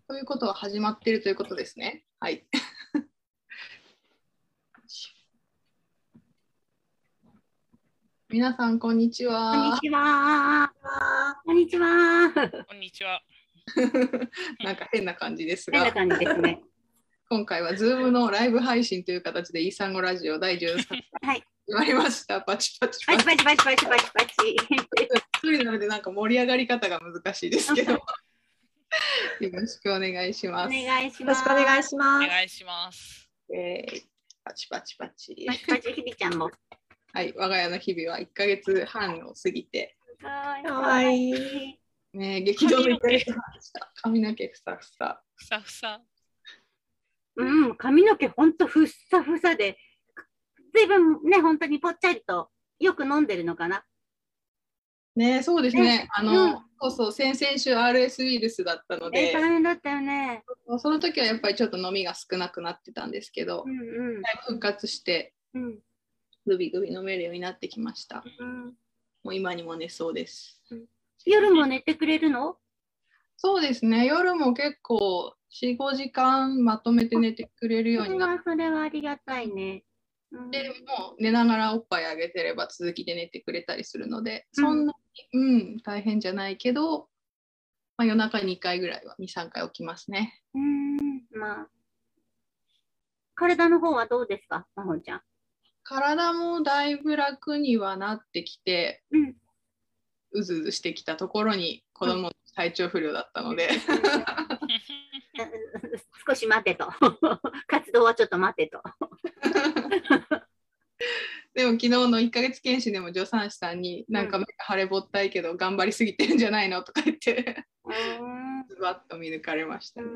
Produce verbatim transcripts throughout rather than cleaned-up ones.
ということは始まっているということですね。はい。皆さん、こんにちは。 こんにちは。こんにちは。 こんにちは。 なんか変な感じですが。 変な感じですね。 今回は Zoom のライブ配信という形でイーサンゴラジオだいじゅうさんかい始まりました。パチパチパチパチパチパチパチパチ。 一人なのでなんか盛り上がり方が難しいですけど。よろしくお願いします。 お願いします。 よろしくお願いします。 お願いします。 えー、パチパチパチ。 パチパチひびちゃんも。 はい、我が家の日々はいっかげつはんを過ぎて。 かわいい。 ね、激動のいっかげつはんでした。髪の毛ふさふさ。 ふさふさ。 うん、髪の毛ほんとふっさふさで、ずいぶんね、本当にぽっちゃりとよく飲んでるのかな。 ね、そうですね。 ねあの、 うん、 そうそう、先々週 アールエス ウイルスだったので、 大変だったよね。 その時はやっぱりちょっと飲みが少なくなってたんですけど、 うんうんだいぶ復活して、 うんグビグビ飲めるようになってきました。 うんもう今にも寝そうです。 夜も寝てくれるの？ そうですね。夜も結構よん、ごじかんまとめて寝てくれるようになっそれはありがたいね。うんて、もう寝ながらおっぱいあげてれば続きで寝てくれたりするので、そんなに、うん、大変じゃないけど、まあ、夜中にいっかいぐらいはに、さんかい起きますね。 うん、まあ。体の方はどうですか、まほちゃん。 体もだいぶ楽にはなってきて、 うんうずうずしてきたところに子供の体調不良だったので、 少し待てと活動はちょっと待てとでも昨日のいっかげつ検診でも助産師さんになんか目が腫れぼったいけど頑張りすぎてるんじゃないのとか言ってズバッと見抜かれましたね。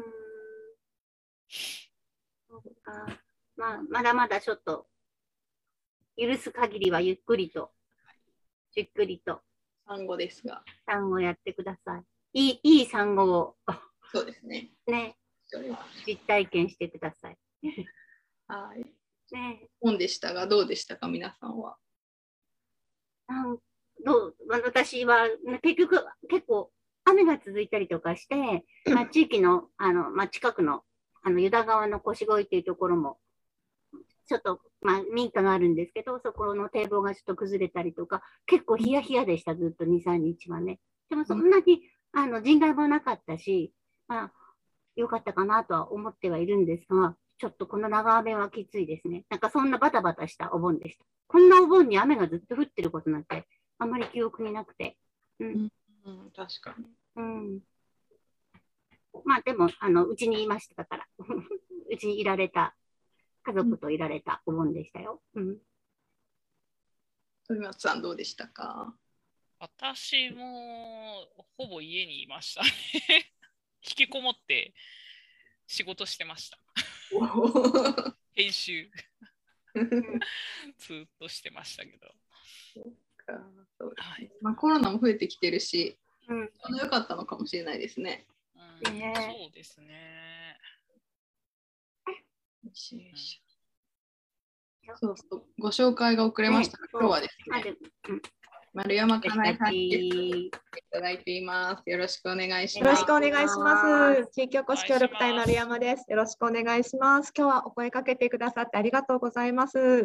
そうか、まあ、まだまだちょっと許す限りはゆっくりとじっくりと産後ですが、 産後やってください。いい、いい産後をそうですね。 ね、 それは実体験してください。 はい。 ね、 本でしたがどうでしたか皆さんは。 なんどう私は結局結構雨が続いたりとかして、まあ、地域の、あの、まあ、近くのあの湯田川の腰越っていうところもちょっと、まあ、民家があるんですけど、そこの堤防がちょっと崩れたりとか、結構ヒヤヒヤでした、ずっとに、さんにちはね。でもそんなにあの人害もなかったし、まあ、よかったかなとは思ってはいるんですが、ちょっとこの長雨はきついですね。なんかそんなバタバタしたお盆でした。こんなお盆に雨がずっと降ってることなんて、あんまり記憶になくて。うん。 うん、確かに。 うん。まあでも、あの、うちにいましたから、うちにいられた。家族といられたお盆でしたよ。うん。 鳥松さんどうでしたか？ 私もほぼ家にいましたね。引きこもって仕事してました。編集ずっとしてましたけど。 そうか、そうですね。はい、まあ、コロナも増えてきてるし、 うん、 ちょうどよかったのかもしれないですね。 うん、 ね、 そうですね。 よしよし。そうそう、ご紹介が遅れましたが、ね、今日はですね、うん、丸山かなえさんにいただいています。よろしくお願いします。 よろしくお願いします。地域おこし協力隊丸山です。よろしくお願いします。今日はお声かけてくださってありがとうございます。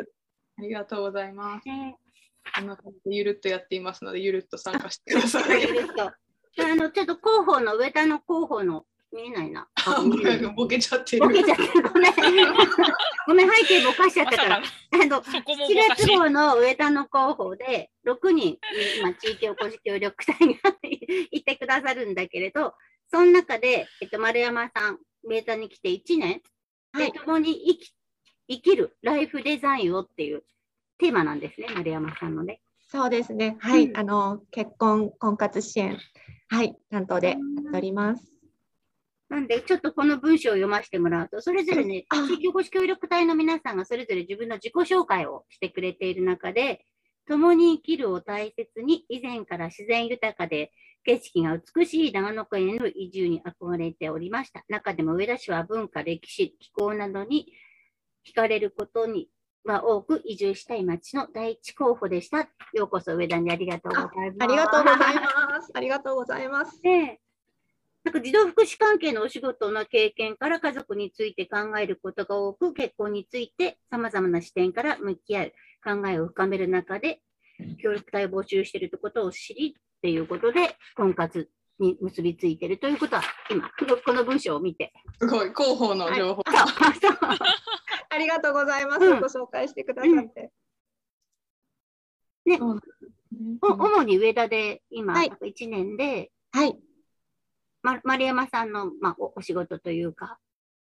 ありがとうございます。ね、こんな感じでゆるっとやっていますので、ゆるっと参加してください。 ゆるっと。あのちょっと広報の上田の広報の見えないな。 ボケちゃってる。 ボケちゃってる。ごめん。ごめん、背景ぼかしちゃったから。あの、しちがつ号の上田の広報で、ろくにん、今、地域おこし協力隊がいてくださるんだけれど、その中で、えっと、丸山さん、上田に来ていちねん、で、共に生き、生きるライフデザインをっていうテーマなんですね、丸山さんのね。 そうですね。はい。うん、あの、結婚、婚活支援、はい、担当でやっております。 なんで、ちょっとこの文章を読ませてもらうと、それぞれね、地域おこし協力隊の皆さんがそれぞれ自分の自己紹介をしてくれている中で、共に生きるを大切に、以前から自然豊かで景色が美しい長野県への移住に憧れておりました。中でも上田市は文化、歴史、気候などに惹かれることには多く移住したい町の第一候補でした。ようこそ上田にありがとうございます。 ありがとうございます。ありがとうございます。 でなんか児童福祉関係のお仕事の経験から家族について考えることが多く、結婚について様々な視点から向き合う、考えを深める中で、協力隊を募集しているということを知りっていうことで、婚活に結びついているということは、今、この文章を見て。 すごい、広報の情報。 はい、 ありがとうございます。うん、ご紹介してくださって。 うん、ね、お主に上田で今、はい、いちねんで、 はい、 ま、丸山さんの、まあ、お, お仕事というか、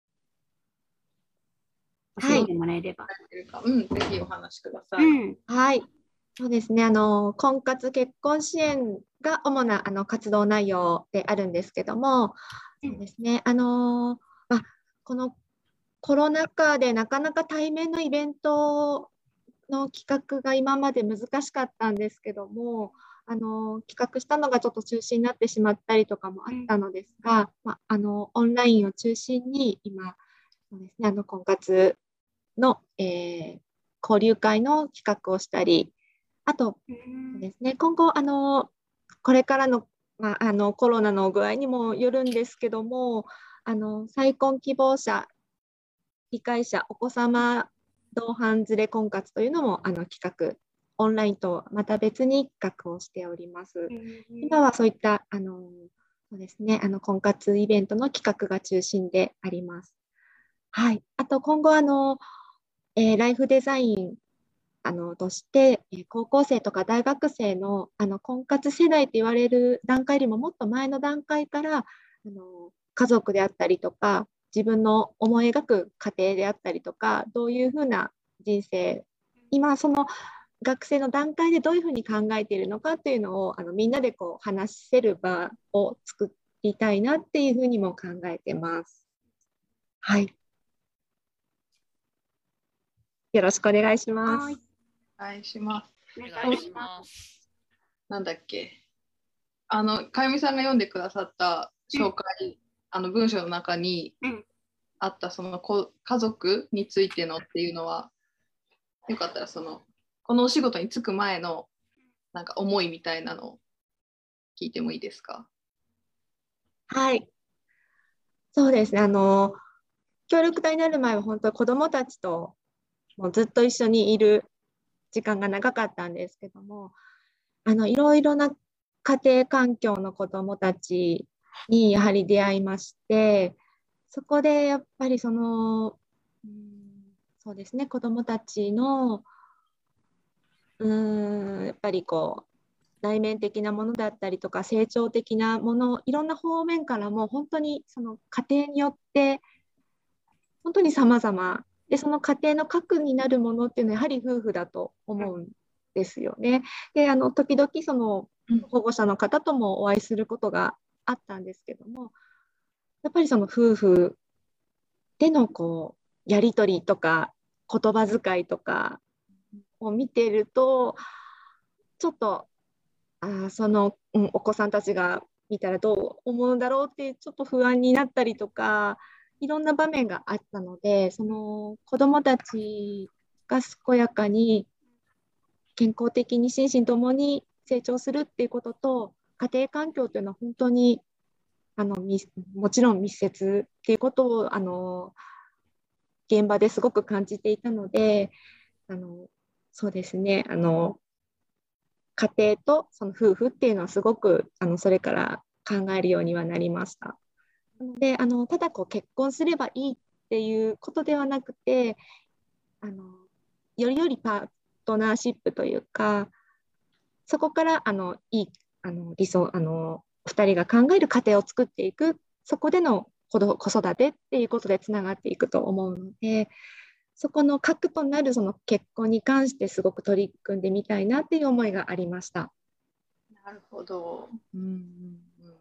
教えてもらえれば。 はい、うん、ぜひお話しください。 うん、はい。そうですね、あの婚活結婚支援が主なあの活動内容であるんですけども、そうですね、あのまあ、このコロナ禍でなかなか対面のイベントの企画が今まで難しかったんですけども、あの企画したのがちょっと中止になってしまったりとかもあったのですが、まあ、あのオンラインを中心に今そうですね、あの婚活の、えー、交流会の企画をしたり、あとですね、今後あのこれからの、まあ、あのコロナの具合にもよるんですけども、あの再婚希望者、理解者、お子様同伴連れ婚活というのもあの企画、オンラインとまた別に企画をしております。今はそういったあのそうですね、あの婚活イベントの企画が中心であります。はい、あと今後あの、えー、ライフデザインあのとして、高校生とか大学生の、あの婚活世代と言われる段階よりももっと前の段階からあの家族であったりとか自分の思い描く家庭であったりとか、どういうふうな人生、今その学生の段階でどういうふうに考えているのかっていうのをあのみんなでこう話せる場を作りたいなっていうふうにも考えてます。はい。よろしくお願いします。 お願いします。 お願いします。 なんだっけ。あの、かゆみさんが読んでくださった紹介、うん、あの文章の中にあったその家族についてのっていうのは、よかったらその、このお仕事に就く前のなんか思いみたいなのを聞いてもいいですか？ はい。そうですね。あの、協力隊になる前は本当に子どもたちともうずっと一緒にいる時間が長かったんですけども、あのいろいろな家庭環境の子どもたちにやはり出会いまして、そこでやっぱりその、うん、そうですね、子どもたちのうーんやっぱりこう内面的なものだったりとか成長的なもの、いろんな方面からも本当にその家庭によって本当に様々で、その家庭の核になるものっていうのはやはり夫婦だと思うんですよね。で、あの時々その保護者の方ともお会いすることがあったんですけども、やっぱりその夫婦でのこうやり取りとか言葉遣いとかを見ていると、ちょっとあその、うん、お子さんたちが見たらどう思うんだろうってちょっと不安になったりとか、いろんな場面があったので、その子どもたちが健やかに健康的に心身ともに成長するっていうことと、家庭環境というのは本当にあのもちろん密接っていうことをあの現場ですごく感じていたので、あのそうですね、あの家庭とその夫婦っていうのはすごくあのそれから考えるようにはなりました。なのであのただこう結婚すればいいっていうことではなくて、あのよりよりパートナーシップというか、そこからあのいいあの理想あのふたりが考える家庭を作っていく、そこでの子育てっていうことでつながっていくと思うので、そこの核となるその結婚に関してすごく取り組んでみたいなっていう思いがありました。 なるほど。うんうんうん、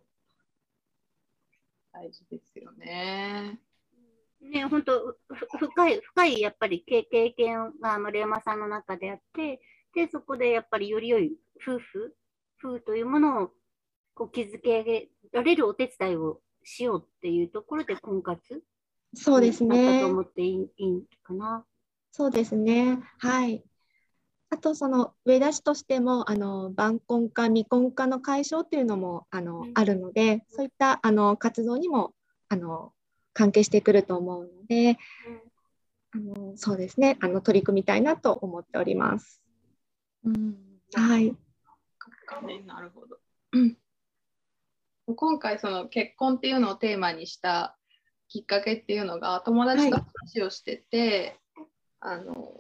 大事ですよね。 ね、本当深い深いやっぱり経験が丸山さんの中であって、でそこでやっぱりより良い夫婦夫婦というものをこう築けられるお手伝いをしようっていうところで婚活そうですね。 だったと思っていい、いいかな。 そうですね。はい。 あとその上田市としてもあの晩婚化未婚化の解消っていうのもあの、うん、あるので、そういったあの活動にもあの関係してくると思うので、うん、あのそうですね、あの取り組みたいなと思っております。 うん、 はい。 なるほど。うん、今回その結婚っていうのをテーマにしたきっかけっていうのが友達と話をしてて、はい、あの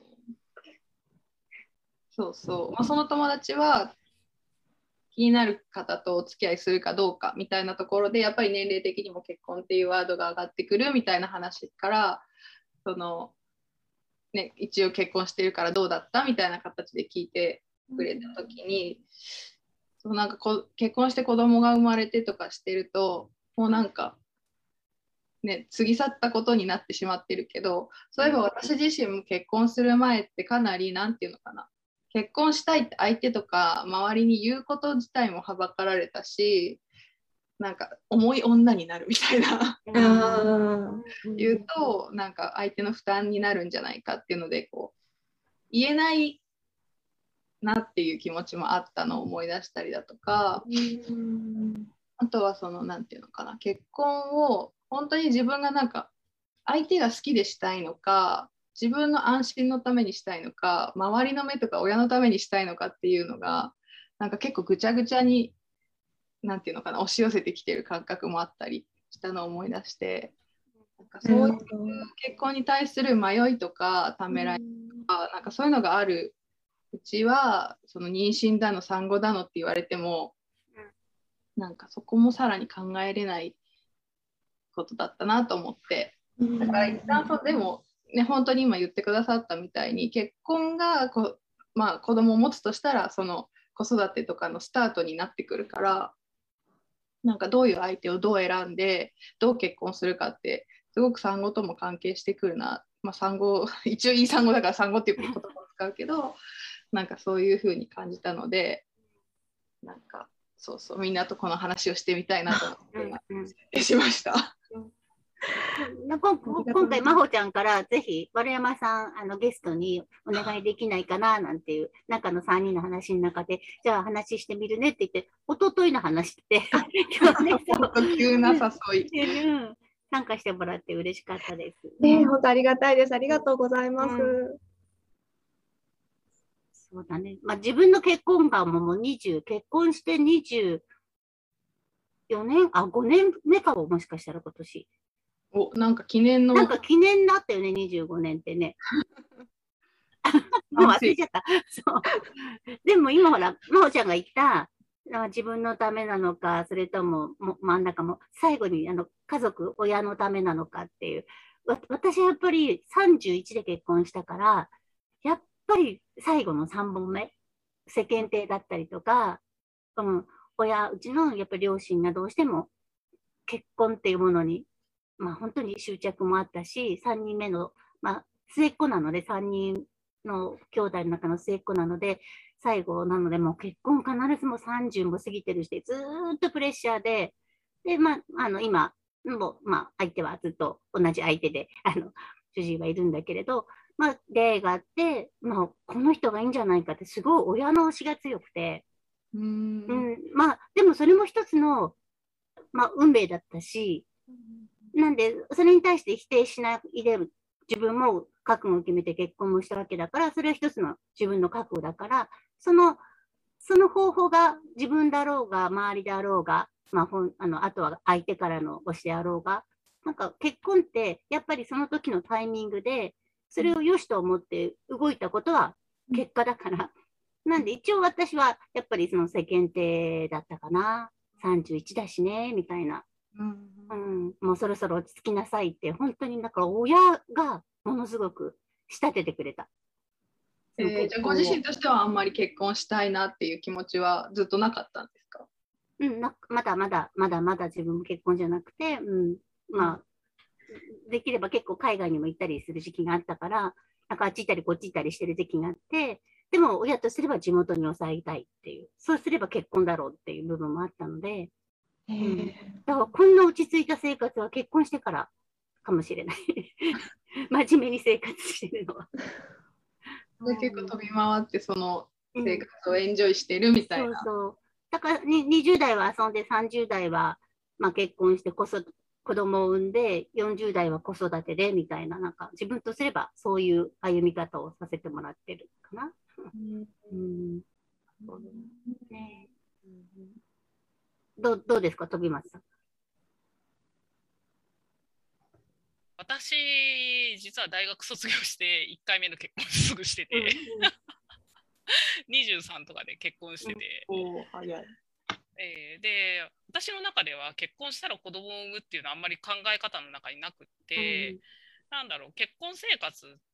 そうそう、まあ、その友達は気になる方とお付き合いするかどうかみたいなところでやっぱり年齢的にも結婚っていうワードが上がってくるみたいな話からその、ね、一応結婚してるからどうだったみたいな形で聞いてくれた時に、うん、そうなんかこ結婚して子供が生まれてとかしてるともうなんかね、過ぎ去ったことになってしまってるけど、そういえば私自身も結婚する前ってかなりなんていうのかな、結婚したいって相手とか周りに言うこと自体もはばかられたし、なんか重い女になるみたいな言うとなんか相手の負担になるんじゃないかっていうのでこう言えないなっていう気持ちもあったのを思い出したりだとか、あとはそのなんていうのかな、結婚を本当に自分がなんか相手が好きでしたいのか自分の安心のためにしたいのか周りの目とか親のためにしたいのかっていうのがなんか結構ぐちゃぐちゃになんていうのかな押し寄せてきてる感覚もあったりしたのを思い出して、なんかそういう結婚に対する迷いとかためらいとかなんかそういうのがあるうちはその妊娠だの産後だのって言われてもなんかそこもさらに考えれないことだったなと思って、だから一旦そうでもね本当に今言ってくださったみたいに結婚がこ、まあ、子供を持つとしたらその子育てとかのスタートになってくるからなんかどういう相手をどう選んでどう結婚するかってすごく産後とも関係してくるな、まあ、産後一応いい産後だから産後っていう言葉を使うけどなんかそういう風に感じたのでなんかそうそうみんなとこの話をしてみたいなと思ってしました。 今回真帆ちゃんからぜひ丸山さんあのゲストにお願いできないかななんていう中のさんにんの話の中でじゃあ話してみるねって言って一昨日の話って今日ね急な誘い、 うん、参加してもらって嬉しかったです。 ね、本当ありがたいです。ありがとうございます。うん、 そうだね。まあ自分の結婚観ももうにじゅう結婚してにじゅうよねんあごねんめかももしかしたら今年。 お、なんか記念の。 なんか記念だったよね、にじゅうごねんってね。もう忘れちゃった。そう。でも今ほら、真帆ちゃんが言った、自分のためなのか、それともも真ん中も、最後にあの家族、親のためなのかっていう。私はやっぱりさんじゅういちで結婚したから、やっぱり最後のさんぼんめ、世間体だったりとか、うん、親、うちのやっぱり両親がどうしても結婚っていうものに、まあ、本当に執着もあったし、さんにんめの、まあ、末っ子なので、さんにんの兄弟の中の末っ子なので、最後なので、もう結婚必ずもさんじゅうも過ぎてるして、ずーっとプレッシャーで、で、まあ、あの今も、まあ、相手はずっと同じ相手で、あの主人はいるんだけれど、まあ、出会いがあって、まあ、この人がいいんじゃないかって、すごい親の推しが強くて、 うん、 うん、まあ、でもそれも一つの、まあ、運命だったし、なんで、それに対して否定しないで、自分も覚悟を決めて結婚もしたわけだから、それは一つの自分の覚悟だから、その、その方法が自分だろうが、周りであろうが、まあ、ほんあのあとは相手からの推しであろうが、なんか結婚って、やっぱりその時のタイミングで、それを良しと思って動いたことは結果だから、なんで一応私はやっぱりその世間体だったかな、さんじゅういちだしね、みたいな。うんうん、もうそろそろ落ち着きなさいって、本当にだから親がものすごく仕立ててくれた。 えー、じゃあご自身としてはあんまり結婚したいなっていう気持ちはずっとなかったんですか？ うん、なまだまだまだまだ自分も結婚じゃなくて、うん、まあできれば結構海外にも行ったりする時期があったから、なんかあっち行ったりこっち行ったりしてる時期があって、でも親とすれば地元に抑えたいっていう、そうすれば結婚だろうっていう部分もあったので、うん、だからこんな落ち着いた生活は結婚してからかもしれない真面目に生活してるのはで結構飛び回ってその生活をエンジョイしてるみたいな。うん、そうそう。 だからににじゅう代は遊んでさんじゅう代は、まあ、結婚してこそ子供を産んでよんじゅう代は子育てでみたいな、なんか自分とすればそういう歩み方をさせてもらってるかな。うんうんね、ど, どうですか、飛松さん。 私、実は大学卒業していっかいめの結婚すぐしてて、うんうん、にじゅうさんとかで結婚してて、 うん、お早い。 えー、で私の中では結婚したら子供を産むっていうのはあんまり考え方の中になくって、うん、なんだろう、結婚生活って、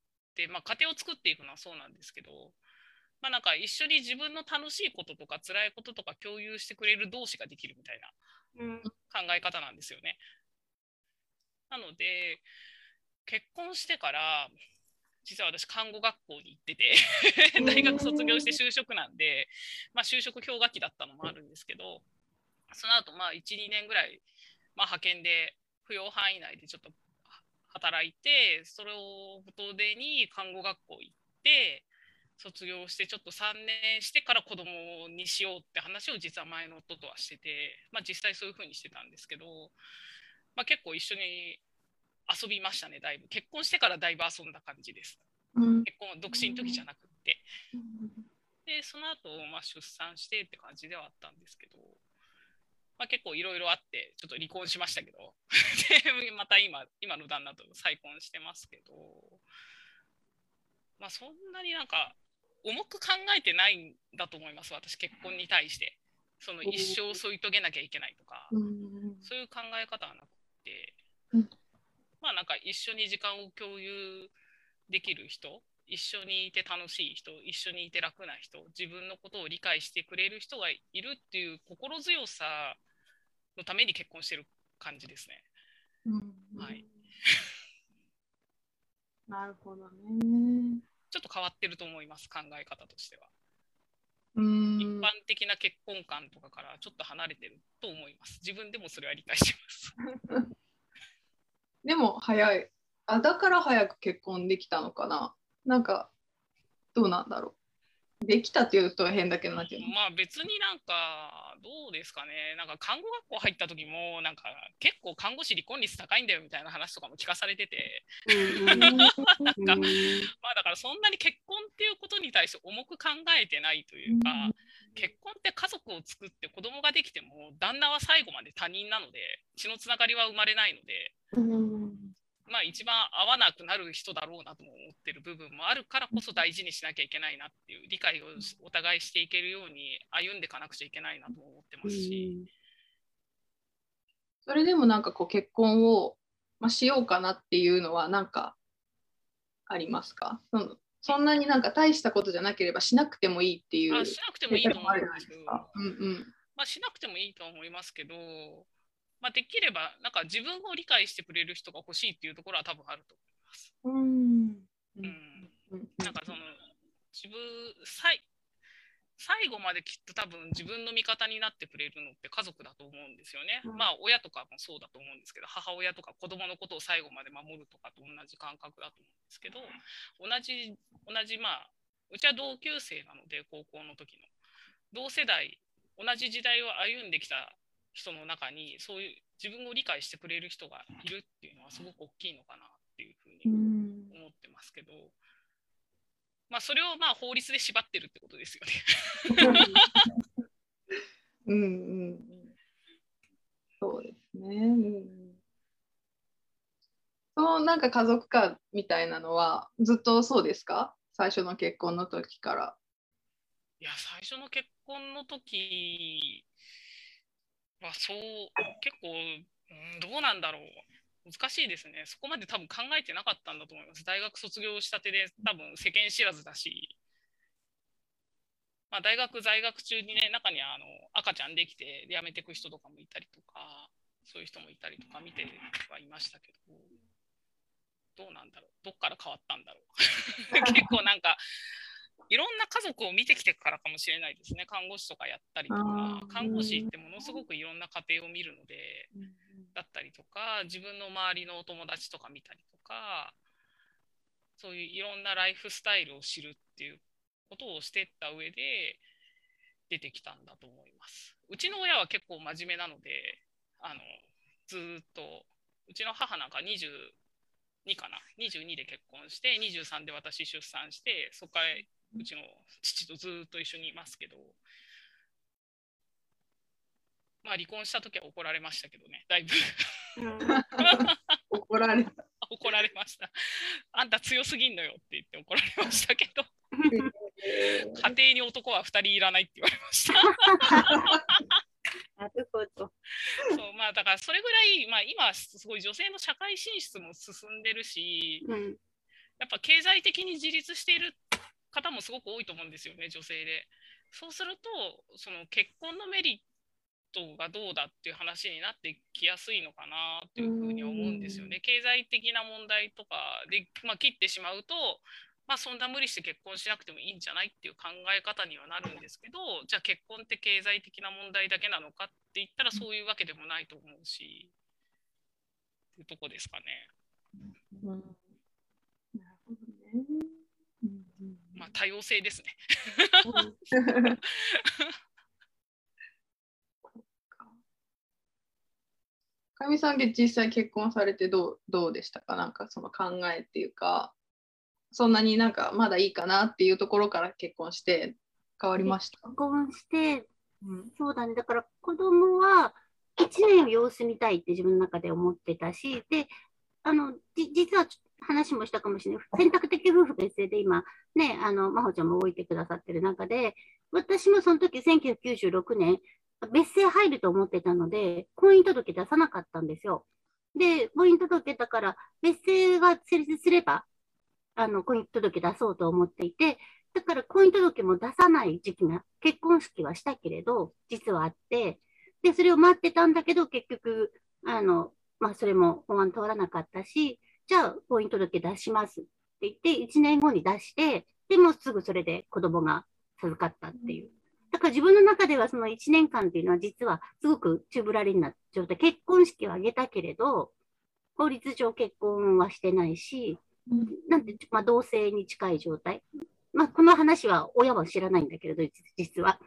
まあ、家庭を作っていくのはそうなんですけど、まあ、なんか一緒に自分の楽しいこととか辛いこととか共有してくれる同士ができるみたいな考え方なんですよね。なので結婚してから実は私看護学校に行ってて大学卒業して就職なんで、まあ、就職氷河期だったのもあるんですけど、その後まあいち、にねんぐらい、まあ、派遣で扶養範囲内でちょっと働いて、それを元手に看護学校行って卒業してちょっとさんねんしてから子供にしようって話を実は前の夫とはしてて、まあ、実際そういう風にしてたんですけど、まあ、結構一緒に遊びましたね。だいぶ結婚してからだいぶ遊んだ感じです、うん、結婚独身の時じゃなくって、うん、でその後、まあ出産してって感じではあったんですけど、まあ、結構いろいろあってちょっと離婚しましたけどでまた今今の旦那と再婚してますけど、まあ、そんなになんか重く考えてないんだと思います、私結婚に対して。その一生添い遂げなきゃいけないとか、うん、そういう考え方はなくて、うん、まあなんか一緒に時間を共有できる人、一緒にいて楽しい人、一緒にいて楽な人、自分のことを理解してくれる人がいるっていう心強さのために結婚してる感じですね。うん、はい。 なるほどね。 ちょっと変わってると思います、考え方としては。うん、一般的な結婚観とかからちょっと離れてると思います。自分でもそれは理解してます。 でも早い。あ、だから早く結婚できたのかな。なんかどうなんだろう。できたっていうと変だけどなっていう。 まあ別になんかどうですかね。なんか看護学校入った時もなんか結構看護師離婚率高いんだよみたいな話とかも聞かされてて、なんかまあだからそんなに結婚っていうことに対して重く考えてないというか、結婚って家族を作って子供ができても旦那は最後まで他人なので血のつながりは生まれないので。まあ一番合わなくなる人だろうなと思ってる部分もあるからこそ大事にしなきゃいけないなっていう理解をお互いしていけるように歩んでいかなくちゃいけないなと思ってますし、 それでもなんかこう結婚を、まあ、しようかなっていうのはなんかありますか？そのそんなになんか大したことじゃなければしなくてもいいっていう。 あ、しなくてもいいと思うんですけど、うんうん、まあしなくてもいいと思いますけど、まあ、できればなんか自分を理解してくれる人が欲しいっていうところは多分あると思います。うん、うん、なんかその自分さい最後まできっと多分自分の味方になってくれるのって家族だと思うんですよね。うん、まあ親とかもそうだと思うんですけど、母親とか子供のことを最後まで守るとかと同じ感覚だと思うんですけど、同じ同じまあうちは同級生なので、高校の時の同世代同じ時代を歩んできた人の中にそういう自分を理解してくれる人がいるっていうのはすごく大きいのかなっていうふうに思ってますけど、まあそれをまあ法律で縛ってるってことですよね。 うんうん、そうですね。うん、そのなんか家族化みたいなのはずっとそうですか？最初の結婚の時から。 いや最初の結婚の時まあそう結構、うん、どうなんだろう、難しいですね。そこまで多分考えてなかったんだと思います。大学卒業したてで多分世間知らずだし、まあ、大学在学中にね中にはあの赤ちゃんできて辞めていく人とかもいたりとか、そういう人もいたりとか見てはいましたけど、どうなんだろう、どっから変わったんだろう結構なんかいろんな家族を見てきてからかもしれないですね。看護師とかやったりとか、看護師ってものすごくいろんな家庭を見るので、だったりとか、自分の周りのお友達とか見たりとか、 そういういろんなライフスタイルを知るっていうことをしていった上で出てきたんだと思います。うちの親は結構真面目なので、あのずっとうちの母なんかにじゅうにかな、にじゅうにで結婚してにじゅうさんで私出産して、そこからうちの父とずっと一緒にいますけど、まあ離婚した時は怒られましたけどね、だいぶ怒られた。 怒られました。あんた強すぎんのよって言って怒られましたけど家庭に男はふたりいらないって言われましたなるほど。 そう、まあだからそれぐらい、まあ、今すごい女性の社会進出も進んでるし、うん、やっぱ経済的に自立している方もすごく多いと思うんですよね、女性で。そうするとその結婚のメリットがどうだっていう話になってきやすいのかなというふうに思うんですよね。経済的な問題とかで、まあ、切ってしまうと、まあ、そんな無理して結婚しなくてもいいんじゃないっていう考え方にはなるんですけど、じゃあ結婚って経済的な問題だけなのかって言ったらそういうわけでもないと思うし、っていうとこですかね。うん、なるほどね。まあ多様性ですね。 かみさんで実際結婚されてどう、どうでしたか？なんかその考えっていうか、そんなになんかまだいいかなっていうところから結婚して変わりました？ 結婚して、うん、そうだね。だから子供はいちねん様子見たいって自分の中で思ってたし、で、あの、じ実は話もしたかもしれない。選択的夫婦別姓で今、ね、あの、真帆ちゃんも動いてくださってる中で、私もその時せんきゅうひゃくきゅうじゅうろくねん、別姓入ると思ってたので、婚姻届出さなかったんですよ。で、婚姻届だから、別姓が成立すれば、あの、婚姻届出そうと思っていて、だから婚姻届も出さない時期が、結婚式はしたけれど、実はあって、で、それを待ってたんだけど、結局、あの、まあ、それも法案通らなかったし、じゃあ、婚姻届出しますって言って、いちねんごに出して、でもすぐそれで子供が授かったっていう。だから自分の中ではそのいちねんかんっていうのは実はすごく宙ぶらりんな状態。結婚式は挙げたけれど、法律上結婚はしてないし、なんて、まあ、同性に近い状態。まあ、この話は親は知らないんだけれど、実は。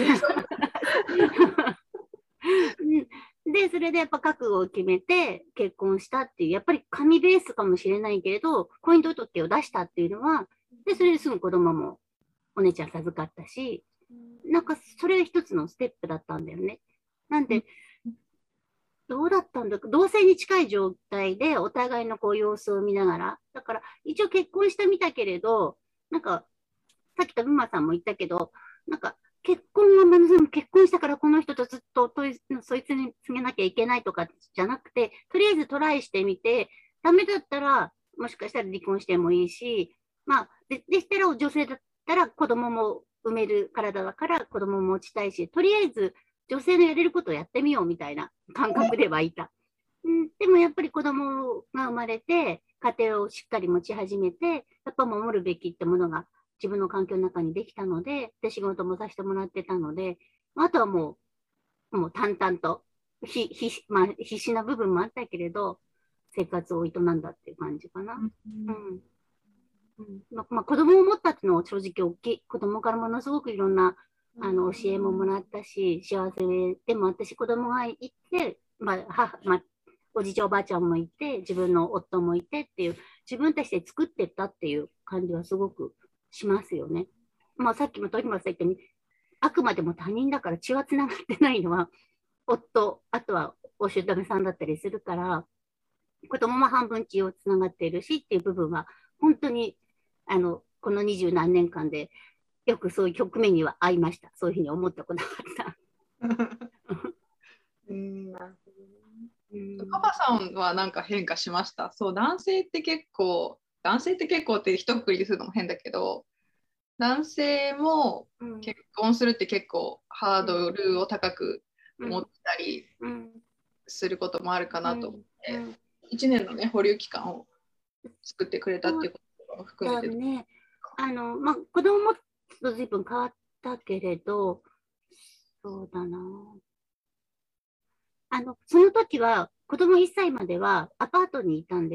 で、それでやっぱ覚悟を決めて結婚したっていう、やっぱり紙ベースかもしれないけれど、婚姻届を出したっていうのは、で、それですぐ子供もお姉ちゃん授かったし、なんかそれが一つのステップだったんだよね。なんで、どうだったんだか、同性に近い状態でお互いのこう様子を見ながら、だから一応結婚してみたけれど、なんか、さっきとブマさんも言ったけど、なんか、結婚は結婚したからこの人とずっとそいつに告げなきゃいけないとかじゃなくて、とりあえずトライしてみて、ダメだったら、もしかしたら離婚してもいいし、まあ、ででしたら女性だったら子供も産める体だから子供も持ちたいし、とりあえず女性のやれることをやってみようみたいな感覚ではいた。うん、でもやっぱり子供が生まれて、家庭をしっかり持ち始めて、やっぱ守るべきってものが自分の環境の中にできたので、で仕事もさせてもらってたので、あとはもう、もう淡々と、ひひまあ、必死な部分もあったけれど、生活を営んだっていう感じかな。うんうんうんままあ、子供を持ったっていうのは正直大きい。子供からものすごくいろんなあの教えももらったし、幸せでも私子供がいて、まあ母まあ、おじいちゃんおばあちゃんもいて、自分の夫もいてっていう、自分たちで作ってったっていう感じはすごくしますよね。まあ、さっきも鳥松さん言ったように、あくまでも他人だから血はつながってないのは夫、あとはお姑さんだったりするから、子供も半分血をつながっているしっていう部分は、本当にあのこの二十何年間でよくそういう局面には合いました。そういうふうに思ったことがあった。 うん、なるほどね。パパさんは何か変化しました？そう、男性って結構、男性って結構って一括りするのも変だけど、男性も結婚するって結構ハードルを高く持ったりすることもあるかなと思って、うんうん、いちねんのね、保留期間を作ってくれたっていうことも含めて。 ね、あの、まあ、子供もと随分変わったけれど、そうだな。あの、その時は子供いっさいまではアパートにいたんですよ。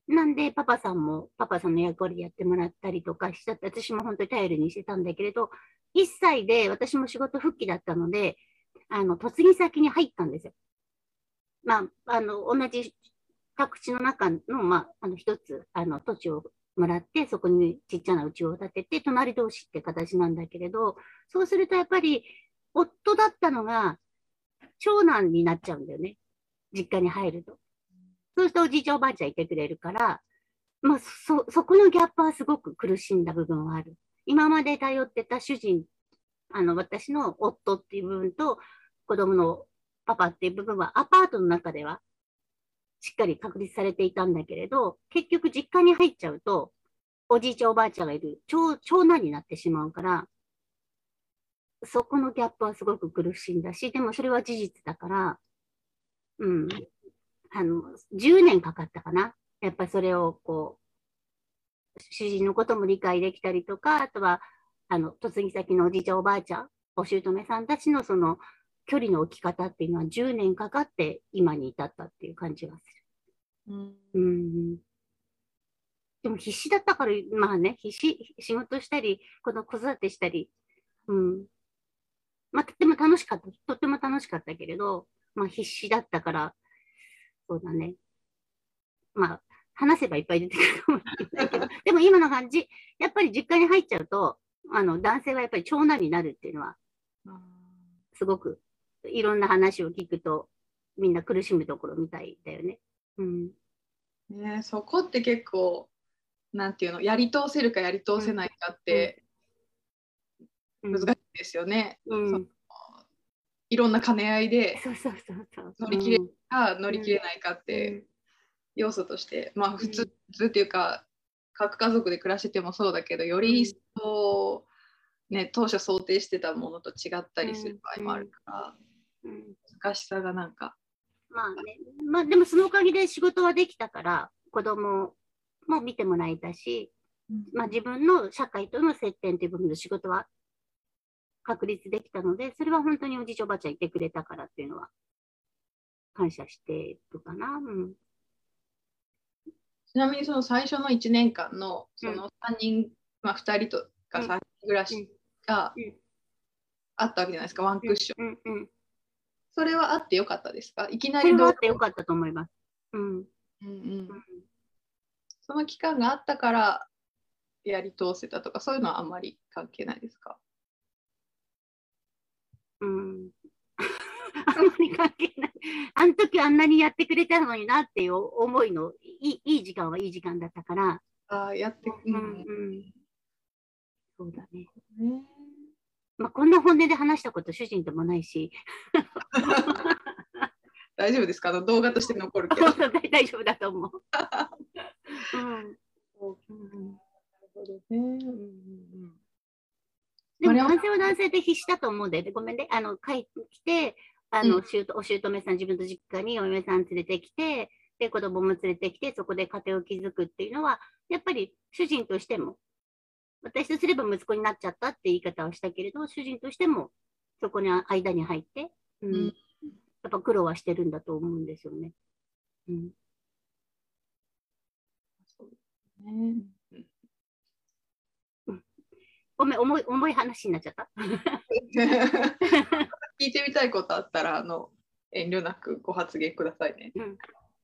なんで、パパさんも、パパさんの役割やってもらったりとかしたって、私も本当に頼りにしてたんだけれど、いっさいで私も仕事復帰だったので、あの、嫁ぎ先に入ったんですよ。まあ、あの、同じ各地の中の、まあ、あの、一つ、あの、土地をもらって、そこにちっちゃな家を建てて、隣同士って形なんだけれど、そうするとやっぱり、夫だったのが、長男になっちゃうんだよね。実家に入ると。そうするとおじいちゃんおばあちゃんいてくれるから、まあ、そ、そこのギャップはすごく苦しんだ部分はある。今まで頼ってた主人、あの、私の夫っていう部分と、子供のパパっていう部分は、アパートの中では、しっかり確立されていたんだけれど、結局実家に入っちゃうと、おじいちゃんおばあちゃんがいる長、長男になってしまうから、そこのギャップはすごく苦しんだし、でもそれは事実だから、うん、あの、じゅうねんかかったかな。やっぱそれをこう、主人のことも理解できたりとか、あとは、あの、嫁ぎ先のおじいちゃんおばあちゃん、お姑さんたちのその距離の置き方っていうのはじゅうねんかかって今に至ったっていう感じがする。うん、うんでも必死だったから、まあね、必死、仕事したり、この子育てしたり、うん。まあ、とっても楽しかった、とっても楽しかったけれど、まあ必死だったから、そうだね。まあ、話せばいっぱい出てくるかもしれないけど、でも今の感じ、やっぱり実家に入っちゃうと、あの、男性はやっぱり長男になるっていうのは、すごく、いろんな話を聞くと、みんな苦しむところみたいだよね。うん。 ね、そこって結構、なんていうの、やり通せるかやり通せないかって難しいですよね。うんうん、いろんな兼ね合いで乗り切れるか乗り切れないかって要素として、まあ普通、うん、普通っていうか核家族で暮らしててもそうだけど、より一層、ね、当初想定してたものと違ったりする場合もあるから、うんうん、難しさがなんか。 まあね、まあでもそのおかげで仕事はできたから子供も見てもらえたし、うん、まあ自分の社会との接点という部分の仕事は確立できたので、それは本当におじいちゃんおばあちゃんいてくれたからっていうのは感謝してるかな。うん、 ちなみにその最初のいちねんかんのそのさんにん、うん、まあ、ふたりとかさんにん暮らしがあったわけじゃないですか、ワンクッション。うんうんうん、それはあってよかったですか？いきなりそれはあってよかったと思います。うんうんうん、 その期間があったからやり通せたとか、そういうのはあんまり関係ないですか？ うん、あんまり関係ない。あの時あんなにやってくれたのになっていう思いのいい、いい時間はいい時間だったから。 ああ、やってくれ、うんうん、 そうだね。ね、まあ、こんな本音で話したこと主人ともないし。 大丈夫ですか？あの動画として残るけど。 大丈夫だと思う。うん、なるほどね。うんうんうんでも男性は男性で必死だと思うんで、ごめんね、あの帰ってきて、あの、うん、お姑さん、自分の実家にお嫁さん連れてきて、で、子供も連れてきて、そこで家庭を築くっていうのは、やっぱり主人としても、私とすれば息子になっちゃったって言い方をしたけれど、主人としても、そこに間に入って、うん、うん、やっぱ苦労はしてるんだと思うんですよね。うん。そうですね。ごめん、重い、重い話になっちゃった。 聞いてみたいことあったら、あの、遠慮なくご発言くださいね。うん、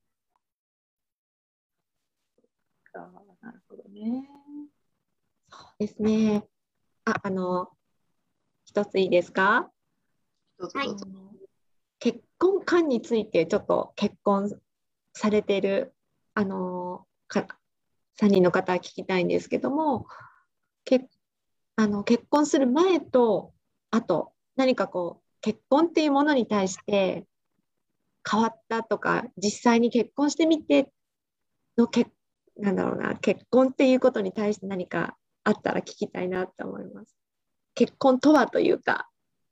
あ、なるほどね。 そうですね。あ、あの、一ついいですか？ どうぞどうぞ。 はい、結婚観について、ちょっと結婚されている、あの、かさんにんの方は聞きたいんですけども、結あの結婚する前とあと何かこう結婚っていうものに対して変わったとか、実際に結婚してみてのけなんだろうな結婚っていうことに対して何かあったら聞きたいなと思います。結婚とはというか。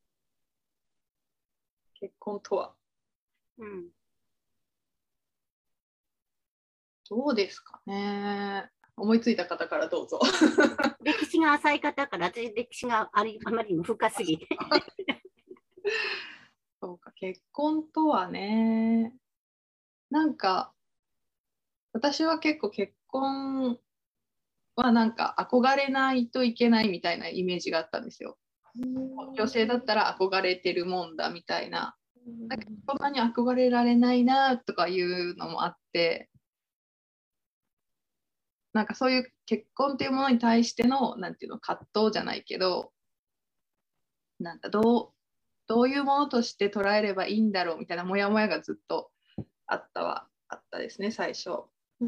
結婚とは、うん、どうですかね。思いついた方からどうぞ。 歴史が浅い方から、私歴史がありあまりにも深すぎて。 そうか、結婚とはね、なんか私は結構結婚はなんか憧れないといけないみたいなイメージがあったんですよ。女性だったら憧れてるもんだみたいな。だけどそんなに憧れられないなとかいうのもあって、なんかそういう結婚っていうものに対してのなんていうの葛藤じゃないけど、なんかどう、どういうものとして捉えればいいんだろうみたいなモヤモヤがずっとあったはあったですね、最初。うん、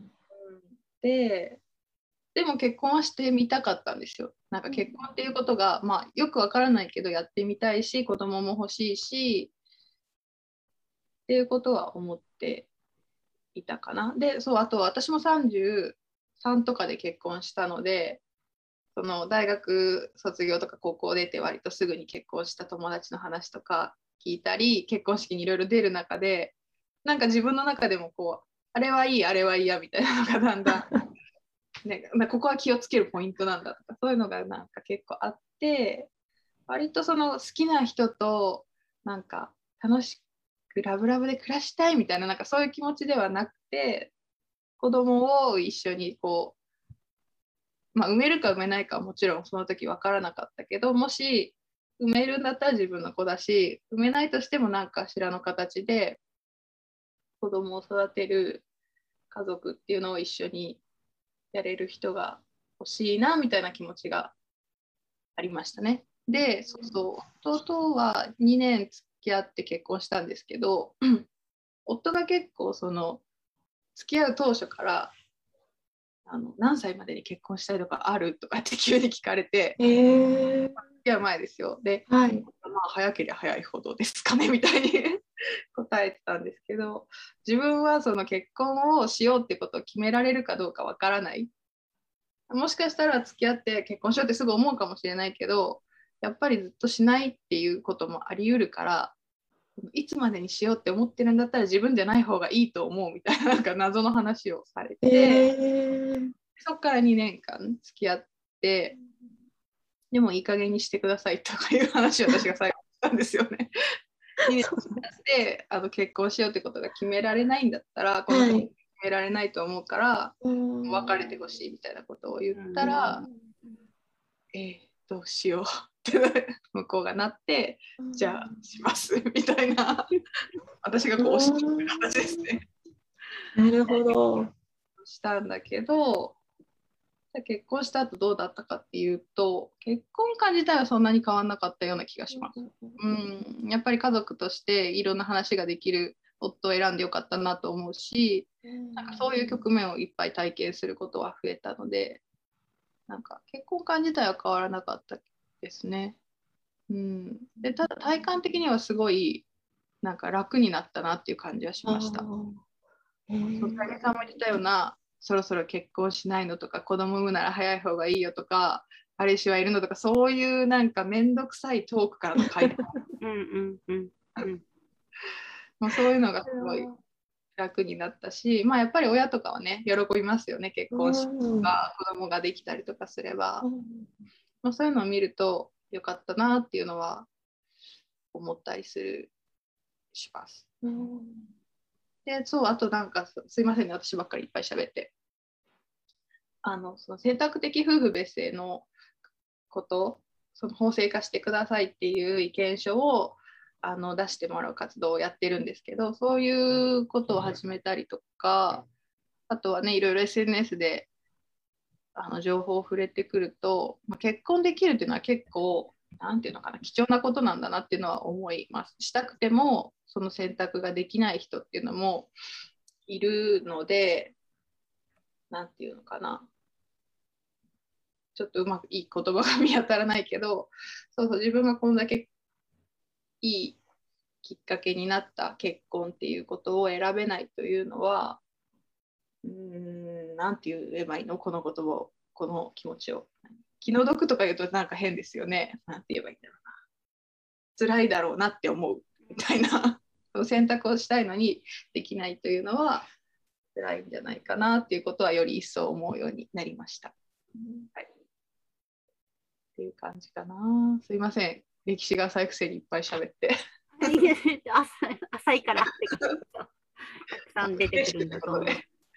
で、でも結婚はしてみたかったんですよ。なんか結婚っていうことが、まあ、よくわからないけどやってみたいし、子供も欲しいしっていうことは思っていたかな。で、そう、あと私もさんじゅうさんとかで結婚したので、その大学卒業とか高校出て割とすぐに結婚した友達の話とか聞いたり、結婚式にいろいろ出る中で、なんか自分の中でもこう、あれはいい、あれは嫌みたいなのがだんだんね、ここは気をつけるポイントなんだとか、そういうのがなんか結構あって、割とその好きな人となんか楽しくラブラブで暮らしたいみたいな、なんかそういう気持ちではなくて、子供を一緒にこう、まあ、埋めるか埋めないかはもちろんその時分からなかったけど、もし埋めるんだったら自分の子だし、埋めないとしても何かしらの形で子供を育てる家族っていうのを一緒にやれる人が欲しいなみたいな気持ちがありましたね。で、そうそう、弟はにねん付き合って結婚したんですけど、夫が結構その付き合う当初からあの何歳までに結婚したいとかあるとかって急に聞かれて、えー、付き合う前ですよ。で、はい、まあ、早ければ早いほどですかねみたいに答えてたんですけど、自分はその結婚をしようってことを決められるかどうかわからない。もしかしたら付き合って結婚しようってすぐ思うかもしれないけど、やっぱりずっとしないっていうこともあり得るから、いつまでにしようって思ってるんだったら自分じゃない方がいいと思うみたいな、なんか謎の話をされて、えー、そこからにねんかん付き合って、でもいい加減にしてくださいとかいう話を私が最後にしたんですよね。にねん付き合ってあの結婚しようってことが決められないんだったら、この人決められないと思うから、はい、別れてほしいみたいなことを言ったら、えー、どうしようって向こうがなって、じゃあしますみたいな、私がこう押し切る形ですね。 なるほど。 したんだけど、結婚した後どうだったかっていうと、結婚観自体はそんなに変わんなかったような気がします。うん、やっぱり家族としていろんな話ができる夫を選んでよかったなと思うし、なんかそういう局面をいっぱい体験することは増えたので、なんか結婚観自体は変わらなかったですね。うん、でただ体感的にはすごいなんか楽になったなっていう感じはしました。えー、そう、谷さんも言ったような、そろそろ結婚しないのとか、子供産むなら早い方がいいよとか、彼氏はいるのとか、そういうなんかめんどくさいトークからの回答もうそういうのがすごい楽になったし、まあ、やっぱり親とかはね喜びますよね、結婚式とか子供ができたりとかすれば、まあ、そういうのを見るとよかったなっていうのは思ったりするします。で、そう、あとなんかすいませんね、私ばっかりいっぱい喋って、あのその選択的夫婦別姓のこと、その法制化してくださいっていう意見書をあの出してもらう活動をやってるんですけど、そういうことを始めたりとか、あとはね、いろいろ エスエヌエス であの情報を触れてくると、まあ、結婚できるっていうのは結構なんていうのかな、貴重なことなんだなっていうのは思います。したくてもその選択ができない人っていうのもいるので、なんていうのかな、ちょっとうまくいい言葉が見当たらないけど、そうそう、自分がこんだけいいきっかけになった結婚っていうことを選べないというのは、うーん、なんて言えばいいの、この言葉を、この気持ちを。気の毒とか言うとなんか変ですよね。なんて言えばいいんだろうな。辛いだろうなって思うみたいな選択をしたいのにできないというのは辛いんじゃないかなっていうことはより一層思うようになりました。はい、っていう感じかな。すいません。歴史が浅いくせにいっぱい喋って。 浅いからってたくさん出てくるんだと思う。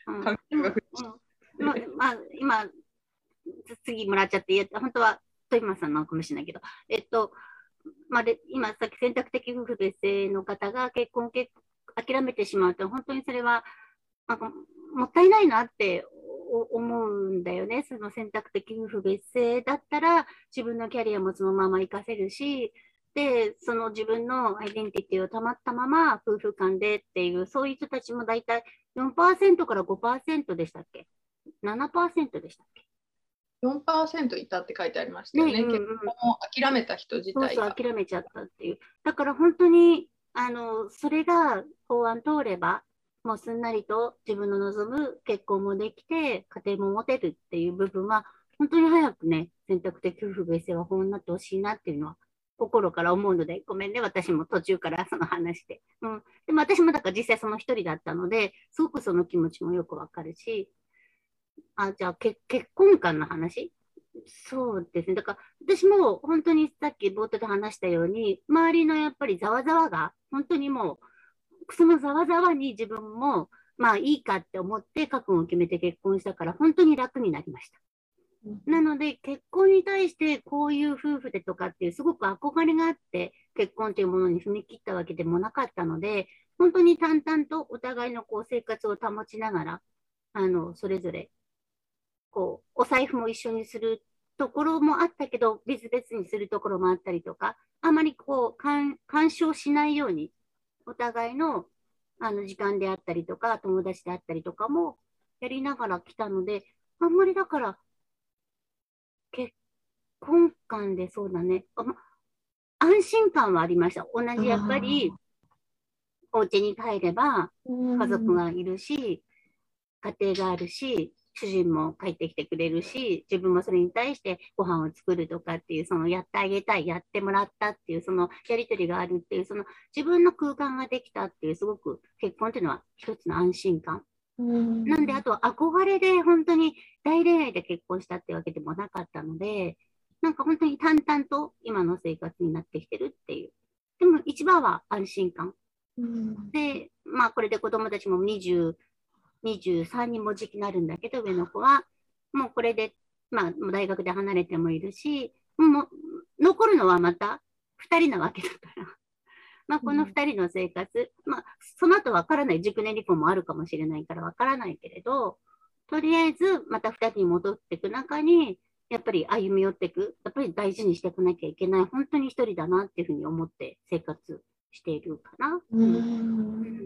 うんうんままあ、今、次もらっちゃって、本当は富山さんのかもしれないけど、えっと、まあ、で今、さっき選択的夫婦別姓の方が結婚を諦めてしまうと、本当にそれはなんかもったいないなって思うんだよね。その選択的夫婦別姓だったら、自分のキャリアもそのまま活かせるし、で、その自分のアイデンティティを保ったまま夫婦間でっていう、そういう人たちも大体よんパーセントからごパーセントでしたっけ ?ななパーセント でしたっけよんパーセント いたって書いてありましたよね。ねうんうん、結婚を諦めた人自体が。 そうそう、諦めちゃったっていう。だから本当に、あの、それが法案通れば、もうすんなりと自分の望む結婚もできて、家庭も持てるっていう部分は、本当に早くね、選択的夫婦別姓は法になってほしいなっていうのは、心から思うので、ごめんね、私も途中からその話で。うん。でも私もだから実際その一人だったので、すごくその気持ちもよくわかるし、あ、じゃあけ結婚観の話そうですね。だから私も本当にさっき冒頭で話したように、周りのやっぱりざわざわが、本当にもう、そのざわざわに自分も、まあいいかって思って覚悟を決めて結婚したから、本当に楽になりました。なので、結婚に対してこういう夫婦でとかっていう、すごく憧れがあって、結婚というものに踏み切ったわけでもなかったので、本当に淡々とお互いのこう生活を保ちながら、あの、それぞれ、こう、お財布も一緒にするところもあったけど、別々にするところもあったりとか、あまりこう、干渉しないように、お互いの、あの、時間であったりとか、友達であったりとかも、やりながら来たので、あんまりだから、結婚観でそうだね、あま、安心感はありました。同じやっぱり、お家に帰れば、家族がいるし、家庭があるし、主人も帰ってきてくれるし、自分もそれに対してご飯を作るとかっていう、そのやってあげたい、やってもらったっていう、そのやりとりがあるっていう、その自分の空間ができたっていう、すごく結婚っていうのは一つの安心感。なんで、あと憧れで本当に大恋愛で結婚したってわけでもなかったので、なんか本当に淡々と今の生活になってきてるっていう。でも一番は安心感。で、まあこれで子供たちもにじゅう、にじゅうさんにも時期になるんだけど、上の子は、もうこれで、まあ、大学で離れてもいるし、もう残るのはまたふたりなわけだから、まあ、このふたりの生活、まあ、その後わからない、熟年離婚もあるかもしれないからわからないけれど、とりあえずまたふたりに戻っていく中に、やっぱり歩み寄っていく、やっぱり大事にしていかなきゃいけない、本当に一人だなっていうふうに思って生活しているかな。うんうん、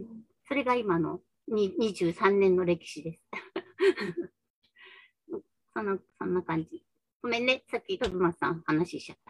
それが今のにじゅうさんねんの歴史です。そのそんな感じ。ごめんね、さっき飛松さん話しちゃった。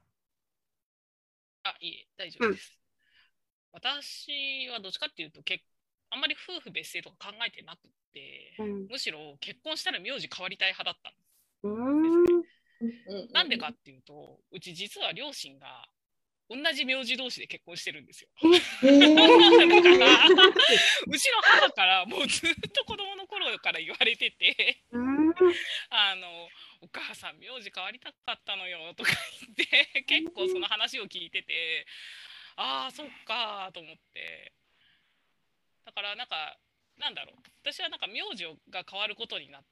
あ、いえ、大丈夫です。うん、私はどっちかっていうと、けあんまり夫婦別姓とか考えてなくて、うん、むしろ結婚したら名字変わりたい派だったんですね。なんでかっていうと、うち実は両親が同じ名字同士で結婚してるんですよ。だからうちの母からもうずっと子供の頃から言われててあのお母さん名字変わりたかったのよとか言って結構その話を聞いてて、ああそっかと思って、だからなんかなんだろう、私はなんか名字が変わることになって、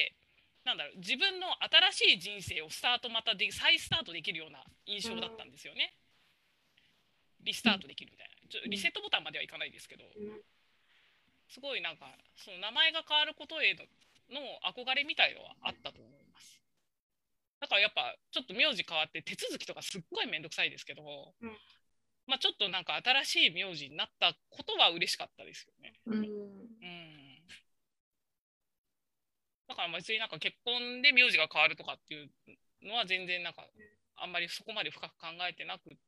なんだろう、自分の新しい人生をスタートまたで再スタートできるような印象だったんですよね。リスタートできるみたいな、ちょリセットボタンまではいかないですけど、すごいなんかその名前が変わることへの憧れみたいのはあったと思います。だからやっぱちょっと名字変わって手続きとかすっごいめんどくさいですけど、まあちょっとなんか新しい名字になったことは嬉しかったですよね。うん、うん、だから別になんか結婚で名字が変わるとかっていうのは全然なんかあんまりそこまで深く考えてなくって、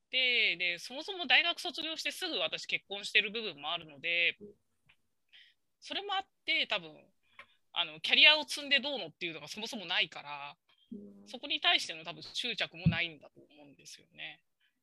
でそもそも大学卒業してすぐ私結婚してる部分もあるので、それもあって多分あのキャリアを積んでどうのっていうのがそもそもないから、そこに対しての多分執着もないんだと思うんですよね。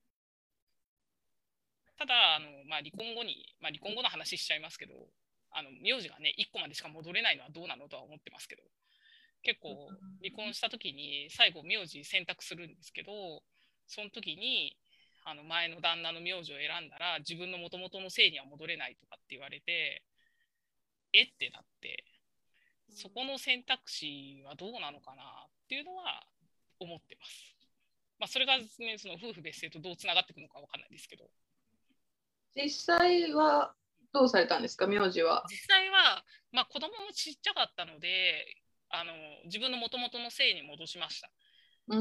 ただあの、まあ、離婚後に、まあ、離婚後の話しちゃいますけど、あの名字がねいっこまでしか戻れないのはどうなのとは思ってますけど、結構離婚した時に最後名字選択するんですけど、その時にあの前の旦那の名字を選んだら自分の元々の姓には戻れないとかって言われて、 えってなって、そこの選択肢はどうなのかなっていうのは思ってます。まあ、それが、ね、その夫婦別姓とどうつながっていくのかわかんないですけど。 実際はどうされたんですか、名字は。 実際は、まあ、子供もちっちゃかったので、あの自分のもともとの姓に戻しました。 うん、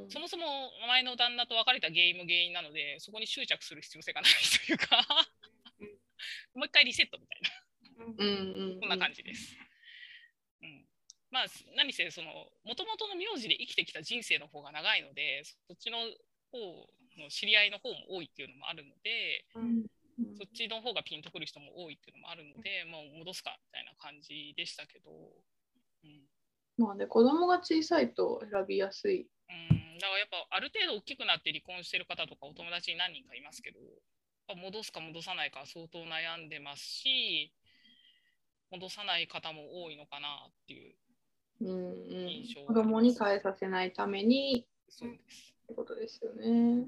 そもそも前の旦那と別れた原因も原因なので、そこに執着する必要性がないというかもう一回リセットみたいな、うんうん、こんな感じです。うん、まあ何せその元々の名字で生きてきた人生の方が長いので、そっちの方の知り合いの方も多いっていうのもあるので、うん、そっちの方がピンとくる人も多いっていうのもあるので、もう戻すかみたいな感じでしたけど、 うん、まあね、子供が小さいと選びやすい。 うん、だからやっぱある程度大きくなって離婚してる方とかお友達に何人かいますけど、戻すか戻さないか相当悩んでますし、戻さない方も多いのかなっていう印象、 うんうん、子供に変えさせないためにそうですってことですよね。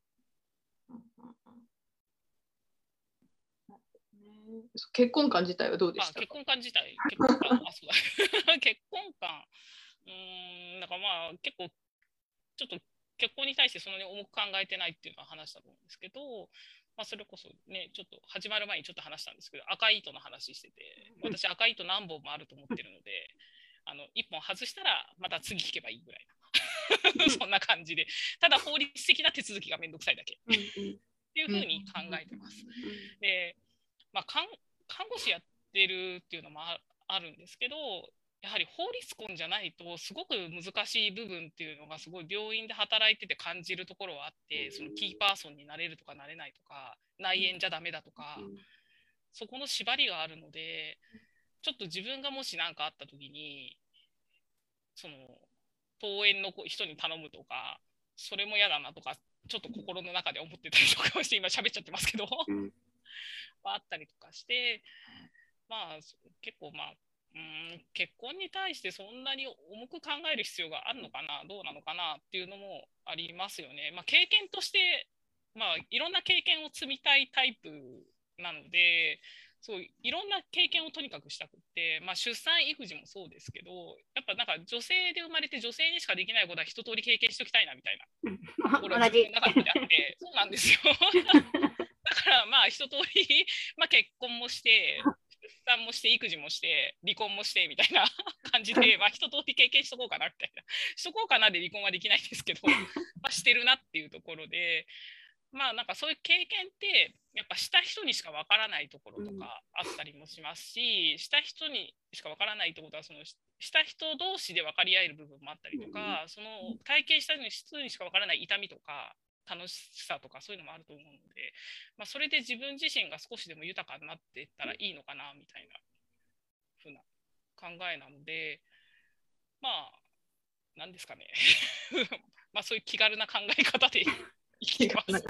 結婚観自体はどうでしたか？ あ、結婚観自体、結婚観、あ、そうだ結婚観、うーん、だからまあ結構ちょっと結婚に対してそんなに重く考えてないっていうのは話したと思うんですけど、まあ、それこそね、ちょっと始まる前にちょっと話したんですけど、赤い糸の話してて、私赤い糸何本もあると思ってるので、あのいっぽん外したらまた次聞けばいいぐらいなそんな感じで、ただ法律的な手続きがめんどくさいだけっていうふうに考えてます。で、まあ、看, 看護師やってるっていうのも あ, あるんですけど、やはり法律婚じゃないとすごく難しい部分っていうのがすごい病院で働いてて感じるところはあって、そのキーパーソンになれるとかなれないとか、内縁じゃダメだとか、そこの縛りがあるので、ちょっと自分がもし何かあった時にその登園の人に頼むとか、それも嫌だなとかちょっと心の中で思ってたりとかして今喋っちゃってますけどはあったりとかして、まあ結構まあうーん結婚に対してそんなに重く考える必要があるのかな、どうなのかなっていうのもありますよね。まあ、経験として、まあ、いろんな経験を積みたいタイプなので、そういろんな経験をとにかくしたくって、まあ、出産育児もそうですけど、やっぱなんか女性で生まれて女性にしかできないことは一通り経験しておきたいなみたいなところが自分の中であってそうなんですよだからまあ一通り、まあ、結婚もして出産もして育児もして離婚もしてみたいな感じで、まあ、一通り経験しとこうかなみたいなしとこうかなで離婚はできないんですけど、まあ、してるなっていうところで、まあなんかそういう経験ってやっぱした人にしかわからないところとかあったりもしますし、した人にしかわからないってことはそのした人同士で分かり合える部分もあったりとか、その体験した人にしかわからない痛みとか楽しさとかそういうのもあると思うので、まあ、それで自分自身が少しでも豊かになっていったらいいのかなみたいなふうな考えなので、まあ何ですかねまあそういう気軽な考え方で生きてます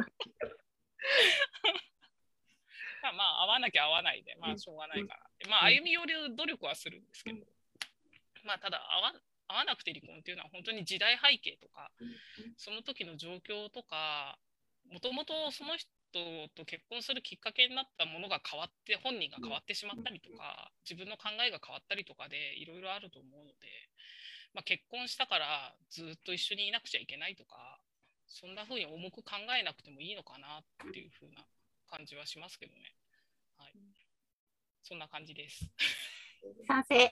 まあまあ合わなきゃ合わないでまあしょうがないかなって、まあ歩み寄る努力はするんですけど、まあただ合わ合わなくて離婚っていうのは本当に時代背景とかその時の状況とか、もともとその人と結婚するきっかけになったものが変わって本人が変わってしまったりとか、自分の考えが変わったりとかでいろいろあると思うので、まあ、結婚したからずっと一緒にいなくちゃいけないとか、そんな風に重く考えなくてもいいのかなっていう風な感じはしますけどね。はい、そんな感じです。 賛成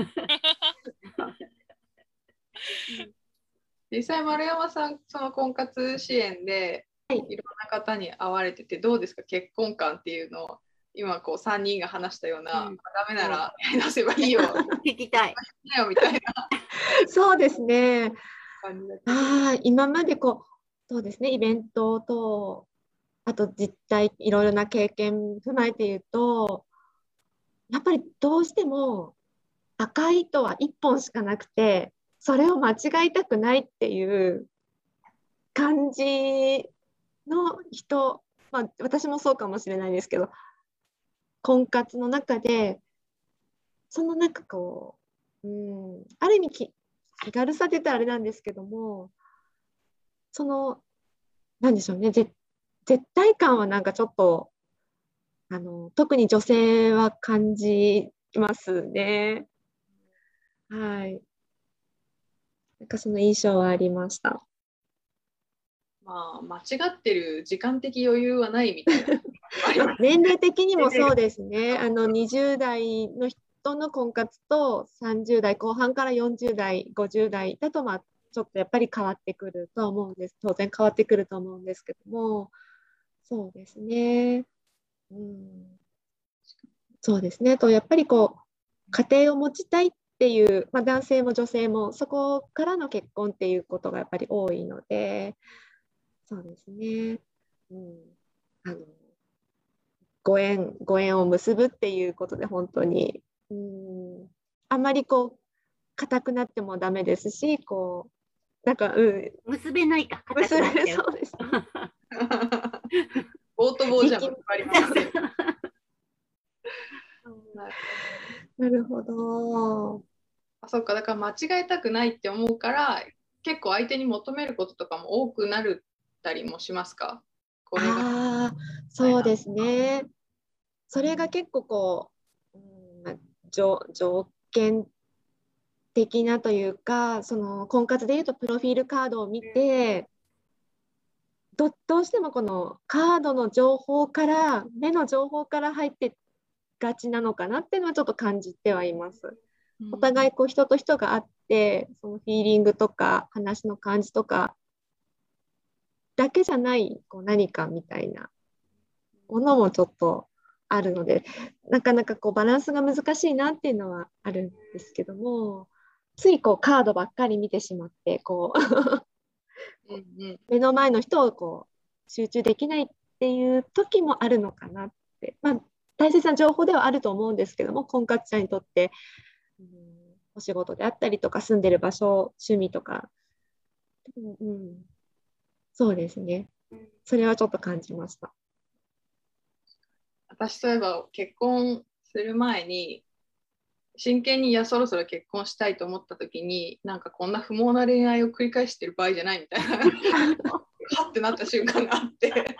実際丸山さん、その婚活支援でいろんな方に会われててどうですか、結婚観っていうのを今こうさんにんが話したような、うん、ダメならやり直せばいいよ聞きたいみたいなそうですね。あ、今までこうそうですね、イベントとあと実態いろいろな経験踏まえて言うと、やっぱりどうしても赤い糸はいっぽんしかなくて、それを間違いたくないっていう感じの人、まあ、私もそうかもしれないですけど、婚活の中でそのなんかこう、うん、ある意味気軽さって言ったらあれなんですけども、そのなんでしょうね、絶対感はなんかちょっとあの特に女性は感じますね。はい。なんかその印象はありました。 まあ、間違ってる時間的余裕はないみたいな。 年齢的にもそうですね。あのにじゅう代の人の婚活とさんじゅう代後半からよんじゅう代、ごじゅう代だと、まあ、ちょっとやっぱり変わってくると思うんです。当然変わってくると思うんですけども、そうですね。うん、そうですね。とやっぱりこう家庭を持ちたいっていう、まあ、男性も女性もそこからの結婚っていうことがやっぱり多いので、そうですね。うん、あのご縁、ご縁を結ぶっていうことで本当に、うん、あんまりこう硬くなってもダメですし、こうなんか、うん、 結べないか、 結べそうですね。 棒と棒じゃ結ばりますね。 なるほど。 あ、そっか、だから間違えたくないって思うから結構相手に求めることとかも多くなるったりもしますか？これが。 ああ、そうですね。それが結構こう、うん、条、条件的なというか、その婚活でいうとプロフィールカードを見て、ど、どうしてもこのカードの情報から、目の情報から入ってがちなのかなっていうのはちょっと感じてはいます。お互いこう人と人があって、そのフィーリングとか話の感じとかだけじゃないこう何かみたいなものもちょっとあるので、なかなかこうバランスが難しいなっていうのはあるんですけども、ついこうカードばっかり見てしまってこううん、うん、目の前の人をこう集中できないっていう時もあるのかなって、まあ、大切な情報ではあると思うんですけども、婚活者にとって、うん、お仕事であったりとか住んでる場所、趣味とか、うんうん、そうですね、それはちょっと感じました。 私そういえば結婚する前に真剣にいやそろそろ結婚したいと思った時に、なんかこんな不毛な恋愛を繰り返してる場合じゃないみたいなはってなった瞬間があって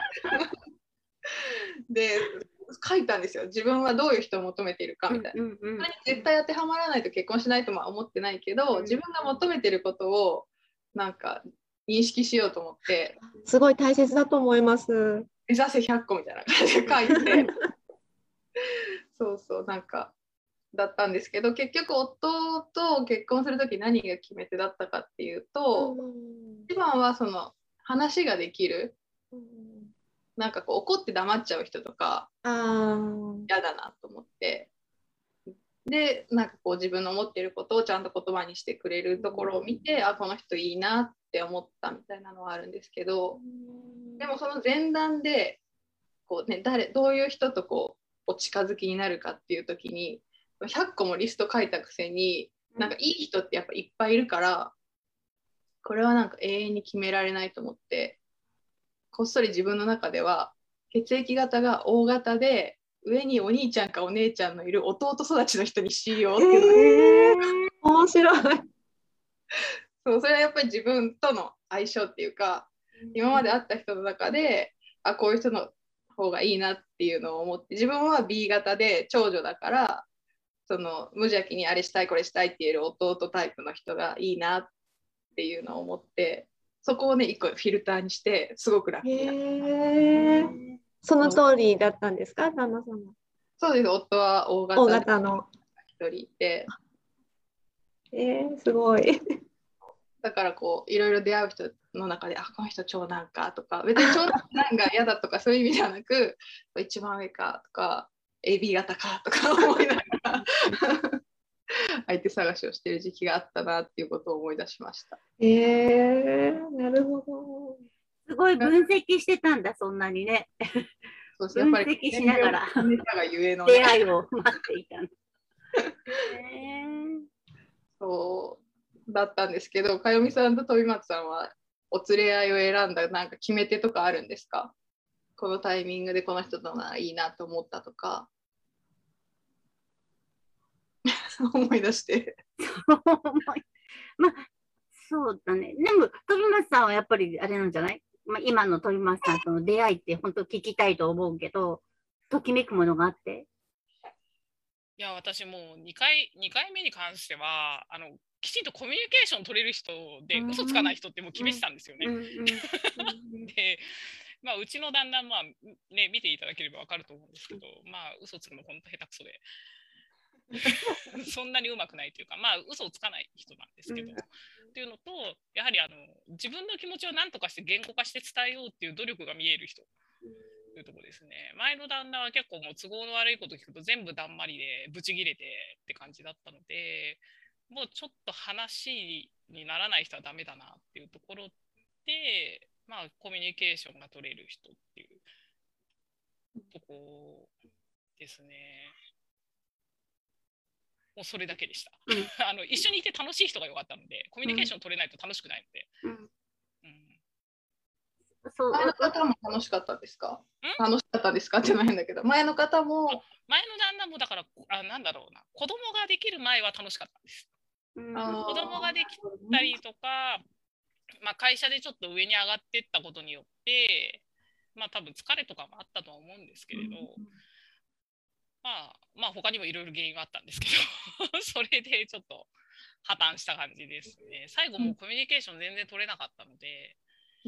で書いたんですよ。自分はどういう人を求めているかみたいな、うんうんうん、絶対当てはまらないと結婚しないとは思ってないけど、自分が求めてることをなんか認識しようと思って。 すごい大切だと思います。 目指せひゃっこみたいな感じで書いてそうそうなんかだったんですけど、結局夫と結婚する時何が決め手だったかっていうと、一番はその話ができる、なんかこう怒って黙っちゃう人とか嫌だなと思って、でなんかこう自分の思っていることをちゃんと言葉にしてくれるところを見て、あこの人いいなって思ったみたいなのはあるんですけど、でもその前段でこう、ね、誰どういう人とこうお近づきになるかっていう時にひゃっこもリスト書いたくせに、なんかいい人ってやっぱいっぱいいるから、これはなんか永遠に決められないと思って、こっそり自分の中では血液型が O 型で上にお兄ちゃんかお姉ちゃんのいる弟育ちの人にしようっていうのが、えー、 面白いそう、それはやっぱり自分との相性っていうか、今まで会った人の中であこういう人の方がいいなっていうのを思って、自分は B 型で長女だから、その無邪気にあれしたいこれしたいって言える弟タイプの人がいいなっていうのを思って、そこをね一個フィルターにしてすごく楽になった。 へー、その通りだったんですか、旦那さんも？ そうです、夫は O 型 O 型の一人いて、 えー、すごい。 だからこういろいろ出会う人の中で、あこの人長男かとか、別に長男が嫌だとかそういう意味ではなく一番上かとか エービー 型かとか思いながら相手探しをしている時期があったなっていうことを思い出しました。 えー、なるほど。 すごい分析してたんだ、そんなにね。 そうです、やっぱり分析しながら出会いを待っていたの。 えー、そうだったんですけど、かよみさんと飛松さんはお連れ合いを選んだなんか決め手とかあるんですか？このタイミングでこの人とならいいなと思ったとか思い出してまあそうだね。でも飛松さんはやっぱりあれなんじゃない？まあ、今の飛松さんとの出会いって本当聞きたいと思うけど、ときめくものがあって。 いや、私もうにかい、にかいめに関しては、あの、きちんとコミュニケーション取れる人で、嘘つかない人ってもう決めてたんですよね。で、まあ、うちの旦那、まあ、ね、見ていただければわかると思うんですけど、まあ、嘘つくの本当下手くそで。そんなにうまくないというか、まあ、嘘をつかない人なんですけど、っていうのと、やはりあの自分の気持ちを何とかして言語化して伝えようっていう努力が見える人というところですね。前の旦那は結構もう都合の悪いこと聞くと全部だんまりでブチギレてって感じだったので、もうちょっと話にならない人はダメだなっていうところで、まあ、コミュニケーションが取れる人っていうとこですね。もうそれだけでした。うん、あの一緒にいて楽しい人が良かったので、コミュニケーション取れないと楽しくないので。うんうん、 そう、前の方も楽しかったですか？楽しかったですかってないんだけど、前の方も。 前の旦那もだから、あ、なんだろうな、子供ができる前は楽しかったです。うん、子供ができたりとか、まあ、会社でちょっと上に上がっていったことによって、まあ多分疲れとかもあったとは思うんですけれど、うん、まあ、まあ他にもいろいろ原因があったんですけどそれでちょっと破綻した感じですね。最後もうコミュニケーション全然取れなかったので、うん、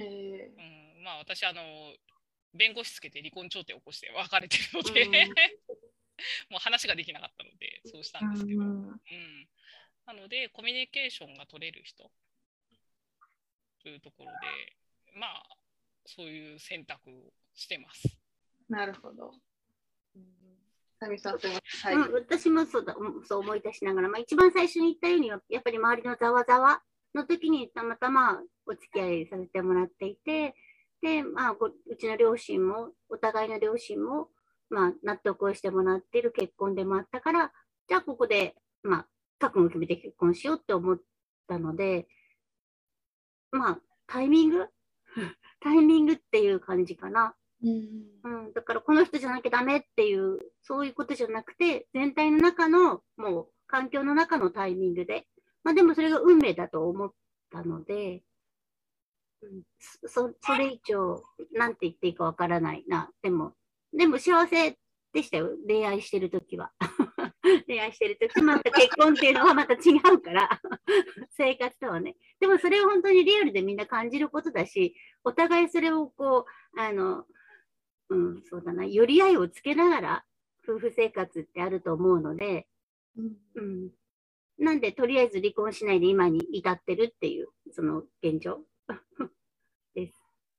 まあ私あの弁護士つけて離婚調停を起こして別れてるので、うん、もう話ができなかったのでそうしたんですけど、うん、なのでコミュニケーションが取れる人というところで、まあそういう選択をしてます。 なるほど。タミさん、はい、 うん、私もそうだ、そう思い出しながら、まあ、一番最初に言ったように、やっぱり周りのざわざわの時にたまたまお付き合いさせてもらっていて、で、まあ、うちの両親も、お互いの両親も、まあ、納得をしてもらっている結婚でもあったから、じゃあここで、まあ、覚悟を決めて結婚しようって思ったので、まあ、タイミングタイミングっていう感じかな。うんうん、だからこの人じゃなきゃダメっていうそういうことじゃなくて、全体の中のもう環境の中のタイミングで、まあ、でもそれが運命だと思ったので、うん、そ, それ以上なんて言っていいかわからないな。でもでも幸せでしたよ、恋愛してる時は恋愛してる時また結婚っていうのはまた違うから生活とはね。でもそれを本当にリアルでみんな感じることだし、お互いそれをこうあのうん、そうだな、寄り合いをつけながら夫婦生活ってあると思うので、うんうん、なんでとりあえず離婚しないで今に至ってるっていうその現状です。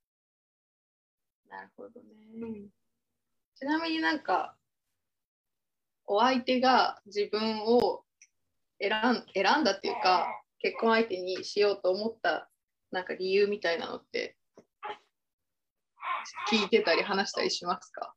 なるほどね、うん、ちなみになんかお相手が自分を選ん、選んだっていうか結婚相手にしようと思ったなんか理由みたいなのって聞いてたり話したりしますか？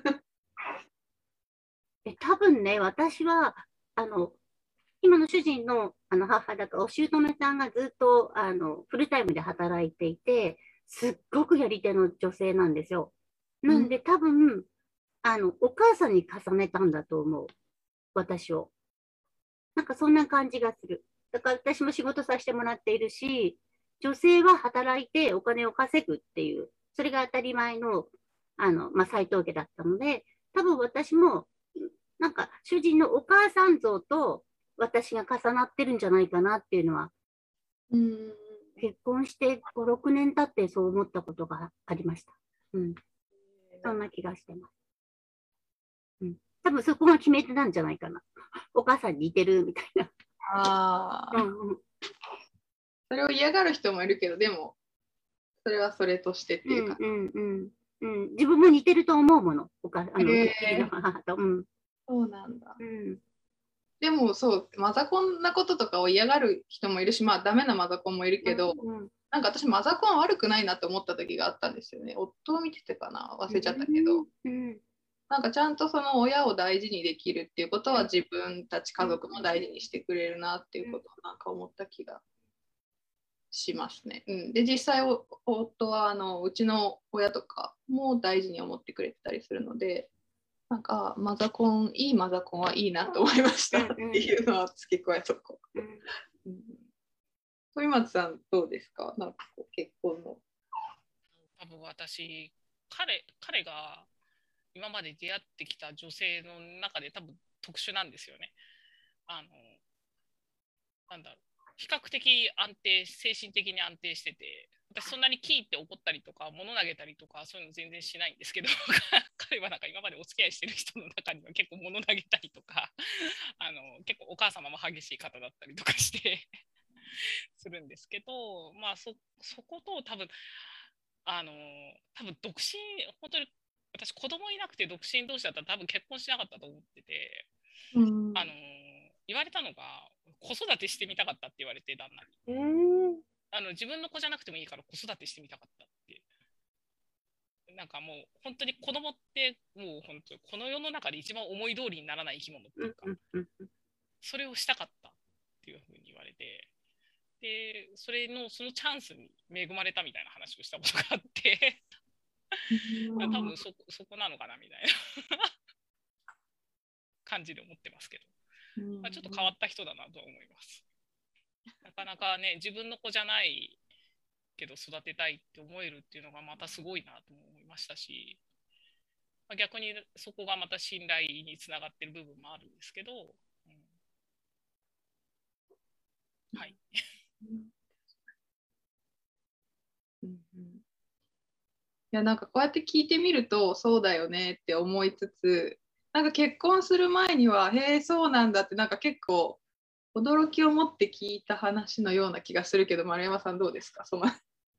え多分ね、私はあの今の主人のあの母だとお姑さんがずっとあのフルタイムで働いていて、すっごくやり手の女性なんですよ。なんで、うん、多分あのお母さんに重ねたんだと思う、私を。なんかそんな感じがする。だから私も仕事させてもらっているし、女性は働いてお金を稼ぐっていう、それが当たり前の、あの、まあ、斎藤家だったので、多分私も、なんか主人のお母さん像と私が重なってるんじゃないかなっていうのは、うん結婚してご、ろくねん経ってそう思ったことがありました。うん。そんな気がしてます。うん。多分そこが決め手なんじゃないかな。お母さんに似てるみたいな。 ああ、うんうん。それを嫌がる人もいるけど、でも、それはそれとしてっていうか。 うんうんうん、自分も似てると思うもの、お母あの、えー、の母と。うん。 そうなんだ。うん、でもそう、マザコンなこととかを嫌がる人もいるし、まあダメなマザコンもいるけど、うんうん、なんか私マザコンは悪くないなって思った時があったんですよね。夫を見ててかな、忘れちゃったけど。うんうんなんかちゃんとその親を大事にできるっていうことは自分たち家族も大事にしてくれるなっていうことをなんか思った気がしますね。うん、で実際夫はあのうちの親とかも大事に思ってくれてたりするのでなんかマザコンいいマザコンはいいなと思いましたっていうのは付け加えとこう。うん、鳥松さんどうですか？なんかこう結婚の。 多分私彼彼が今まで出会ってきた女性の中で多分特殊なんですよね。あのなんだろう、比較的安定、精神的に安定してて、私そんなにキーって怒ったりとか物投げたりとかそういうの全然しないんですけど彼はなんか今までお付き合いしてる人の中には結構物投げたりとかあの結構お母様も激しい方だったりとかしてするんですけど、まあ そ, そこと多分あの多分独身、本当に私子供いなくて独身同士だったら多分結婚しなかったと思ってて、うん、あの言われたのが子育てしてみたかったって言われて、旦那に、えー、あの自分の子じゃなくてもいいから子育てしてみたかったって。なんかもう本当に子供ってもう本当にこの世の中で一番思い通りにならない生き物っていうか、それをしたかったっていうふうに言われて、でそれのそのチャンスに恵まれたみたいな話をしたことがあって多分 そ, そこなのかなみたいな感じで思ってますけど、まあ、ちょっと変わった人だなとは思います。なかなかね、自分の子じゃないけど育てたいって思えるっていうのがまたすごいなと思いましたし、まあ、逆にそこがまた信頼につながってる部分もあるんですけど、うん、はいうんうん、いやなんかこうやって聞いてみるとそうだよねって思いつつ、なんか結婚する前にはへえそうなんだってなんか結構驚きを持って聞いた話のような気がするけど、丸山さんどうですか？その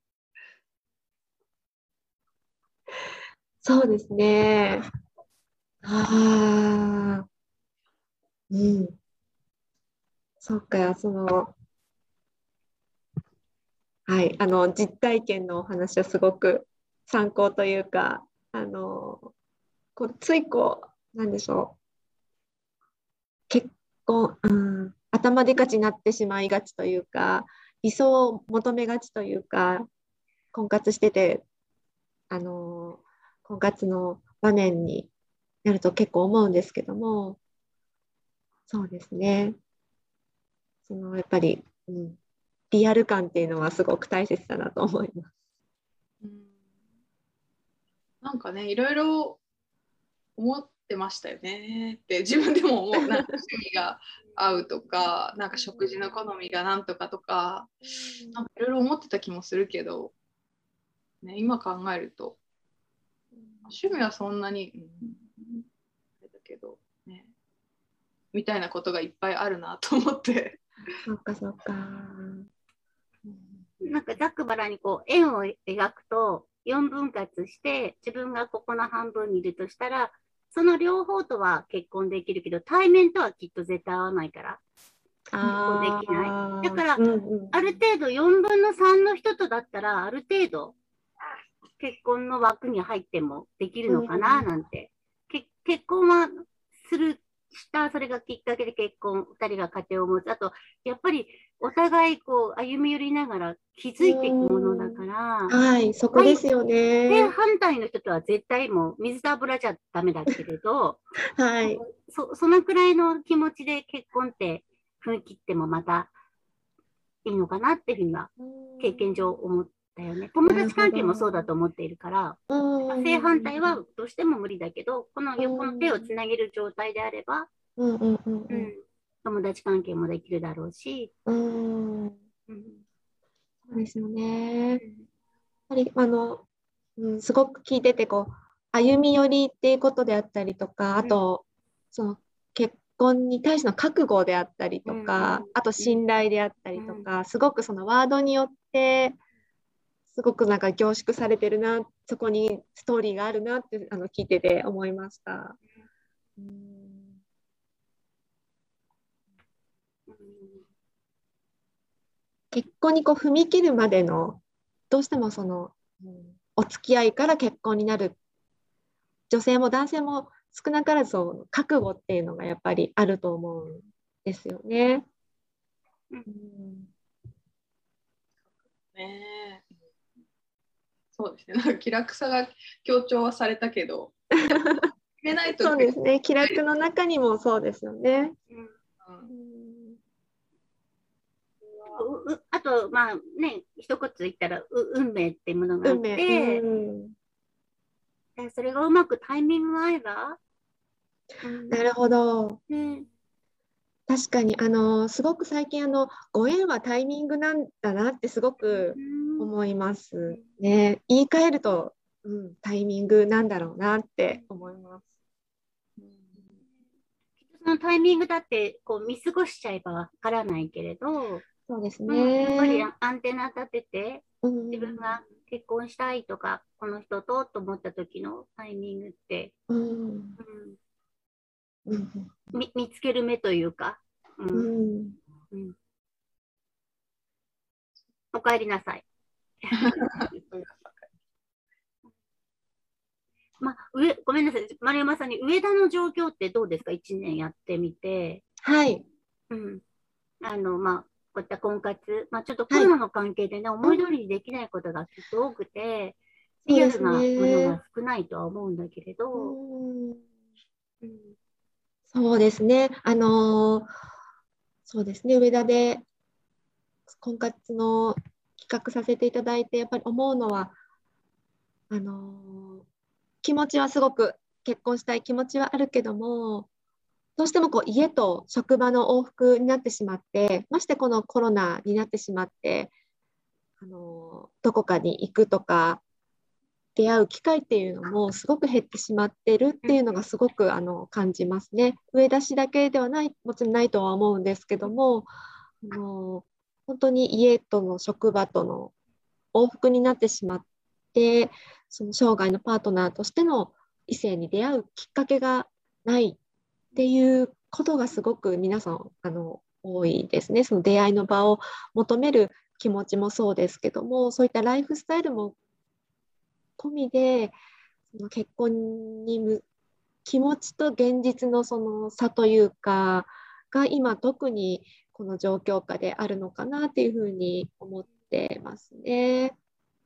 そうですね。ああ、うん。そうか、その、はい、あの実体験のお話はすごく参考というか、あのこうついこうなんでしょう、結婚、うん、頭でかちになってしまいがちというか、理想を求めがちというか、婚活してて、あの婚活の場面になると結構思うんですけども、そうですね、そのやっぱり、うん、リアル感っていうのはすごく大切だなと思います。 うん、なんかね、いろいろ思ってましたよねって自分でも思う。なんか趣味が合うとか、なんか食事の好みがなんとかとか、なんかいろいろ思ってた気もするけど、ね、今考えると趣味はそんなに、うん、だけどね、みたいなことがいっぱいあるなと思って。 そうかそうか。 なんかざっくばらんにこう円を描くとよんぶん割して自分がここの半分にいるとしたら、その両方とは結婚できるけど対面とはきっと絶対合わないから結婚できない。だから、うんうん、ある程度よんぶんのさんの人とだったらある程度結婚の枠に入ってもできるのかななんて、うん、結婚はするしたそれがきっかけで結婚、ふたりが家庭を持つ、あとやっぱりお互いこう歩み寄りながら気づいていくものだから、 はい、そこですよね。 正反対の人とは絶対もう水と油じゃダメだけれど、 はい、 そ, そのくらいの気持ちで結婚って踏み切ってもまたいいのかなっていうふうには経験上思ったよね。友達関係もそうだと思っているから、正反対はどうしても無理だけど、この横の手をつなげる状態であれば、うんうんうんうん、友達関係もできるだろうし。うんうん、 そうですよね。やっぱりあの、うん、すごく聞いててこう歩み寄りっていうことであったりとか、あと、うん、その結婚に対しての覚悟であったりとか、うん、あと信頼であったりとか、うん、すごくそのワードによってすごくなんか凝縮されてるな、そこにストーリーがあるなってあの聞いてて思いました。うん、結婚にこう踏み切るまでのどうしてもその、うん、お付き合いから結婚になる女性も男性も少なからず覚悟っていうのがやっぱりあると思うんですよね。うん、 ねえ、そうですね。なんか気楽さが強調はされたけど、決めないとそうですね。気楽の中にもそうですよね。うんうん、あとまあね、一言言ったら運命っていうものがあって、うん、それがうまくタイミングが合えばなるほど。 うん、 確かに、あの、すごく最近、あの、ご縁はタイミングなんだなってすごく思いますね。言い換えると、うん、タイミングなんだろうなって思います。 そのタイミングだってこう見過ごしちゃえばわからないけれど、 そうですうん、やっぱりね。 アンテナ立てて、 うん自分が結婚したいとか、この人とと思った時のタイミングって、 うんうんうんみ見つける目というか、ううんんうん、お帰りなさい。まあ、上ごめんなさい、丸山さんに上田の状況ってどうですか、いちねんやってみて。 はい。 うん、あの、まあ、こういった婚活、まあ、ちょっとコはい。 ロナの関係でね、思い通りにできないことがきっと多くて、リアルそうですなものね。 が少ないとは思うんだけれうど、 んうん、 そうですね。あのーそうですね。上田で婚活の企画させていただいて、やっぱり思うのは、あのー気持ちはすごく結婚したい気持ちはあるけども、どうしてもこう家と職場の往復になってしまって、ましてこのコロナになってしまって、あのどこかに行くとか出会う機会っていうのもすごく減ってしまってるっていうのがすごくあの感じますね。上田市だけではない、もちろんないとは思うんですけども、あの本当に家との職場との往復になってしまって、その生涯のパートナーとしての異性に出会うきっかけがないっていうことがすごく皆さんあの多いですね。その出会いの場を求める気持ちもそうですけども、そういったライフスタイルも込みで、その結婚にむ気持ちと現実のその差というかが今特にこの状況下であるのかなっていうふうに思ってますね。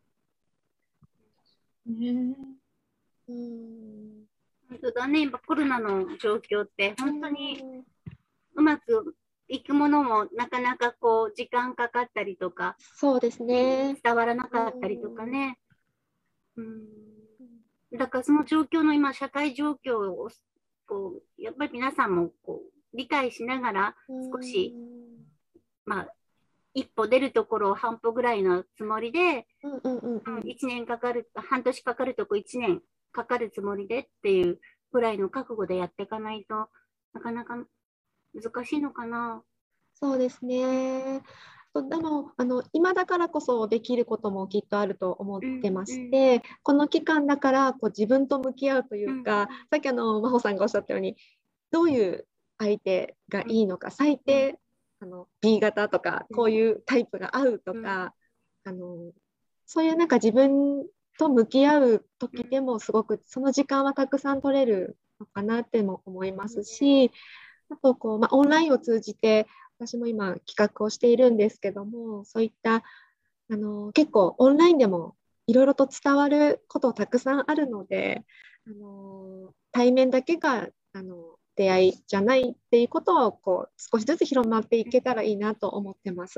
ね。 うん本当だね、今コロナの状況って本当にうんうまくいくものもなかなかこう時間かかったりとか、 そうですね。 伝わらなかったりとかね。うん、だからその状況の今、社会状況をこうやっぱり皆さんもこう理解しながら少し、まあ、一歩出るところを半歩ぐらいのつもりで、 うんうんうんうんいちねんかかる、半年かかるとこいちねんかかるつもりでっていうぐらいの覚悟でやっていかないとなかなか難しいのかな。 そうですね。そうでもあの今だからこそできることもきっとあると思っうんてましうんて、この期間だからこう自分と向き合うといううんか、さっきあの真帆さんがおっしゃったように、どういう相手がいいのか、最低あの ビー 型とか、こういうタイプが合うとか、あのそういうなんか自分と向き合う時でもすごくその時間はたくさん取れるのかなっても思いますし、あとこう、まあ、オンラインを通じて私も今企画をしているんですけども、そういったあの結構オンラインでもいろいろと伝わることたくさんあるので、あの対面だけがあの出会いじゃないっていうことをこう少しずつ広まっていけたらいいなと思ってます。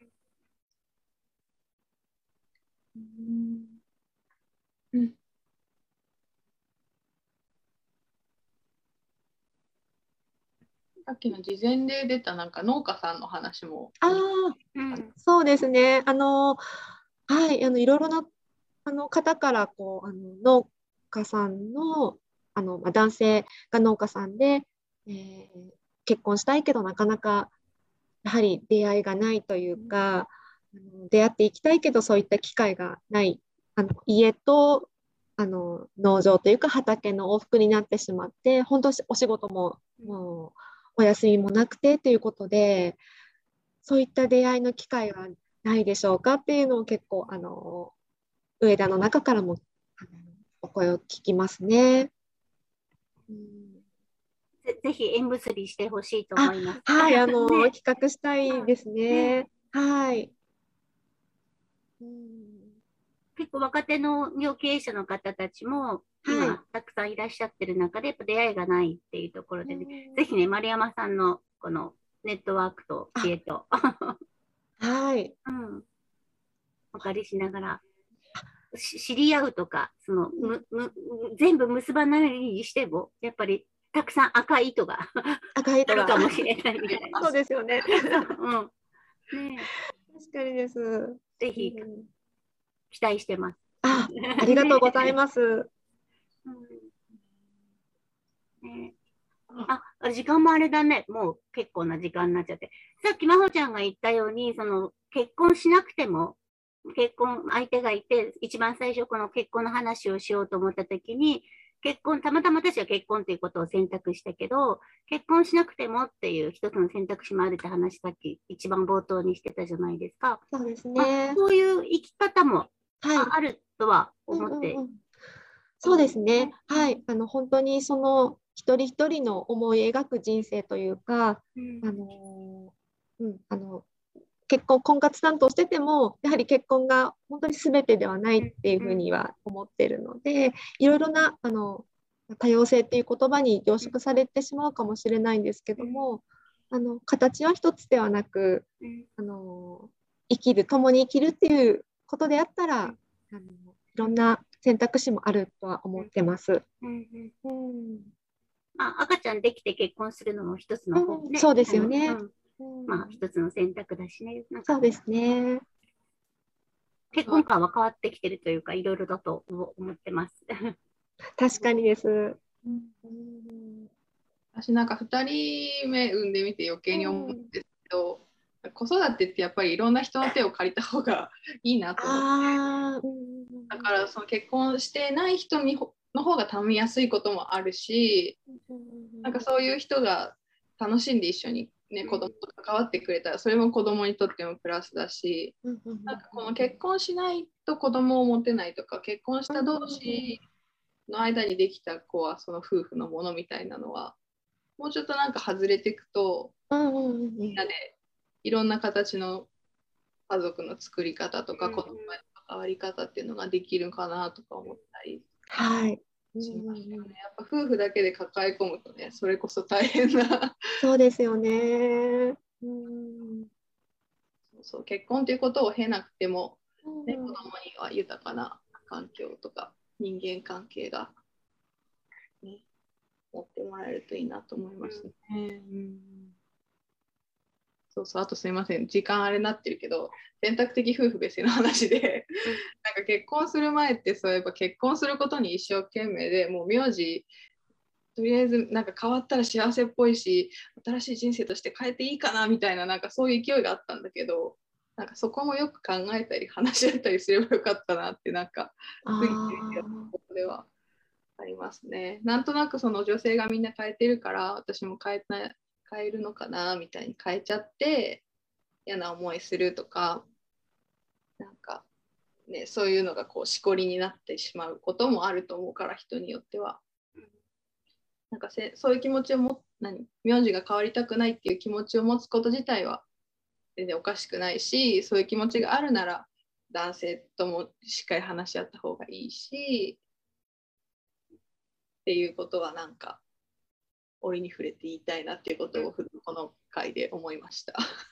うんうんさっきの事前で出たなんか農家さんの話も。 ああ、 うん、 そうですね。あの、はい、あのいろいろなあの方からこうあの農家さんの、あの、まあ、男性が農家さんで、えー結婚したいけどなかなかやはり出会いがないというか、あの出会っていきたいけどそういった機会がない、あの家とあの農場というか畑の往復になってしまって、本当お仕事ももうお休みもなくてということで、そういった出会いの機会はないでしょうかっていうのを結構あの上田の中からもあのお声を聞きますね。うんぜぜひ縁結びしてほしいとあ、 思います。 はい、あの、 ね、 企画したいですね、 ね。はい。うん結構若手の経営者の方たちもはい。 今たくさんいらっしゃってる中でやっぱ出会いがないっていうところうで、ね、 んぜひね、丸山さんのこのネットワークと知恵と、 はい。 うん、お借りしながらし知り合うとか、そのむむ全部結ばないにしても、やっぱりたくさん赤い糸が赤い糸があるかもしれないみたいな。 そうですよね。 うんね、 確かにです。 ぜひうん、 期待してます。 あ、ありがとうございます。 うんね、あ、時間もあれだね。もう結構な時間になっちゃって。さっき真帆ちゃんが言ったように、その結婚しなくても、結婚、相手がいて、一番最初この結婚の話をしようと思った時に、結婚、たまたま私は結婚ということを選択したけど、結婚しなくてもっていう一つの選択肢もあるって話、さっき一番冒頭にしてたじゃないですか。 そうですね。 そういう生き方もはい、 あるとは思って。 うんうんうん、そうですね。はい。あの、本当にその一人一人の思い描く人生というか、 うん、 あの、うん、あの、結婚、婚活担当してても、やはり結婚が本当に全てではないっていうふうには思っているので、いろいろな、あの、多様性っていう言葉に凝縮されてしまうかもしれないんですけども、あの、形は一つではなく、あの、生きる、共に生きるっていうことであったら、あの、いろんな選択肢もあるとは思ってます。 うんうん、 うん、 まあ、赤ちゃんできて結婚するのも一つの方、 うん、 ね、 そうですよね。 うん、まあ、一つの選択だしね。なんかそうですね。 結婚観は変わってきてるというか、いろいろだと思ってます。 確かにです。うんうん私なんかふたりめ産んでみて余計に思うんですけど、うん、子育てってやっぱりいろんな人の手を借りた方がいいなと思って、あ、うん、だからその結婚してない人にの方が頼みやすいこともあるし、なんかそういう人が楽しんで一緒に、ね、子供と関わってくれたらそれも子供にとってもプラスだし、なんかこの結婚しないと子供を持てないとか、結婚した同士の間にできた子はその夫婦のものみたいなのはもうちょっとなんか外れていくと、みんなでいろんな形の家族の作り方とか子供への関わり方っていうのができるかなとか思ったりしましたよね。やっぱ夫婦だけで抱え込むとね、それこそ大変な。 そうですよね。うん、 そうそう、結婚ということを経なくても、ね、子供には豊かな環境とか人間関係が、ね、持ってもらえるといいなと思いますね。うん、そうそう、あとすいません、時間あれなってるけど、選択的夫婦別姓の話で、なんか結婚する前って、そういえば結婚することに一生懸命で、もう名字、とりあえずなんか変わったら幸せっぽいし、新しい人生として変えていいかなみたいな、なんかそういう勢いがあったんだけど、なんかそこもよく考えたり話し合ったりすればよかったなって、なんか、過ぎてるここではありますね。なんとなくその女性がみんな変えてるから、私も変えない。変えるのかなみたいに変えちゃって嫌な思いするとか、なんかね、そういうのがこうしこりになってしまうこともあると思うから、人によってはなんかせそういう気持ちをも何名字が変わりたくないっていう気持ちを持つこと自体は全然おかしくないし、そういう気持ちがあるなら男性ともしっかり話し合った方がいいしっていうことはなんか折に触れて言いたいなっていうことをこの回で思いました。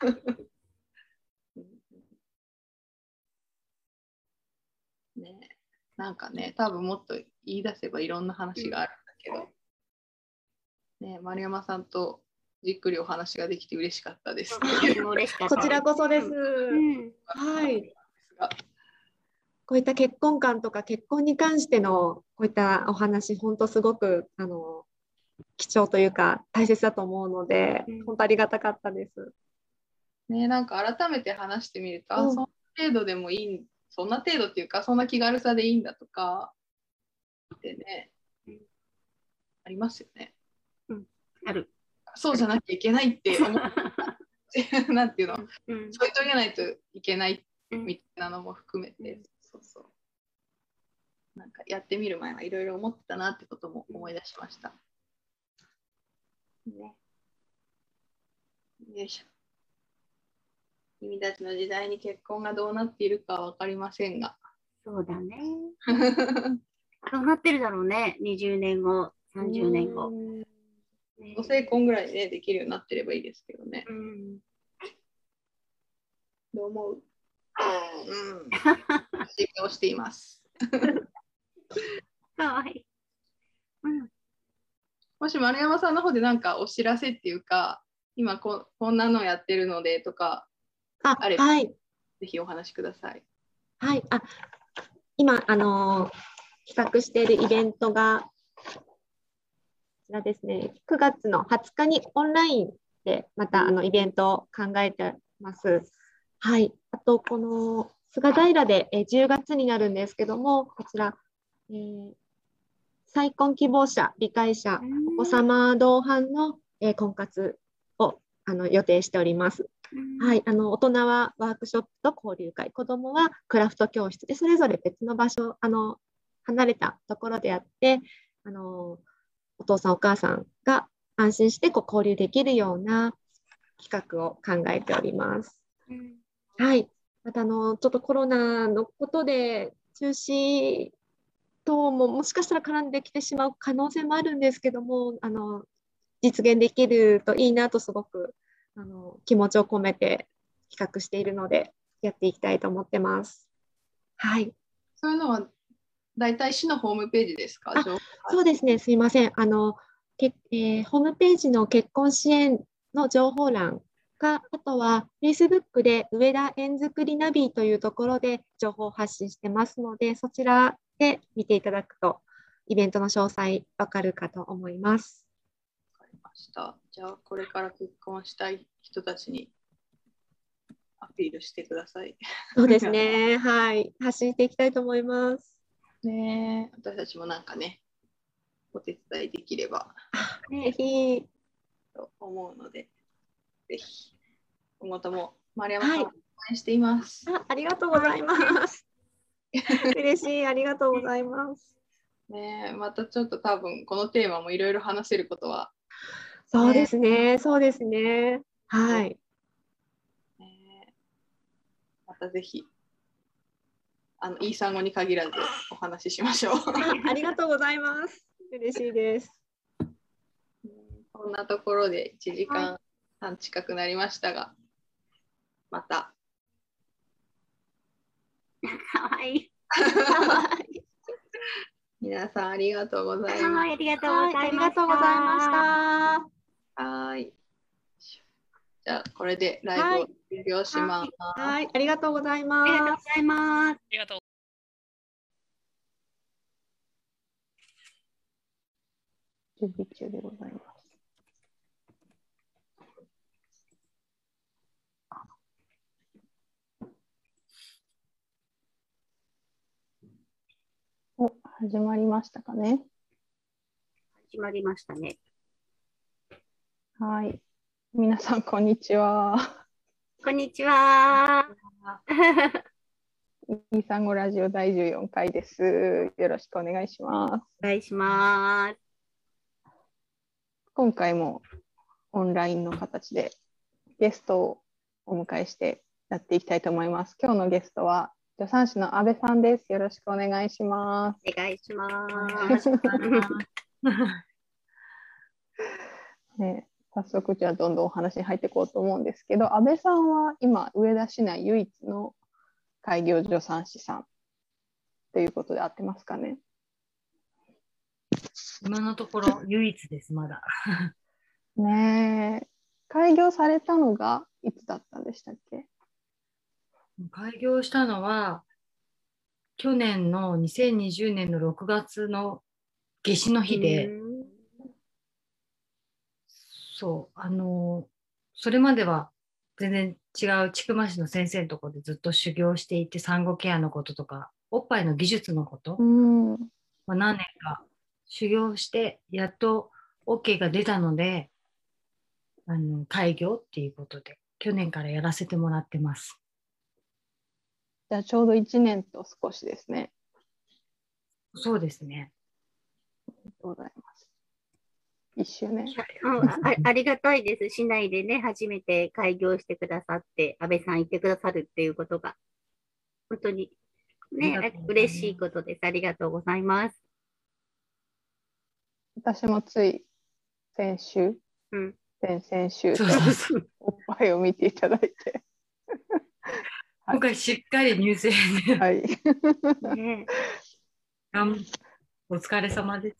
ね、なんかね、多分もっと言い出せばいろんな話があるんだけど、ね、丸山さんとじっくりお話ができて嬉しかったです。 こちらこそです。うん、はい。こういった結婚観とか結婚に関してのこういったお話、本当すごくあの貴重というか大切だと思うので、本当ありがたかったです。 ね、なんか改めて話してみると、うん、あ、そんな程度でもいい、そんな程度っていうか、そんな気軽さでいいんだとかってね、うん、ありますよね。 うん、ある。 そうじゃなきゃいけないって思う。なんていうの、うん、そういうとげないといけないみたいなのも含めて、うん、そうそう。なんかやってみる前はいろいろ思ってたなってことも思い出しました。ね。よいしょ。君たちの時代に結婚がどうなっているかは分かりませんが。 そうだね。どうなってるだろうね、にじゅうねんご、さんじゅうねんご。 ご成婚ぐらいで、ね、できるようになってればいいですけどね。うん、どう思う？うん。実験をしています。 かわいい。うん。 もし丸山さんの方でなんかお知らせっていうか、今 こ, こんなのやってるのでとかあ、 あれば、 はい、 ぜひお話しください。 はい、あ、今、あのー企画しているイベントが、こちらですね、くがつのはつかにオンラインでまたあのイベントを考えてます。はい、あと、この菅平でえじゅうがつになるんですけども、こちら、えー再婚希望者、理解者、お子様同伴の、えー婚活をあの予定しております。はい、あの大人はワークショップと交流会、子どもはクラフト教室で、それぞれ別の場所、あの離れたところであって、あのお父さん、お母さんが安心してこう交流できるような企画を考えております。はい、またあのちょっとコロナのことで中止等ももしかしたら絡んできてしまう可能性もあるんですけども、あの実現できるといいなとすごくあの気持ちを込めて企画しているので、やっていきたいと思ってます。はい。 そういうのは大体市のホームページですか？ あ、そうですね、すいません。あのけえー、ホームページの結婚支援の情報欄か、あとは Facebook で上田縁作りナビというところで情報を発信してますので、そちらで見ていただくとイベントの詳細わかるかと思います。 わかりました。じゃあこれから結婚したい人たちにアピールしてください。 そうですね。はい。発信していきたいと思います。 ねえ、私たちもなんかね、お手伝いできればぜひと思うので、ぜひ今後とも丸山さん、 はい、 応援しています。 あ、ありがとうございます。嬉しい、ありがとうございます。 ねえ、またちょっと多分このテーマもいろいろ話せることは、 そうですね、そうですね。はい。 ね、またぜひあのイーサン語に限らずお話ししましょう。 あ、ありがとうございます。嬉しいです。 こんなところでいちじかんはん近くなりましたが、また。 かわいい。 皆さんありがとうございます。 はい、ありがとうございました。 ありがとうございました。 はい。じゃあこれでライブを終了します。 はい、ありがとうございます。 ありがとうございます。 ありがとう。 準備中でございます。お、始まりましたかね。 始まりましたね。 はい。皆さん、こんにちは。 こんにちは。 イーサン語ラジオだいじゅうよんかいです。よろしくお願いします。 お願いします。 今回もオンラインの形でゲストをお迎えしてやっていきたいと思います。今日のゲストは助産師の阿部さんです。よろしくお願いします。 お願いします。 ね、早速じゃあどんどんお話に入っていこうと思うんですけど、阿部さんは今上田市内唯一の開業助産師さんということで合ってますかね？ 今のところ唯一です、まだ。 ねえ、開業されたのがいつだったんでしたっけ？ 開業したのは去年のにせんにじゅうねんのろくがつの夏至の日で、そう、あの、それまでは全然違う千曲市の先生のところでずっと修行していて、産後ケアのこととか、おっぱいの技術のこと、 うん、 まあ、何年か修行して、やっと OK が出たので、あの開業っていうことで、去年からやらせてもらってます。 じゃあちょうどいちねんと少しですね。 そうですね。 ありがとうございます。いっしゅうねん。 うん、あ, ありがたいです。市内でね、初めて開業してくださって、安倍さんいてくださるっていうことが、本当にね、嬉しいことです。ありがとうございます。 私もつい先週、 うん、 先々週とおっぱいを見ていただいて。 今回しっかり入選で、 はい。 ね、 お疲れ様です。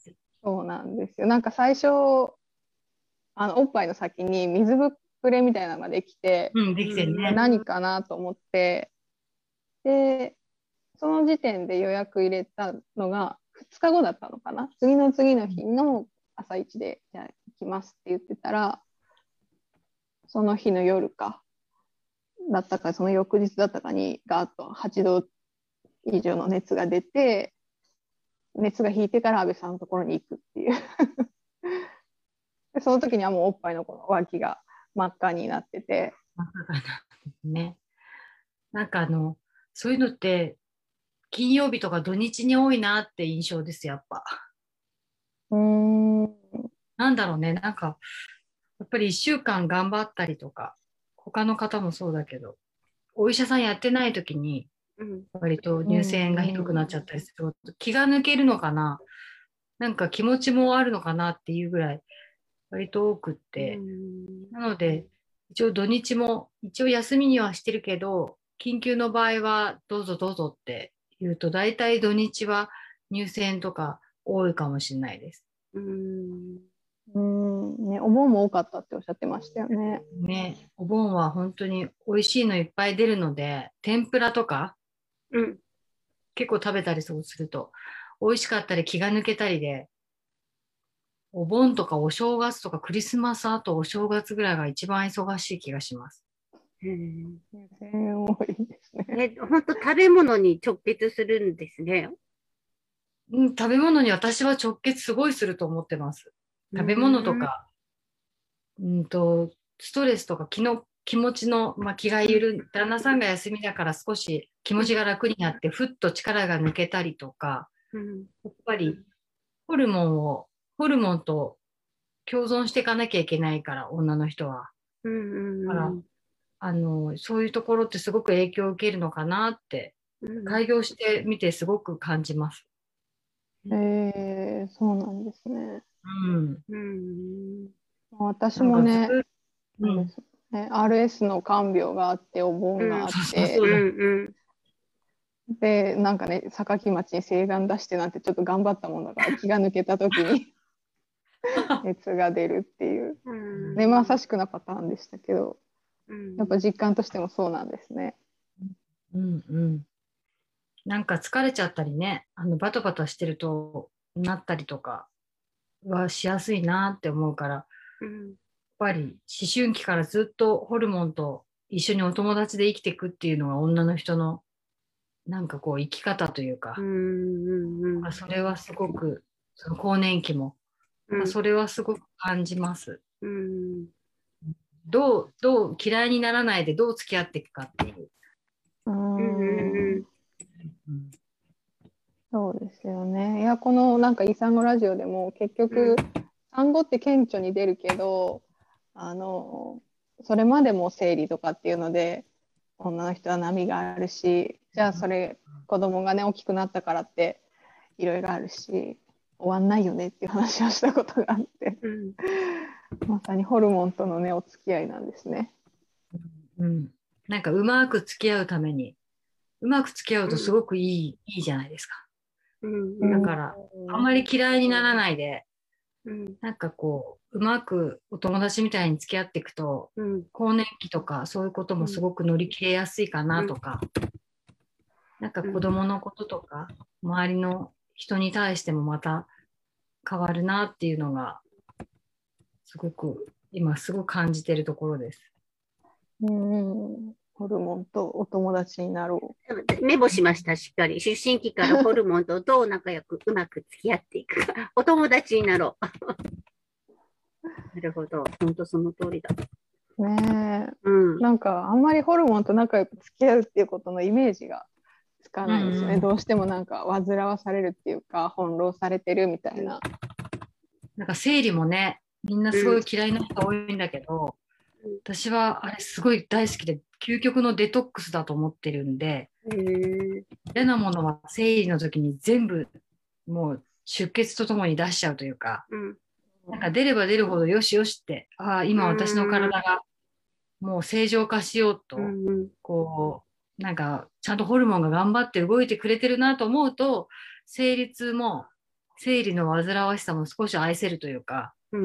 そうなんですよ。なんか最初、あのおっぱいの先に水ぶくれみたいなのができて、 うん、できてるね。 何かなと思って、で、その時点で予約入れたのがふつかごだったのかな。次の次の日の朝一で、じゃあ行きますって言ってたら、その日の夜か、だったか、その翌日だったかに、ガーッとはちど以上の熱が出て、熱が引いてから安倍さんのところに行くっていう。でその時にはもうおっぱいのこの脇が真っ赤になってて。 真っ赤かな。ね。なんかあの、そういうのって、金曜日とか土日に多いなって印象です、やっぱ。 うーん。 なんだろうね、なんか、やっぱりいっしゅうかん頑張ったりとか、他の方もそうだけど、お医者さんやってない時に、割と乳腺がひどくなっちゃったりすると、気が抜けるのかな、なんか気持ちもあるのかなっていうぐらい、割と多くって、なので、一応土日も、一応休みにはしてるけど、緊急の場合はどうぞどうぞって言うと、大体土日は乳腺とか多いかもしれないです。 うーんうんね、お盆も多かったっておっしゃってましたよね。 ね、お盆は本当に美味しいのいっぱい出るので、天ぷらとか、 うん、 結構食べたりすると、美味しかったり気が抜けたりで、お盆とかお正月とかクリスマスあとお正月ぐらいが一番忙しい気がします。 へーえー、多いですね。 ね、本当食べ物に直結するんですね。 うん、食べ物に私は直結すごいすると思ってます。食べ物とか、うんと、ストレスとか気の気持ちの、まあ、気が緩ん、旦那さんが休みだから少し気持ちが楽になって、ふっと力が抜けたりとか、 うん、 やっぱりホルモンを、ホルモンと共存していかなきゃいけないから、女の人は。 うんうんだから、あの、そういうところってすごく影響を受けるのかなって、開業してみてすごく感じます。 えー、そうなんですね。 うん。 うん、 私もね、 うんね、アールエス の看病があって、お盆があって、で、なんかね、坂城町に請願出してなんてちょっと頑張ったものが気が抜けた時に熱が出るっていう、ね、まさしくなパターンでしたけど、やっぱ実感としてもそうなんですね。 うんうん。なんか疲れちゃったりね、あのバタバタしてるとなったりとかはしやすいなって思うから、 うん、 やっぱり思春期からずっとホルモンと一緒にお友達で生きていくっていうのが女の人のなんかこう生き方というか、 うんうん、 それはすごく、その更年期も、うん、それはすごく感じます。 うん、 どう、どう嫌いにならないでどう付き合っていくかっていう。 うんうん、そうですよね。いや、このなんかイサンゴラジオでも結局、産後って顕著に出るけど、あの、それまでも生理とかっていうので、女の人は波があるし、じゃあそれ子供がね大きくなったからっていろいろあるし終わんないよねっていう話をしたことがあって、うん、まさにホルモンとのねお付き合いなんですね。 うん、なんかうまく付き合うためにうまく付き合うとすごくいい、うん、いいじゃないですか、うん、だからあんまり嫌いにならないで、うん、なんかこううまくお友達みたいに付き合っていくと、うん、更年期とかそういうこともすごく乗り切れやすいかなとか、うん、なんか子供のこととか、うん、周りの人に対してもまた変わるなっていうのがすごく今すごく感じてるところです。 うん、ホルモンとお友達になろう。メモしました、しっかり。思春期からホルモンとどう仲良くうまく付き合っていくか。お友達になろう。なるほど。本当その通りだ。 ねえ、うん、なんかあんまりホルモンと仲良く付き合うっていうことのイメージがつかないですよね。うん、どうしてもなんか煩わされるっていうか翻弄されてるみたいな。 なんか生理もね、みんなすごい嫌いな人多いんだけど、うん、私はあれすごい大好きで究極のデトックスだと思ってるんで、嫌なものは生理の時に全部もう出血とともに出しちゃうというか、うん、なんか出れば出るほどよしよしって、ああ今私の体がもう正常化しようと、うん、こうなんかちゃんとホルモンが頑張って動いてくれてるなと思うと、生理痛も生理の煩わしさも少し愛せるというか、 うん、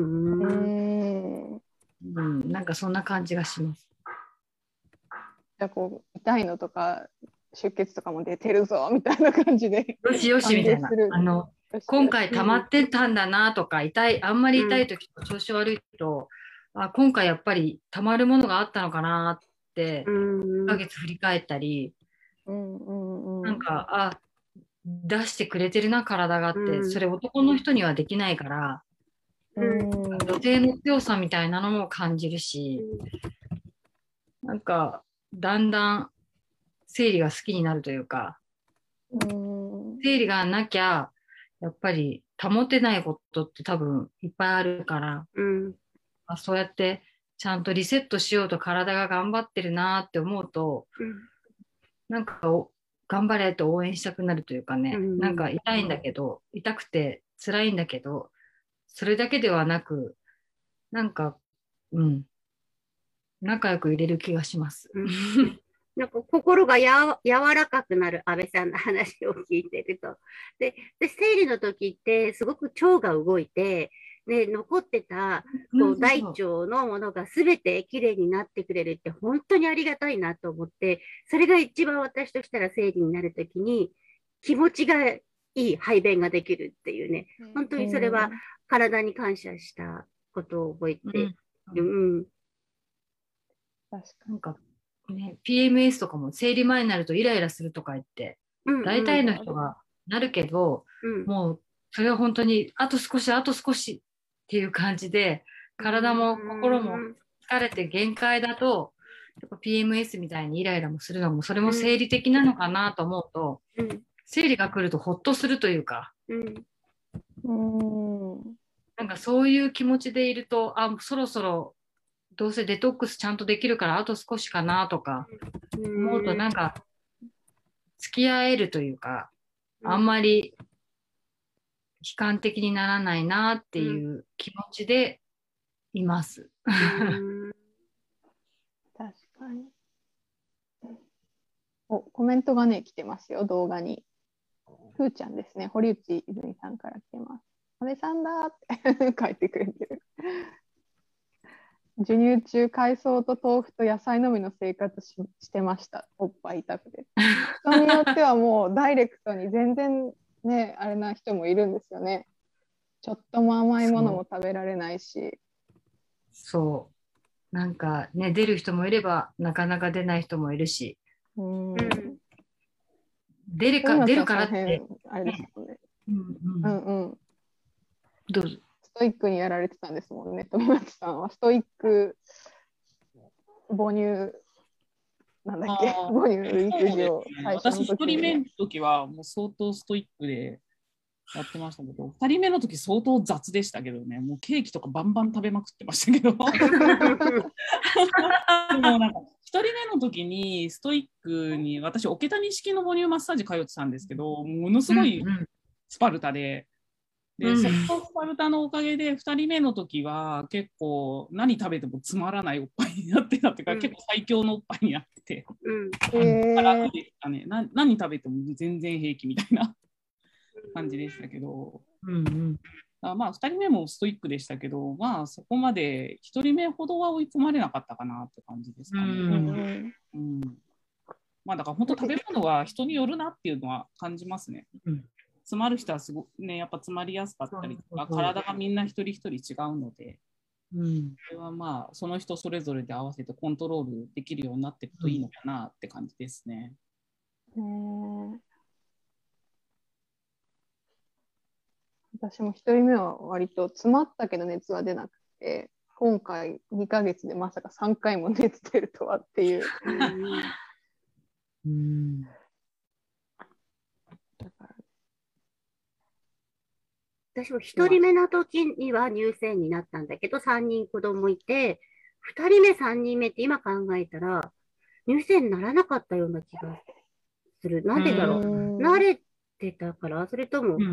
うんうん、なんかそんな感じがします。 じゃあこう痛いのとか出血とかも出てるぞみたいな感じでよしよしみたいな。あの今回溜まってたんだなとか、痛い、あんまり痛い時と調子悪いと、うん、あ、今回やっぱり溜まるものがあったのかなって、いっかげつ振り返ったり、 うんうんうん、 なんか、あ、出してくれてるな、体がって、うん、それ男の人にはできないから、うん、女性の強さみたいなのも感じるし、なんか、だんだん生理が好きになるというか、うん、生理がなきゃ、やっぱり保てないことって多分いっぱいあるから、うん、あ、そうやってちゃんとリセットしようと体が頑張ってるなって思うと、うん、なんか頑張れと応援したくなるというかね、うん、なんか痛いんだけど、痛くて辛いんだけど、それだけではなく、なんか、うん、仲良く入れる気がします。 うんなんか心がや柔らかくなる安倍さんの話を聞いてると。で、で生理の時ってすごく腸が動いて、で残ってたこう大腸のものが全てきれいになってくれるって本当にありがたいなと思って、それが一番私としたら生理になる時に気持ちがいい排便ができるっていうね、本当にそれは体に感謝したことを覚えて、うん。うん、 確かに。ね、ピーエムエス とかも生理前になるとイライラするとか言って、うんうん、大体の人がなるけど、うん、もうそれは本当にあと少しあと少しっていう感じで、体も心も疲れて限界だと、やっぱ ピーエムエス みたいにイライラもするのもそれも生理的なのかなと思うと、うん、生理が来るとホッとするというか、うん、なんかそういう気持ちでいると、あ、そろそろどうせデトックスちゃんとできるからあと少しかなとか思うとなんか付き合えるというか、あんまり悲観的にならないなっていう気持ちでいます。 確かに。お、コメントがね来てますよ、動画に。ふーちゃんですね、堀内泉さんから来てます。安倍さんだって書いてくれてる。授乳中、海藻と豆腐と野菜のみの生活 し, してました。おっぱい痛くて。人によってはもうダイレクトに全然ね、あれな人もいるんですよね。ちょっとも甘いものも食べられないし。 そう。なんかね、出る人もいれば、なかなか出ない人もいるし。うん、出るか、出るからって。あれですもんね。うんうん。うんうん。どうぞ。 ストイックにやられてたんですもんね、富松さんは。ストイック母乳、なんだっけ、母乳育児を最初の時に、ね、私、ひとりめの時はもう相当ストイックでやってましたけど、ふたりめの時相当雑でしたけどね、もうケーキとかバンバン食べまくってましたけど。でもなんかひとりめの時にストイックに、私、桶谷式の母乳マッサージ通ってたんですけど、ものすごいスパルタで。で、そのスパルタのおかげでふたりめの時は結構何食べてもつまらないおっぱいになってたっていうか、うん、結構最強のおっぱいになってて、うん、楽でしたね。な何食べても全然平気みたいな感じでしたけど、うんうん、あまあふたりめもストイックでしたけど、まあそこまでひとりめほどは追い込まれなかったかなって感じですかね。うんうん、まあだから本当食べ物は人によるなっていうのは感じますね。うん、詰まる人はすごくね、やっぱ詰まりやすかったりとか、体がみんな一人一人違うので、うん、それはまあその人それぞれで合わせてコントロールできるようになっていくといいのかなって感じですね。うん、 私もひとりめは割と詰まったけど熱は出なくて、今回にかげつでまさかさんかいも熱出るとはっていう。うん私もひとりめの時には乳腺になったんだけど、さんにん子供いて、ふたりめ、さんにんめって今考えたら、乳腺にならなかったような気がする。なんでだろう。慣れてたから、それとも、うんうん、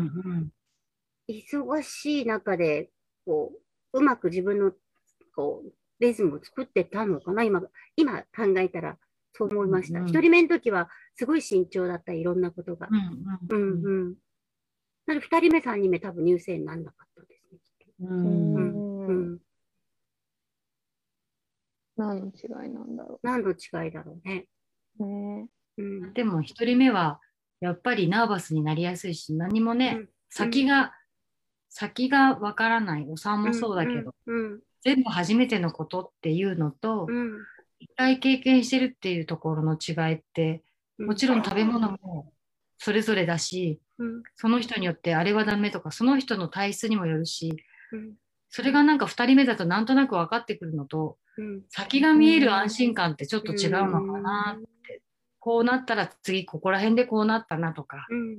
忙しい中で、こう、うまく自分の、こう、リズムを作ってたのかな、今、今考えたら、そう思いました。うんうん、ひとりめの時は、すごい慎重だった、いろんなことが。うんうんうんなのでふたりめ、さんにんめ多分入選にならなかったですね。 うん。うん。何の違いなんだろう。 何の違いだろうね。 ね。 うん、 でもひとりめはやっぱりナーバスになりやすいし、何もね、うん、先が、うん、先がわからない。お産もそうだけど、 うんうん、 全部初めてのことっていうのと、一、うん、回経験してるっていうところの違いって、もちろん食べ物もそれぞれだし、うん、その人によってあれはダメとか、その人の体質にもよるし、うん、それがなんかふたりめだとなんとなく分かってくるのと、うん、先が見える安心感ってちょっと違うのかなって、うん、こうなったら次ここら辺でこうなったなとか、うんうん、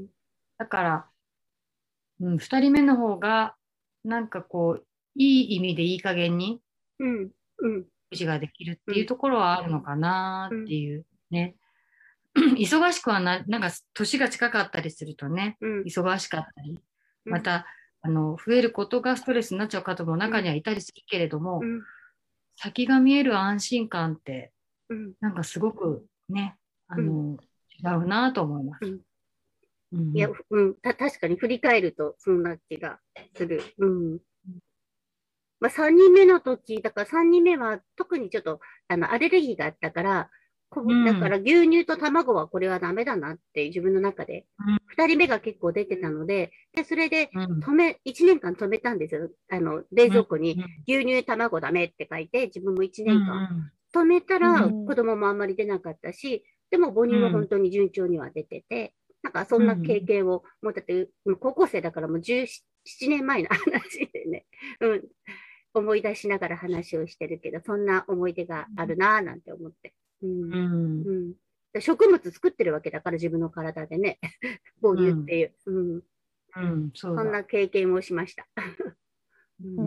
だから、うん、ふたりめの方がなんかこういい意味でいい加減に育児ができるっていうところはあるのかなっていうね。忙しくはな、なんか年が近かったりするとね、うん、忙しかったり、また、あの、増えることがストレスになっちゃう方も中にはいたりするけれども、うん、先が見える安心感って、うん、なんかすごくね、あの、うん、違うなと思います。 うん、いや、うん、た、確かに振り返るとそんな気がする。うん。まあ、さんにんめの時、だからさんにんめは特にちょっと、あの、アレルギーがあったから、だから牛乳と卵はこれはダメだなって自分の中で、ふたりめが結構出てたので、でそれで止め、いちねんかん止めたんですよ。あの、冷蔵庫に牛乳、卵ダメって書いて、自分もいちねんかん止めたら子供もあんまり出なかったし、でも母乳は本当に順調には出てて、なんかそんな経験を、もうだって高校生だからもうじゅうななねんまえの話でね、うん、思い出しながら話をしてるけど、そんな思い出があるなぁなんて思って。うんうんうん、植物作ってるわけだから自分の体でね母乳っていう、うんうん、そんな経験をしました、 うん、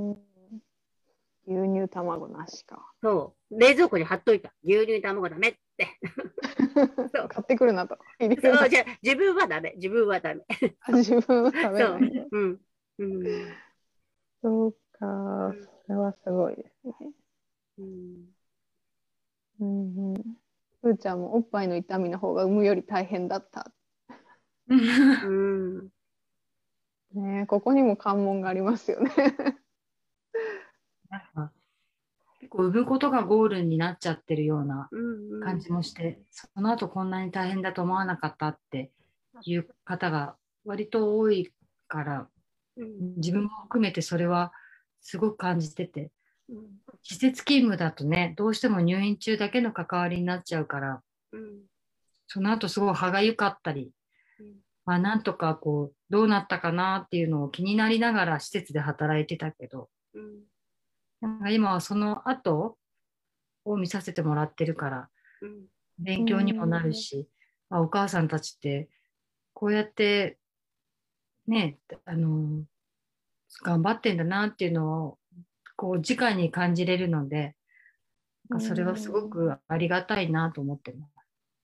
牛乳卵なしか。 そう冷蔵庫に貼っといた牛乳卵ダメってそう買ってくるなと。 そうじゃ自分はダメ自分はダメ自分は食べない。 そう、うんうん、 そうかそれはすごいですね。うんうんうん、ふーちゃんもおっぱいの痛みの方が産むより大変だった。うん、ね、ここにも関門がありますよね。 なんか結構産むことがゴールになっちゃってるような感じもして、うんうん、その後こんなに大変だと思わなかったっていう方が割と多いから、うん、自分も含めてそれはすごく感じてて。うん、施設勤務だとね、どうしても入院中だけの関わりになっちゃうから、うん、その後すごい歯がゆかったり、うん、まあなんとかこう、どうなったかなっていうのを気になりながら施設で働いてたけど、うん、なんか今はその後を見させてもらってるから、うん、勉強にもなるし、うん、あ、お母さんたちってこうやってね、あの、頑張ってんだなっていうのをこう直に感じれるので、それはすごくありがたいなと思ってます。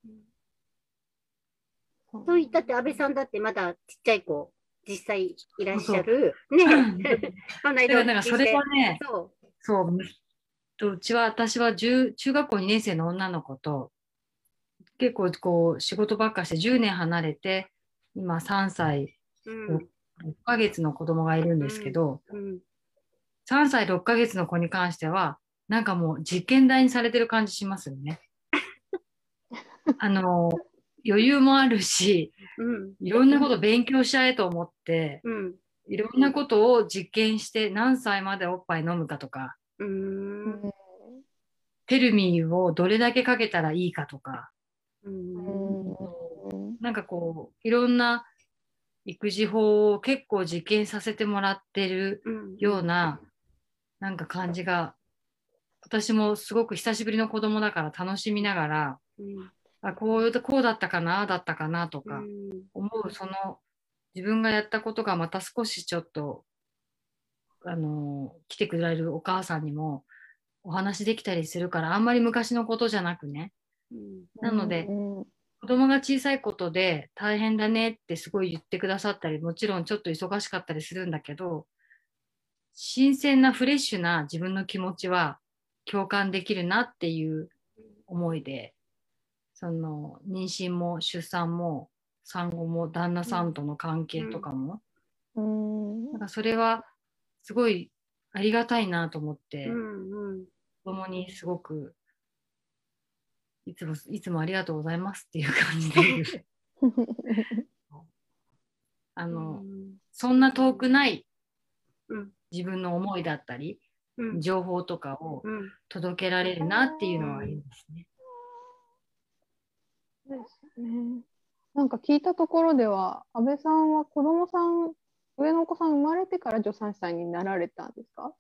そういったって安倍さんだってまだちっちゃい子実際いらっしゃる。そうそうね。 そなんかそれはね、そう、そううちは私は中学校にねん生の女の子と結構こう仕事ばっかしてじゅうねん離れて今さんさいろっかげつの子供がいるんですけど、うんうん、さんさいろっかげつの子に関してはなんかもう実験台にされてる感じしますよね。あの余裕もあるし、うん、いろんなこと勉強しちゃえと思って、うん、いろんなことを実験して何歳までおっぱい飲むかとか、うん、テルミンをどれだけかけたらいいかとか、うん、なんかこういろんな育児法を結構実験させてもらってるような、うん、なんか感じが私もすごく久しぶりの子供だから楽しみながら、うん、あこう、こうだったかなだったかなとか思う、その自分がやったことがまた少しちょっとあの来てくれるお母さんにもお話できたりするからあんまり昔のことじゃなくね、うん、なので、うん、子供が小さいことで大変だねってすごい言ってくださったりもちろんちょっと忙しかったりするんだけど新鮮なフレッシュな自分の気持ちは共感できるなっていう思いでその妊娠も出産も産後も旦那さんとの関係とかも、 うん、 なんかそれはすごいありがたいなと思って、 うんうん、 子供にすごくいつもいつもありがとうございますっていう感じで言うあの、うん、そんな遠くない自分の思いだったり、うん、情報とかを届けられるなっていうのはありますね。 ですね。なんか聞いたところでは、安倍さんは子供さん、上のお子さん生まれてから助産師さんになられたんですか？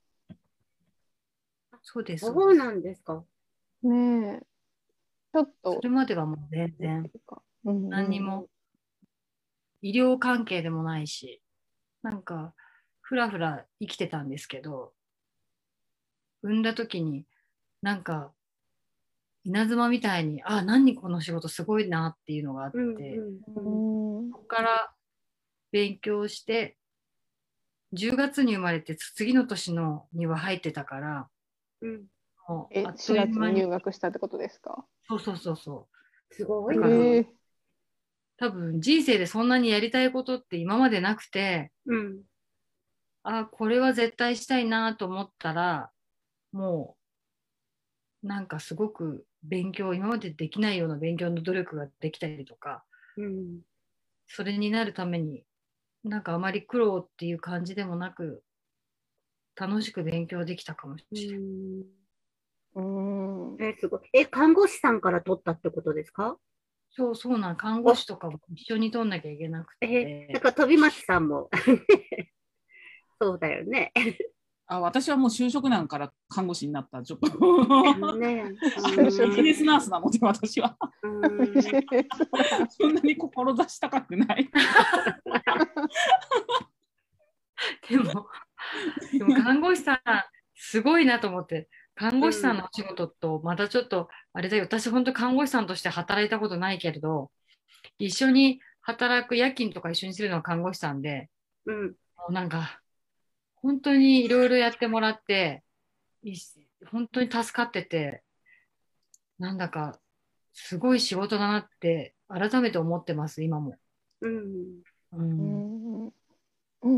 そうです。 そうなんですか。 ねえ。ちょっと。 それまではもう全然、何にも、医療関係でもないし、なんか、ふらふら生きてたんですけど、産んだ時に、なんか、稲妻みたいに、あ、何この仕事すごいなっていうのがあって、うんうん、そこから勉強して、じゅうがつに生まれて次の年のには入ってたから、 うん、もうあっという間にしがつに入学したってことですか？ そうそうそうそう。 すごいだから、えー、多分人生でそんなにやりたいことって今までなくて、うん、あ、これは絶対したいなと思ったら、もうなんかすごく勉強、今までできないような勉強の努力ができたりとか、うん、それになるためになんかあまり苦労っていう感じでもなく楽しく勉強できたかもしれない。 うん、え、すごい。え、看護師さんから取ったってことですか？ そうそうなん、看護師とかも一緒に取んなきゃいけなくて。 え、なんか飛松さんもそうだよね。 あ、私はもう就職難から看護師になった、ちょっと。ね、ビジネスナースなので、私は。そんなに志高くない。 でも、でも看護師さん、すごいなと思って、看護師さんのお仕事と、またちょっと、あれだよ、私、本当看護師さんとして働いたことないけれど、一緒に働く夜勤とか一緒にするのは看護師さんで、うん、もうなんか、本当にいろいろやってもらって、本当に助かってて、なんだかすごい仕事だなって改めて思ってます、今も。うん。うん。うん、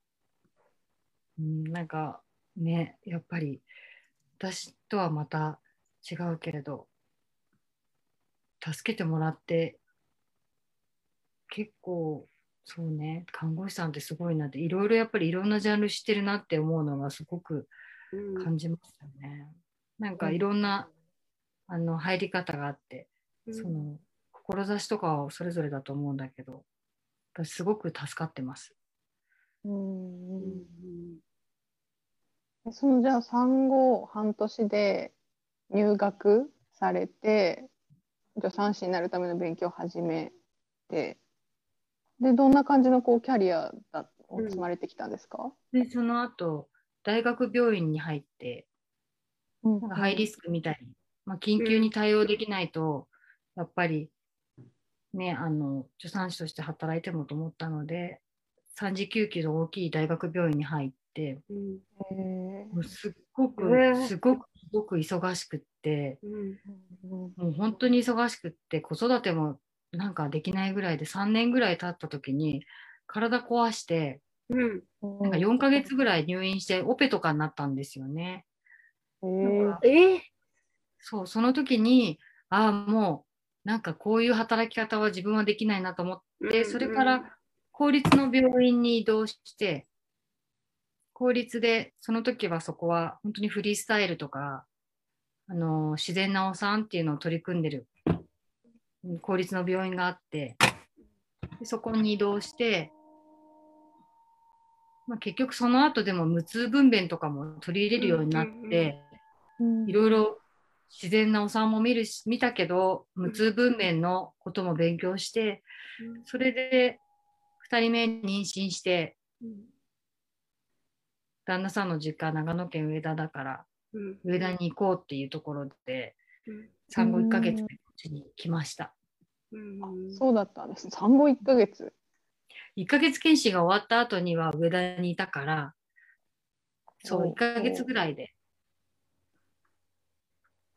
なんかね、やっぱり私とはまた違うけれど、助けてもらって結構、そうね、看護師さんってすごいなって、いろいろやっぱりいろんなジャンル知ってるなって思うのがすごく感じますよね。うん、なんかいろんな、うん、あの入り方があって、うん、その志とかはそれぞれだと思うんだけど、私すごく助かってます。うん、 うん、そのじゃあ産後半年で入学されて助産師になるための勉強を始めて、でどんな感じのこうキャリアを積まれてきたんですか？ うん、でその後大学病院に入って、うん、なんかハイリスクみたいに、まあ、緊急に対応できないと、うん、やっぱりね、あの助産師として働いてもと思ったので、さんじ救急の大きい大学病院に入って、うん、もうすっごく、すごく、すごく忙しくって、うん、もう本当に忙しくって、子育てもなんかできないぐらいで、さんねんぐらい経った時に、体壊して、うん、なんかよんかげつぐらい入院して、オペとかになったんですよね。えー、そう、その時に、ああ、もう、なんかこういう働き方は自分はできないなと思って、それから公立の病院に移動して、公立で、その時はそこは本当にフリースタイルとか、あの自然なお産っていうのを取り組んでる公立の病院があって、でそこに移動して、まあ、結局その後でも無痛分娩とかも取り入れるようになって、いろいろ自然なお産も見るし、見たけど、無痛分娩のことも勉強して、それでふたりめ妊娠して、旦那さんの実家長野県上田だから、上田に行こうっていうところで、産後いっかげつでこっちに来ました。 そうだったんです。産後いっかげつ。 いっかげつ検診が終わった後には上田にいたから、そう、いっかげつぐらいで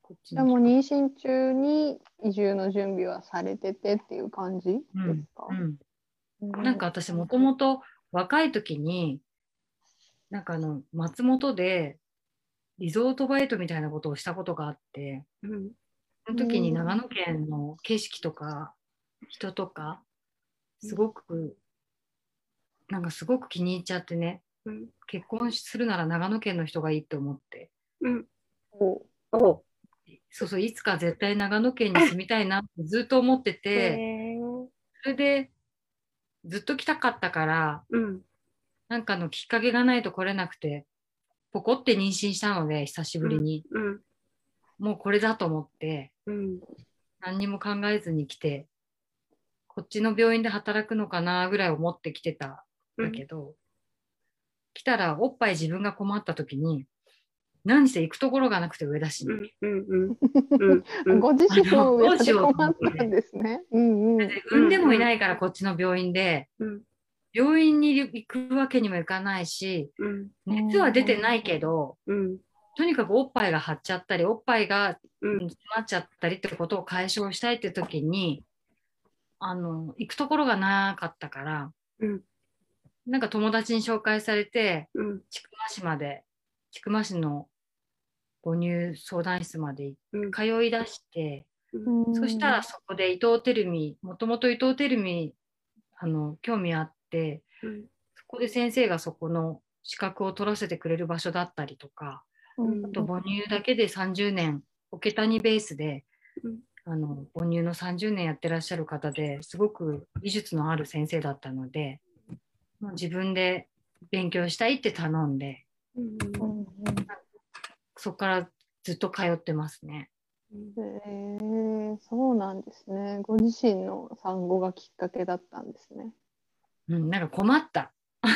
こっちでも妊娠中に移住の準備はされててっていう感じですか？ うんうん、なんか私もともと若い時になんかあの松本でリゾートバイトみたいなことをしたことがあって、うん、その時に長野県の景色とか人とかすごくなんかすごく気に入っちゃってね、うん、結婚するなら長野県の人がいいと思って、うん、おおそうそう、いつか絶対長野県に住みたいなってずっと思ってて、それでずっと来たかったから、うん、なんかのきっかけがないと来れなくて、ポコって妊娠したので久しぶりに、うんうん、もうこれだと思って、うん、何にも考えずに来て、こっちの病院で働くのかなぐらい思って来てたんだけど、うん、来たらおっぱい自分が困った時に何せ行くところがなくて上田市に、 ご自身も上田で困ったんですね。 産んでもいないからこっちの病院で、うん、病院に行くわけにもいかないし、うん、熱は出てないけど、うん、とにかくおっぱいが張っちゃったりおっぱいが詰まっちゃったりってことを解消したいって時にあの行くところがなかったから、うん、なんか友達に紹介されて、うん、千曲市まで千曲市の母乳相談室まで通い出して、うん、そしたらそこで伊藤輝美、もともと伊藤輝美あの興味あって、うん、そこで先生がそこの資格を取らせてくれる場所だったりとか、うん、あと母乳だけでさんじゅうねん桶谷ベースで、うん、あの母乳のさんじゅうねんやってらっしゃる方ですごく技術のある先生だったので、もう自分で勉強したいって頼んで、うん、そこからずっと通ってますね。 へえ、そうなんですね。ご自身の産後がきっかけだったんですね。 うん、なんか困った。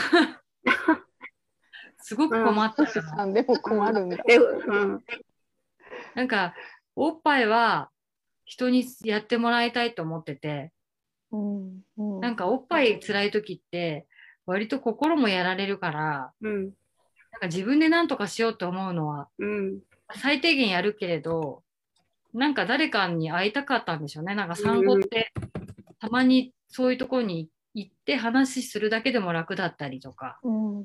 すごく困ったから。さんでも困るんだ。うん、 なんかおっぱいは人にやってもらいたいと思ってて、うんうん、なんかおっぱい辛い時って割と心もやられるから、うん、なんか自分で何とかしようと思うのは、うん、最低限やるけれど、なんか誰かに会いたかったんでしょうね。なんか産後ってたまにそういうところに行って話するだけでも楽だったりとか、うんうん、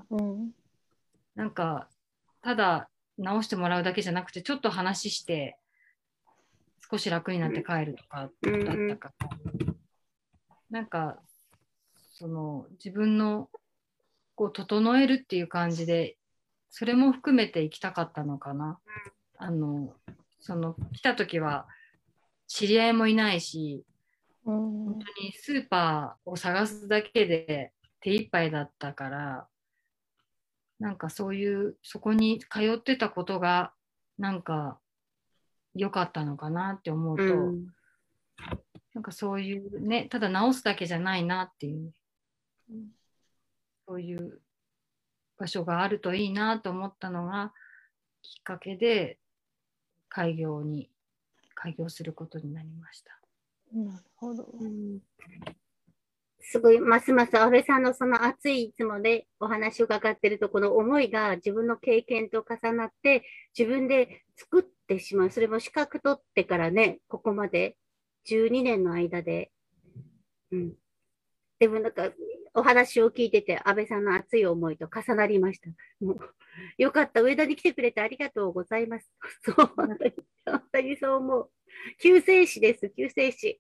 なんかただ治してもらうだけじゃなくてちょっと話して少し楽になって帰るとかだったから、なんかその自分のこう整えるっていう感じでそれも含めて行きたかったのかな。あのその来た時は知り合いもいないし、うん、本当にスーパーを探すだけで手一杯だったから、なんかそういうそこに通ってたことがなんか良かったのかなって思うと、うん、なんかそういうね、ただ直すだけじゃないなっていう、うん、そういう場所があるといいなと思ったのがきっかけで開業に開業することになりました。 なるほど。うん、 すごい、ますます安倍さんのその熱いいつもでお話を伺ってると、この思いが自分の経験と重なって、自分で作ってしまう。それも資格取ってからね、ここまでじゅうにねんの間で。うん。でもなんか、お話を聞いてて、安倍さんの熱い思いと重なりました。もうよかった。上田に来てくれてありがとうございます。そう、本当に、本当にそう思う。救世主です、救世主。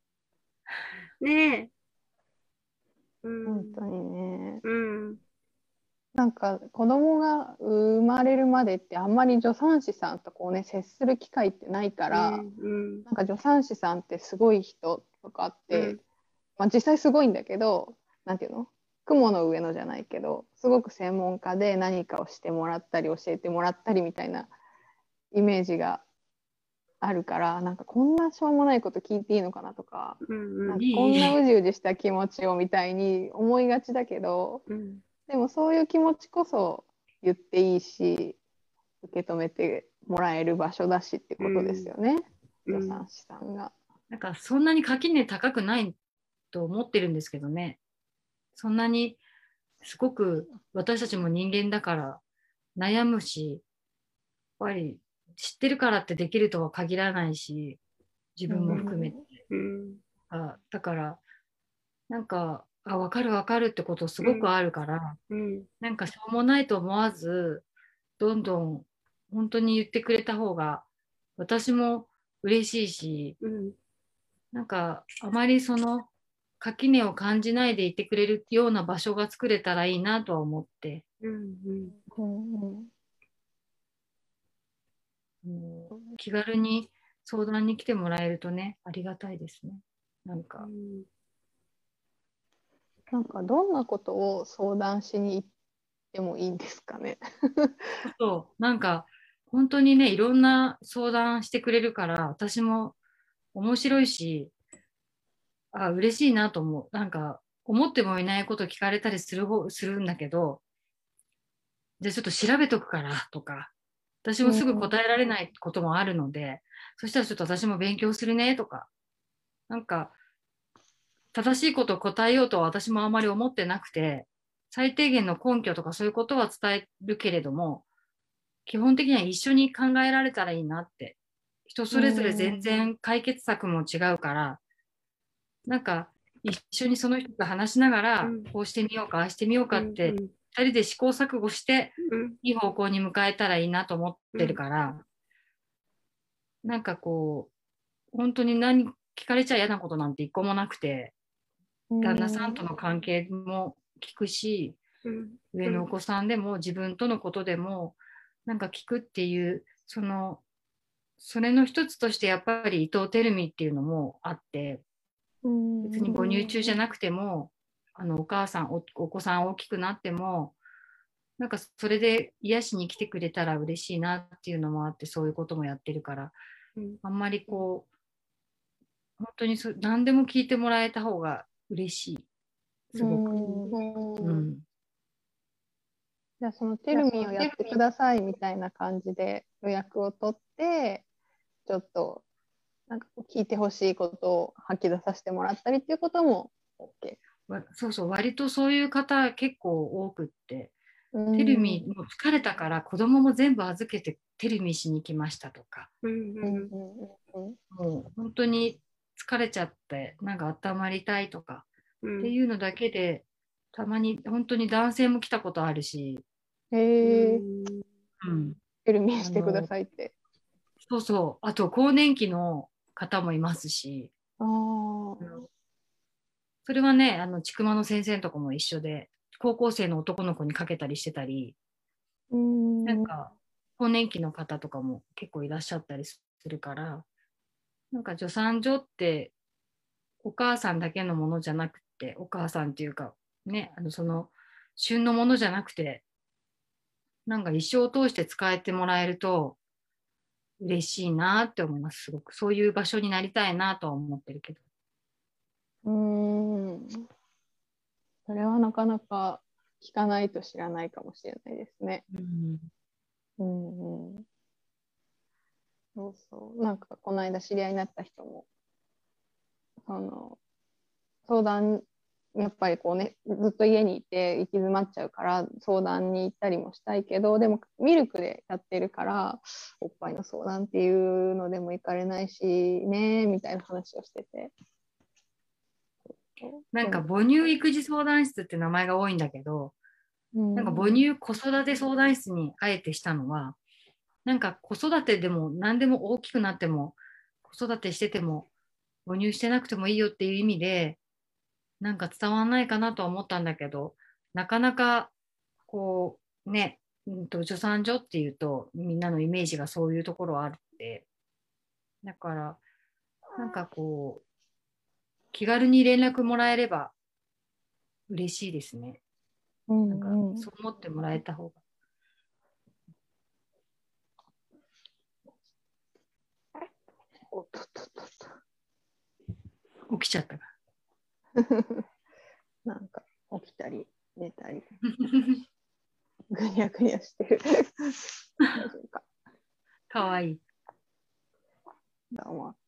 ねえ。 うん、本当にね。うん。なんか子供が生まれるまでってあんまり助産師さんとこうね接する機会ってないから、うんうん、なんか助産師さんってすごい人とかって、うん、まあ、実際すごいんだけど、なんていうの、雲の上のじゃないけどすごく専門家で何かをしてもらったり教えてもらったりみたいなイメージがあるから、なんかこんなしょうもないこと聞いていいのかなとか、うんうん、なんかこんなうじうじした気持ちをみたいに思いがちだけど、うん、でもそういう気持ちこそ言っていいし受け止めてもらえる場所だしってことですよね、助産師さんが。 なんかそんなに垣根高くないと思ってるんですけどね。そんなにすごく私たちも人間だから悩むし、やっぱり知ってるからってできるとは限らないし、自分も含めて。 うん、 あだから、なんか、あ、分かる分かるってことすごくあるから、 うん、 なんかしょうもないと思わず、どんどん本当に言ってくれた方が、私も嬉しいし、 うん、 なんかあまりその垣根を感じないでいてくれるような場所が作れたらいいなとは思って、 うん、 うんもう気軽に相談に来てもらえるとね、ありがたいですね。なんか、 なんかどんなことを相談しに行ってもいいんですかね。 そう、なんか本当にね、いろんな相談してくれるから、私も面白いし、あ、嬉しいなと思う。なんか、思ってもいないこと聞かれたりする方、するんだけど、じゃあちょっと調べとくからとか、私もすぐ答えられないこともあるので、そしたらちょっと私も勉強するねとか、なんか、正しいことを答えようとは私もあまり思ってなくて、最低限の根拠とかそういうことは伝えるけれども、基本的には一緒に考えられたらいいなって。人それぞれ全然解決策も違うから、なんか一緒にその人と話しながら、こうしてみようか、ああしてみようかって、二人で試行錯誤して、いい方向に向かえたらいいなと思ってるから、なんかこう、本当に何聞かれちゃ嫌なことなんて一個もなくて、旦那さんとの関係も聞くし、上のお子さんでも自分とのことでも、なんか聞くっていう、その、それの一つとしてやっぱり伊藤輝美っていうのもあって、別に母乳中じゃなくても、あのお母さんお、お子さん大きくなっても、なんかそれで癒しに来てくれたら嬉しいなっていうのもあって、そういうこともやってるから、あんまりこう、本当にそ何でも聞いてもらえた方が嬉しい。すごく。うん。 じゃあそのテルミンをやってくださいみたいな感じで予約を取って、ちょっとなんか聞いてほしいことを吐き出させてもらったりっていうことも OK。 そうそう、割とそういう方結構多くって、テルミもう疲れたから子供も全部預けてテルミしに来ましたとか、もう本当に疲れちゃってなんか温まりたいとかっていうのだけで、たまに本当に男性も来たことあるし、 へえ、 うん、 テルミしてくださいって。 そうそう、あと更年期の方もいますし、 あそれはね、あの、ちくまの先生とかも一緒で、高校生の男の子にかけたりしてたり、 うんなんか、更年期の方とかも結構いらっしゃったりするから、なんか助産所ってお母さんだけのものじゃなくて、お母さんっていうか、ね、あの、その、旬のものじゃなくて、なんか一生を通して使えてもらえると嬉しいなって思います、すごく。そういう場所になりたいなとは思ってるけど。 うん、それはなかなか聞かないと知らないかもしれないですね。 うん、 うんうん、そうそう。なんかこの間知り合いになった人も、その相談、やっぱりこうね、ずっと家にいて行き詰まっちゃうから相談に行ったりもしたいけど、でもミルクでやってるからおっぱいの相談っていうのでも行かれないしねみたいな話をしてて、 なんか母乳育児相談室って名前が多いんだけど、うん、なんか母乳子育て相談室にあえてしたのは、なんか子育てでも何でも大きくなっても子育てしてても母乳してなくてもいいよっていう意味でなんか伝わらないかなとは思ったんだけど、なかなかこうね、うんと助産所っていうとみんなのイメージがそういうところあるって、だからなんかこう気軽に連絡もらえれば嬉しいですね。 うんなんかそう思ってもらえた方が。 おっとっとっと起きちゃったかなんか起きたり寝たりぐにゃぐにゃしてる大丈夫か。 かわいい。 どうも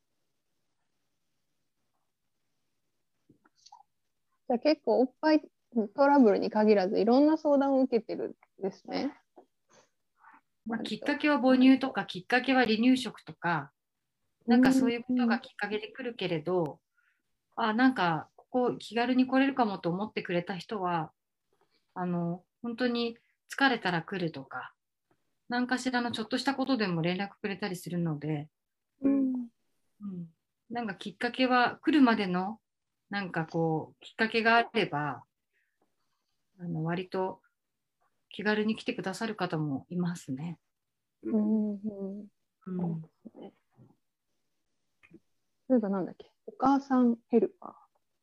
じゃあ結構おっぱいトラブルに限らずいろんな相談を受けてるんですね。 まあ、きっかけは母乳とか、きっかけは離乳食とか、なんかそういうことがきっかけで来るけれど、あ、なんかここ気軽に来れるかもと思ってくれた人は、あの本当に疲れたら来るとか、何かしらのちょっとしたことでも連絡くれたりするので、 うんうん、なんかきっかけは来るまでのなんかこうきっかけがあれば、あの割と気軽に来てくださる方もいますね。 うんうんうん例えばなんだっけ、お母さんヘルパ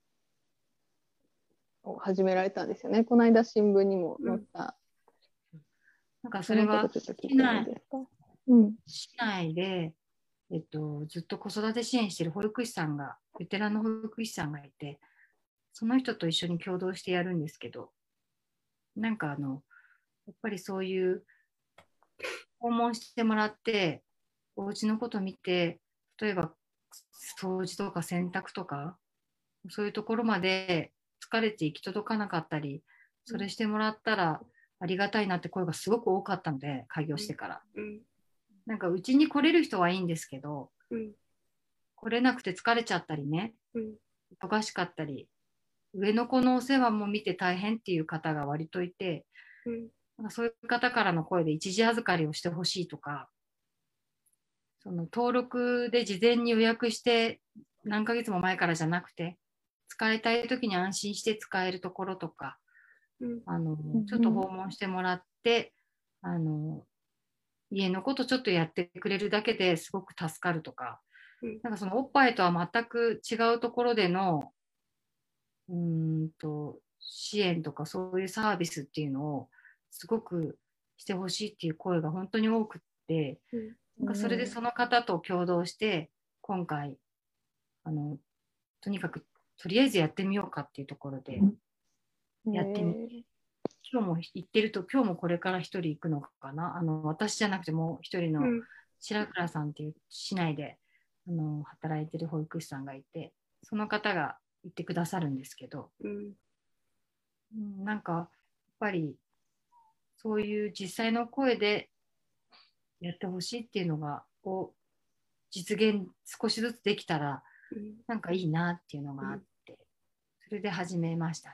ーを始められたんですよね。この間新聞にも載った。 うん、なんかそれは市内、うん、 市内で、えっと、ずっと子育て支援している保育士さんが、ベテランの保育士さんがいて、その人と一緒に共同してやるんですけど、なんかあの、やっぱりそういう訪問してもらって、お家のこと見て、例えば掃除とか洗濯とか、そういうところまで疲れて行き届かなかったり、それしてもらったらありがたいなって声がすごく多かったので、開業してから。うん、なんかうちに来れる人はいいんですけど、うん、来れなくて疲れちゃったりね、うん、忙しかったり、上の子のお世話も見て大変っていう方が割といて、うん、なんかそういう方からの声で一時預かりをしてほしいとか、その登録で事前に予約して何ヶ月も前からじゃなくて、使いたい時に安心して使えるところとか、うん、あのちょっと訪問してもらって、あの家のことちょっとやってくれるだけですごく助かるとか、うん、なんかそのおっぱいとは全く違うところでのうーんと支援とかそういうサービスっていうのをすごくしてほしいっていう声が本当に多くって、うん、なんかそれでその方と共同して今回あのとにかくとりあえずやってみようかっていうところでやってみて、今日も行ってると今日もこれから一人行くのかな、あの私じゃなくてもう一人の白倉さんっていう市内であの働いてる保育士さんがいて、その方が言ってくださるんですけど、うん、なんかやっぱりそういう実際の声でやってほしいっていうのがこう実現少しずつできたらなんかいいなっていうのがあって、それで始めましたね。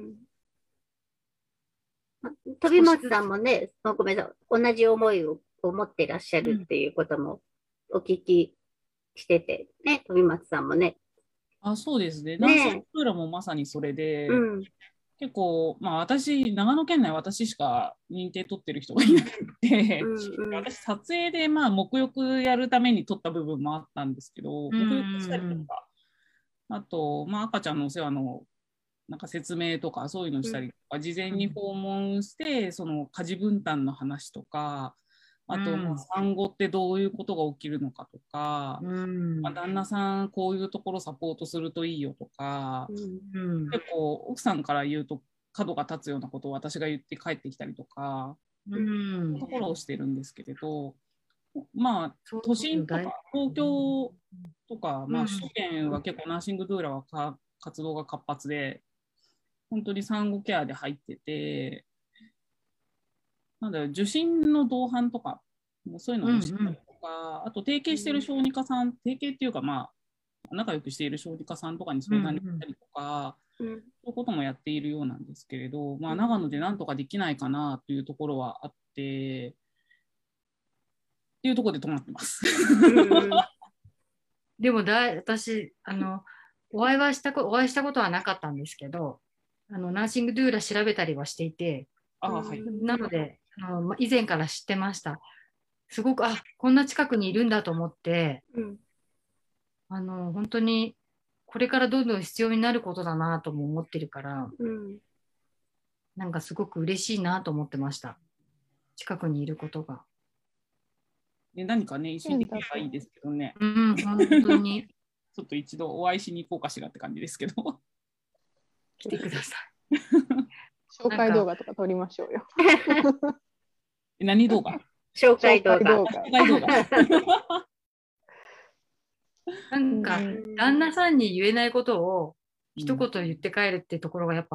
うん、飛松さんもね、ごめんなさい、同じ思いを持ってらっしゃるっていうこともお聞きしててね、飛松さんもね。 あ、そうですね。ナンシークーラもまさにそれで、うん、結構、まあ私、長野県内私しか認定取ってる人がいなくて、うんうん、私、撮影でまあ沐浴やるために撮った部分もあったんですけど、沐浴したりとか、あと、まあ赤ちゃんのお世話のなんか説明とかそういうのしたりとか、うん、事前に訪問して、その家事分担の話とか、あと、まあ、産後ってどういうことが起きるのかとか、うんまあ、旦那さんこういうところサポートするといいよとか、うん、結構奥さんから言うと角が立つようなことを私が言って帰ってきたりとか、うん、ところをしてるんですけれど、まあ都心とか東京とか、まあ、首都圏は結構ナーシングドゥーラはか活動が活発で、本当に産後ケアで入ってて、なんだろう、受診の同伴とか、もうそういうのもしたりとか、うんうん、あと提携している小児科さん、提携っていうか、まあ、仲良くしている小児科さんとかに相談に行ったりとか、うんうん、そういうこともやっているようなんですけれど、まあ、長野でなんとかできないかなというところはあって、っていうところで止まってます。 うん、でもだい、私あのお会いはしたこ、お会いしたことはなかったんですけど、あのナーシングドゥーラ調べたりはしていて、あ、はい、なのであの以前から知ってました。すごくあこんな近くにいるんだと思って、うん、あの本当にこれからどんどん必要になることだなとも思ってるから、うん、なんかすごく嬉しいなと思ってました。近くにいることが。 ね、何かね一緒にできればいいですけどね。 うん、本当に。 ちょっと一度お会いしに行こうかしらって感じですけど。 来てください。 紹介動画とか撮りましょうよ。 何動画？ 紹介動画。 紹介動画。 なんか旦那さんに言えないことを一言言って帰るってところがやっぱ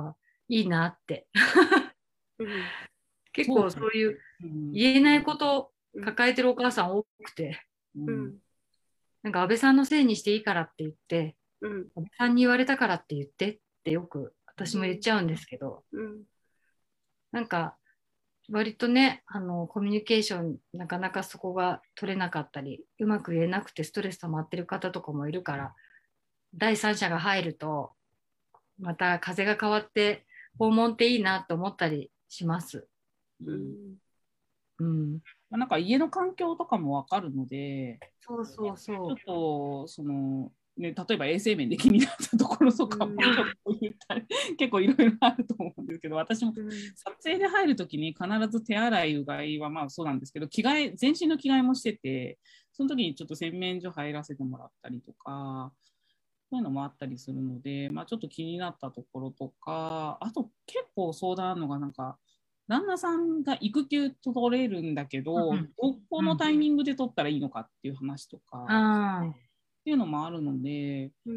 いいなって。 うん、 結構そういう言えないこと抱えてるお母さん多くて、 うん、 なんか安倍さんのせいにしていいからって言って、 うん、 安倍さんに言われたからって言ってってよく私も言っちゃうんですけど、 うん、 なんか割とね、あのコミュニケーションなかなかそこが取れなかったり、うまく言えなくてストレス溜まってる方とかもいるから、第三者が入るとまた風が変わって訪問っていいなと思ったりします。 うんうん、 なんか家の環境とかも分かるので、 そうそうそう。 ちょっとその、ね、例えば衛生面で気になったところとかもちょっと言ったり、うん、結構いろいろあると思うんですけど、私も撮影で入るときに必ず手洗いうがいはまあそうなんですけど、着替え全身の着替えもしてて、その時にちょっと洗面所入らせてもらったりとか、そういうのもあったりするので、まあ、ちょっと気になったところとか、あと結構相談あるのがなんか、旦那さんが育休取れるんだけど、うん、どこのタイミングで取ったらいいのかっていう話とか、うん、っていうのもあるので、うん、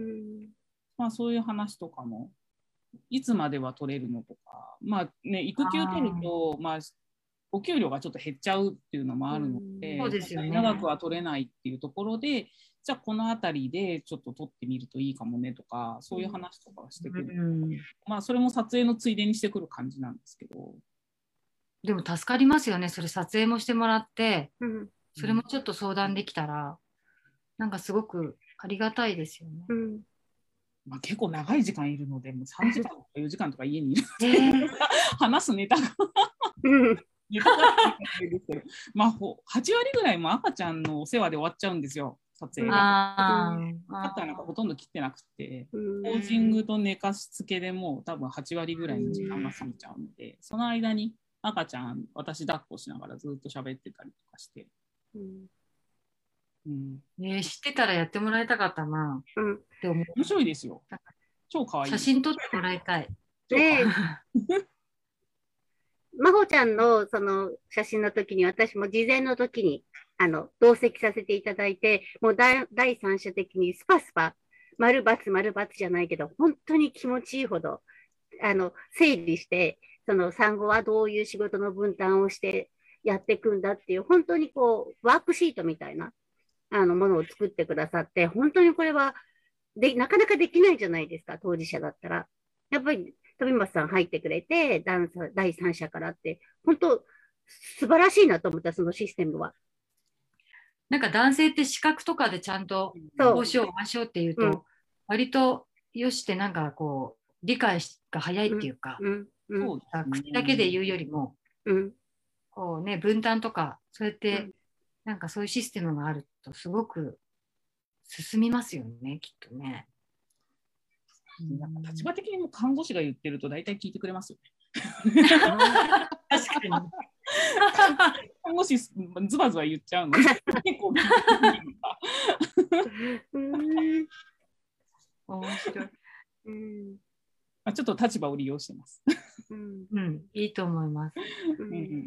まあ、そういう話とかもいつまでは取れるのとか、まあね、育休取ると、まあ、お給料がちょっと減っちゃうっていうのもあるので、 そうですよね、 長くは取れないっていうところで、じゃあこの辺りでちょっと取ってみるといいかもねとか、そういう話とかはしてくる、うん、まあそれも撮影のついでにしてくる感じなんですけど。 でも助かりますよね、それ撮影もしてもらって、 うん、 それもちょっと相談できたら、なんかすごくありがたいですよね。 うん、 まあ、結構長い時間いるので、もうさんじかんとかよじかんとか家にいるので、えー、話すネタがネタがないですけど、まあ、はち割ぐらいも赤ちゃんのお世話で終わっちゃうんですよ、撮影が。ああとはなんかほとんど切ってなくて、ポージングと寝かしつけでもう多分はち割ぐらいの時間が過ぎちゃうので、その間に赤ちゃん、私抱っこしながらずっと喋ってたりとかして。うんうん、ね、知ってたらやってもらいたかったな、うん、って思う。 面白いですよ。超かわいい。 写真撮ってもらいたい。 ねえ。真帆ちゃんのその写真の時に、私も事前の時にあの同席させていただいて、もう第三者的にスパスパ、丸×丸×じゃないけど、本当に気持ちいいほどあの整理して、その産後はどういう仕事の分担をしてやっていくんだっていう、本当にこうワークシートみたいなあのものを作ってくださって、本当にこれはでなかなかできないじゃないですか、当事者だったら。やっぱり飛松さん入ってくれて、第三者からって、本当素晴らしいなと思った、そのシステムは。 なんか男性って資格とかでちゃんとこうしよう、ああしようっていうと、うん、割とよしってなんかこう理解が早いっていうか、うんうんうん、口だけで言うよりも、うん、こうね、分担とかそうやって、うん、なんかそういうシステムがあるとすごく進みますよね、きっとね。 なんか立場的にも看護師が言ってると大体聞いてくれますよね。確かに。 看護師ズバズバ言っちゃうの結構聞いてくれる面白い。 うんまあ、ちょっと立場を利用してます。 うん、うん、いいと思います。 うん、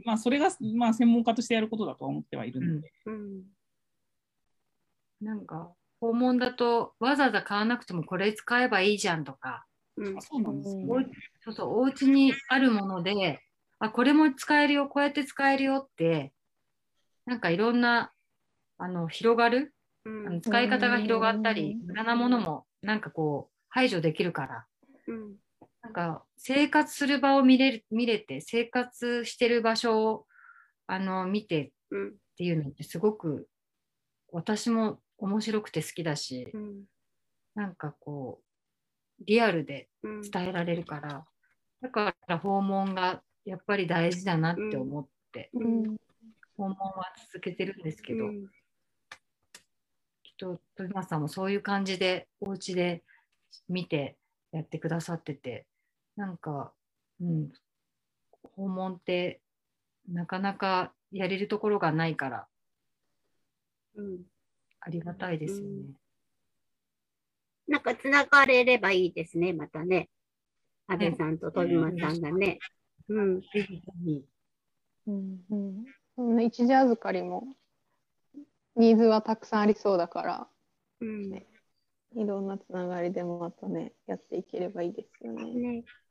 まあそれが、まあ、専門家としてやることだとは思ってはいるので。うんうん、なんか訪問だとわざわざ買わなくてもこれ使えばいいじゃんとか、 うん、そうなんですね。 そうそう、お家にあるもので、あ、これも使えるよ、こうやって使えるよって、なんかいろんなあの広がる、うん、あの使い方が広がったり、無駄なものもなんかこう排除できるから、うん、なんか生活する場を見れる、見れて、生活してる場所をあの見てっていうのってすごく私も面白くて好きだし、うん、なんかこうリアルで伝えられるから、うん、だから訪問がやっぱり大事だなって思って、うん、訪問は続けてるんですけど、うん、きっと飛松さんもそういう感じでお家で見てやってくださってて、なんか、うん、訪問ってなかなかやれるところがないから、うん、ありがたいですよね。うん、 なんかつながれればいいですね、またね。安倍さんと飛松さんがね。うん。 うんうん、一時預かりもニーズはたくさんありそうだから、うんね、いろんなつながりでもまたね、やっていければいいですよね。ね、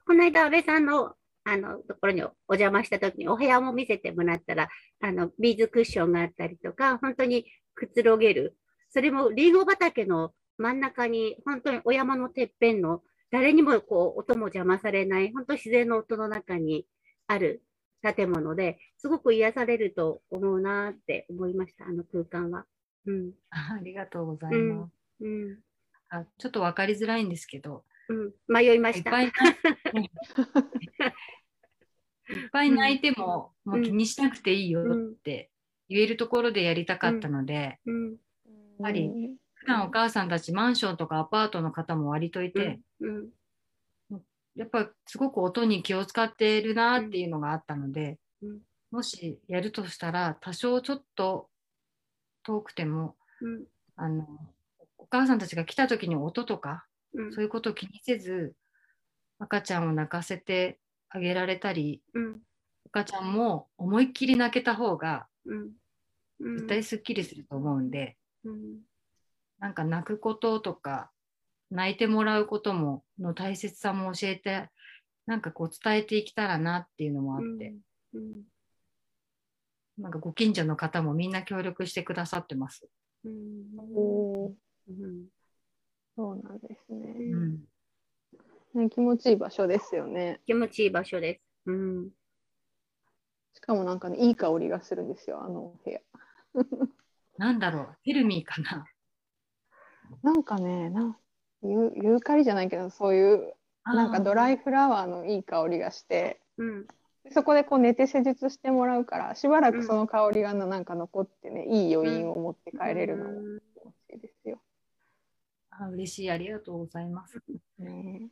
この間、安倍さんの、あの、ところにお邪魔したときに、お部屋も見せてもらったら、あの、ビーズクッションがあったりとか、本当にくつろげる。それも、リンゴ畑の真ん中に、本当にお山のてっぺんの、誰にもこう、音も邪魔されない、本当自然の音の中にある建物で、すごく癒されると思うなって思いました、あの空間は。うん。 ありがとうございます。 うん。うん、 あ、ちょっと分かりづらいんですけど、 うん、迷いました。 いっぱいいっぱい泣いても、うん、もう気にしなくていいよって言えるところでやりたかったので、うんうん、やっぱり普段お母さんたちマンションとかアパートの方も割といて、うんうん、やっぱすごく音に気を使っているなっていうのがあったので、うん、もしやるとしたら多少ちょっと遠くても、うん、あのお母さんたちが来た時に音とか、うん、そういうことを気にせず赤ちゃんを泣かせてあげられたり、うん、赤ちゃんも思いっきり泣けた方が、うんうん、絶対すっきりすると思うんで、うん、なんか泣くこととか泣いてもらうこともの大切さも教えて、なんかこう伝えていけたらなっていうのもあって、うんうん、なんかご近所の方もみんな協力してくださってます。うん、 おうん、そうなんですね。うんね、気持ちいい場所ですよね。 気持ちいい場所です。うん、 しかもなんかね、いい香りがするんですよ、あの部屋。 なんだろう、ヘルミーかな。 なんかね、なユユーカリじゃないけど、そういうなんかドライフラワーのいい香りがして、うん、そこでこう寝て施術してもらうから、しばらくその香りがなんか残ってね、うん、いい余韻を持って帰れるのも気持ちいいですよ。 あ、嬉しい、ありがとうございます。ね、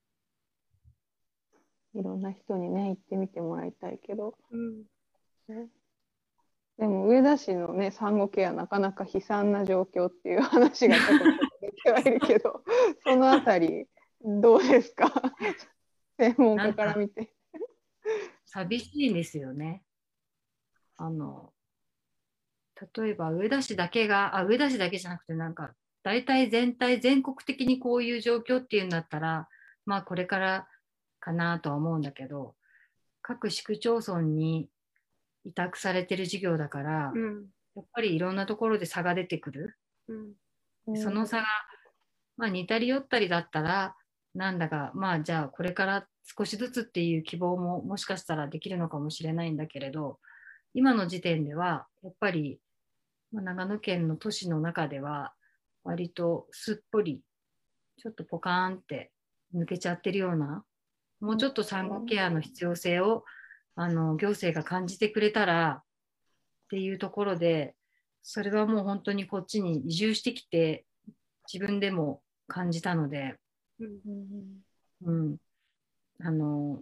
いろんな人にね、行ってみてもらいたいけど。うんね、でも上田市のね、産後ケアなかなか悲惨な状況っていう話がちょっと出てはいるけど、そのあたりどうですか専門家から見て。 寂しいんですよね。あの例えば上田市だけが、あ、上田市だけじゃなくてなんか大体全体全国的にこういう状況っていうんだったら、まあこれからかなとは思うんだけど、各市区町村に委託されてる事業だから、うん、やっぱりいろんなところで差が出てくる。うん、その差が、まあ、似たり寄ったりだったら、なんだか、まあじゃあこれから少しずつっていう希望ももしかしたらできるのかもしれないんだけれど、今の時点ではやっぱり、まあ、長野県の都市の中では割とすっぽりちょっとポカーンって抜けちゃってるような、もうちょっと産後ケアの必要性をあの行政が感じてくれたらっていうところで、それはもう本当にこっちに移住してきて自分でも感じたので、うんうん、あの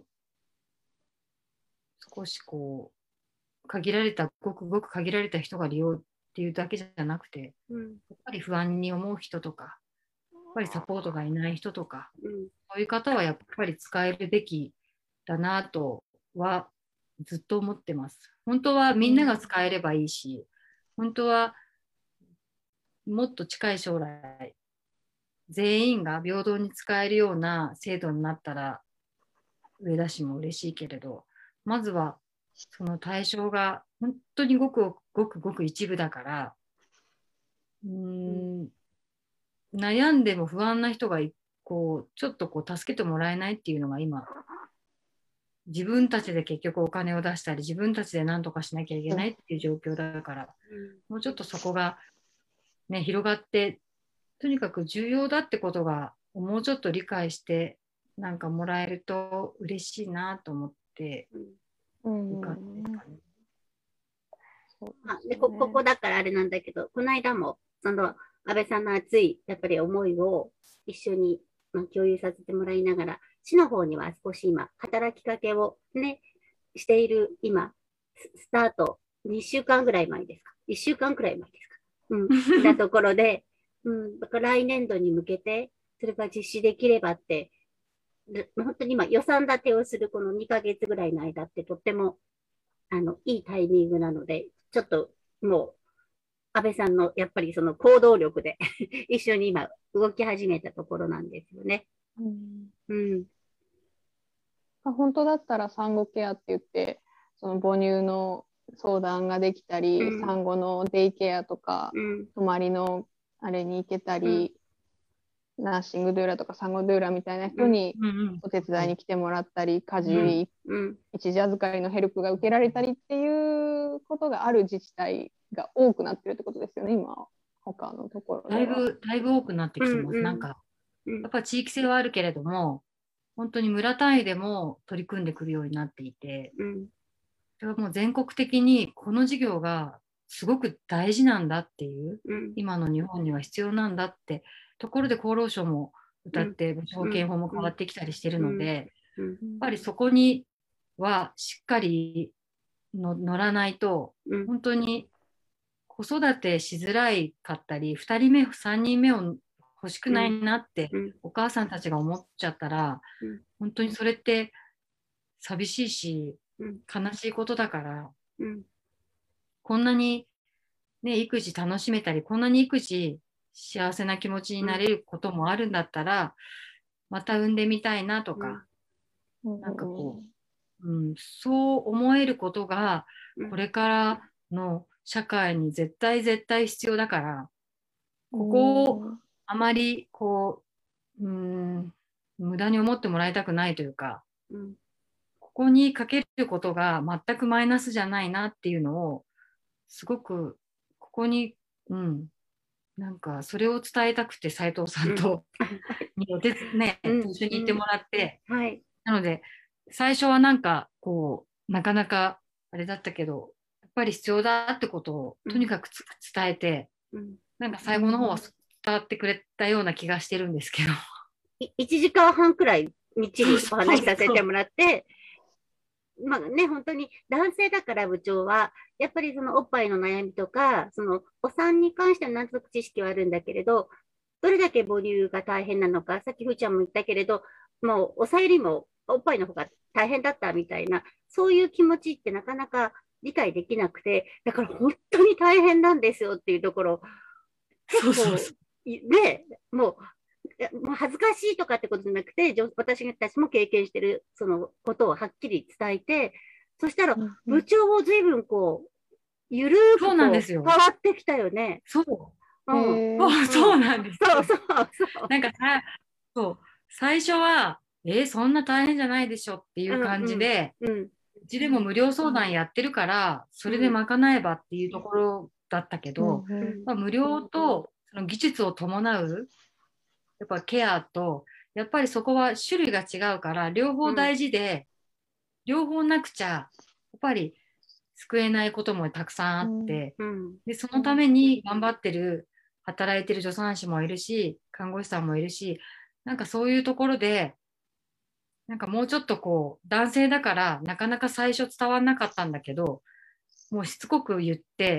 少しこう限られたごくごく限られた人が利用っていうだけじゃなくて、うん、やっぱり不安に思う人とか、やっぱりサポートがいない人とか、うん、そういう方はやっぱり使えるべきだなとはずっと思ってます。本当はみんなが使えればいいし、本当はもっと近い将来全員が平等に使えるような制度になったら上田市も嬉しいけれど、まずはその対象が本当にごくごくごく一部だから、うーん、悩んでも不安な人がこうちょっとこう助けてもらえないっていうのが今、自分たちで結局お金を出したり自分たちで何とかしなきゃいけないっていう状況だから、もうちょっとそこが、ね、広がって、とにかく重要だってことがもうちょっと理解してなんかもらえると嬉しいなと思って、うんうん、あでこここだからあれなんだけど、この間もその安倍さんの熱いやっぱり思いを一緒に、まあ、共有させてもらいながら、市の方には少し今働きかけをねしている今スタートにしゅうかんぐらい前ですか、いっしゅうかんくらい前ですか、うん、だところで、うん、だから来年度に向けてそれが実施できればって、本当に今予算立てをするこのにかげつぐらいの間ってとってもあのいいタイミングなので、ちょっともう安倍さんのやっぱりその行動力で一緒に今動き始めたところなんですよね。うん、うん、 本当だったら産後ケアって言って、その母乳の相談ができたり、うん、産後のデイケアとか、うん、泊まりのあれに行けたり、うん、ナーシングドゥーラとか産後ドゥーラみたいな人にお手伝いに来てもらったり、家事、うん、一時預かりのヘルプが受けられたりっていうことがある自治体が多くなってるってことですよね、今、他のところでは。 だいぶ、だいぶ多くなってきてます。うんうん、なんか、やっぱ地域性はあるけれども、本当に村単位でも取り組んでくるようになっていて、うん、それはもう全国的にこの事業がすごく大事なんだっていう、うん、今の日本には必要なんだってところで厚労省も歌って保険法も変わってきたりしてるので、やっぱりそこにはしっかりの乗らないと、うん、本当に子育てしづらいかったり、ふたりめさんにんめを欲しくないなって、うん、お母さんたちが思っちゃったら、うん、本当にそれって寂しいし、うん、悲しいことだから、うん、こんなに、ね、育児楽しめたり、こんなに育児幸せな気持ちになれることもあるんだったら、うん、また産んでみたいなとか、うん、なんかこう、うん、そう思えることがこれからの社会に絶対絶対必要だから、ここをあまりこう、うーん、無駄に思ってもらいたくないというか、うん、ここにかけることが全くマイナスじゃないなっていうのをすごくここに、うん、なんかそれを伝えたくて斉藤さんと、うん、にお手ね、うん、一緒に行ってもらって、うんはい、なので最初はなんかこうなかなかあれだったけどやっぱり必要だってことをとにかく伝えて、うん、なんか最後の方は伝わってくれたような気がしてるんですけど。 いちじかんはんくらいみっちりお話しさせてもらって、まあね、本当に男性だから部長は、やっぱりそのおっぱいの悩みとか、そのお産に関してはなんとなく知識はあるんだけれど、どれだけ母乳が大変なのか、さっきふーちゃんも言ったけれど、もう抑えよりもおっぱいの方が大変だったみたいな、そういう気持ちってなかなか理解できなくて、だから本当に大変なんですよっていうところ、結構、そうそうそうで、もう、もう恥ずかしいとかってことじゃなくて、私たちも経験してるそのことをはっきり伝えて、そしたら部長を随分こう、ゆるーくこう変わってきたよね。 そう。うん、そうなんです。 そうそうそう。 なんかさ、そう、最初は、えー、そんな大変じゃないでしょっていう感じで、うんうん、うちでも無料相談やってるから、それで賄えばっていうところだったけど、うんうんまあ、無料とその技術を伴う、やっぱケアと、やっぱりそこは種類が違うから、両方大事で、うん、両方なくちゃ、やっぱり救えないこともたくさんあって、うん、で、そのために頑張ってる、働いてる助産師もいるし、看護師さんもいるし、なんかそういうところで、なんかもうちょっとこう、男性だからなかなか最初伝わんなかったんだけど、もうしつこく言って、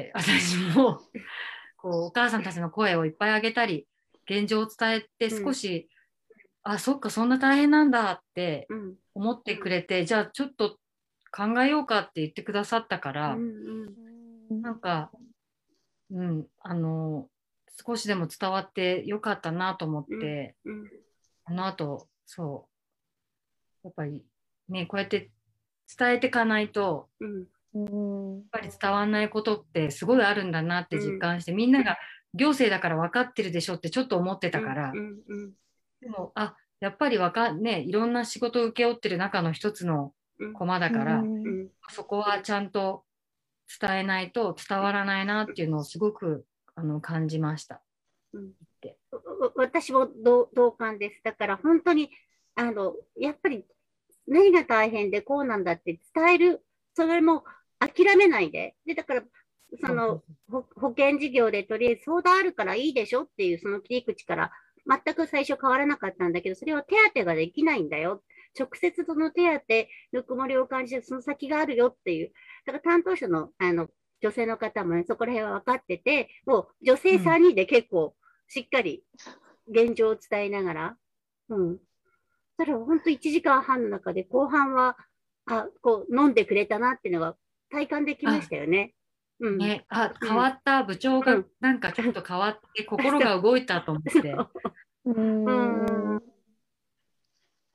私もこうお母さんたちの声をいっぱいあげたり、現状を伝えて少し、うん、あ、そっか、そんな大変なんだって思ってくれて、うん、じゃあちょっと考えようかって言ってくださったから、うんうん、なんか、うん、あの、少しでも伝わってよかったなと思って、うんうん、あの後、そう、やっぱりね、こうやって伝えていかないと、うん、やっぱり伝わらないことってすごいあるんだなって実感して、うん、みんなが行政だから分かってるでしょってちょっと思ってたから、うんうんうん、でも、あ、やっぱりわかね、いろんな仕事を請け負ってる中の一つの駒だから、うん、そこはちゃんと伝えないと伝わらないなっていうのをすごくあの感じました。 うん、私も同感です。だから本当にあのやっぱり何が大変でこうなんだって伝える、それも諦めないで、でだからその保険事業でとりあえず相談あるからいいでしょっていうその切り口から全く最初変わらなかったんだけど、それは手当ができないんだよ。直接その手当、ぬくもりを感じてその先があるよっていう。だから担当者のあの女性の方もね、そこら辺は分かってて、もう女性さんにんで結構しっかり現状を伝えながら、うん。それは本当いちじかんはんの中で後半は、あ、こう飲んでくれたなっていうのが体感できましたよね。 うん、ね、あ、変わった、部長がなんかちょっと変わって心が動いたと思って。うん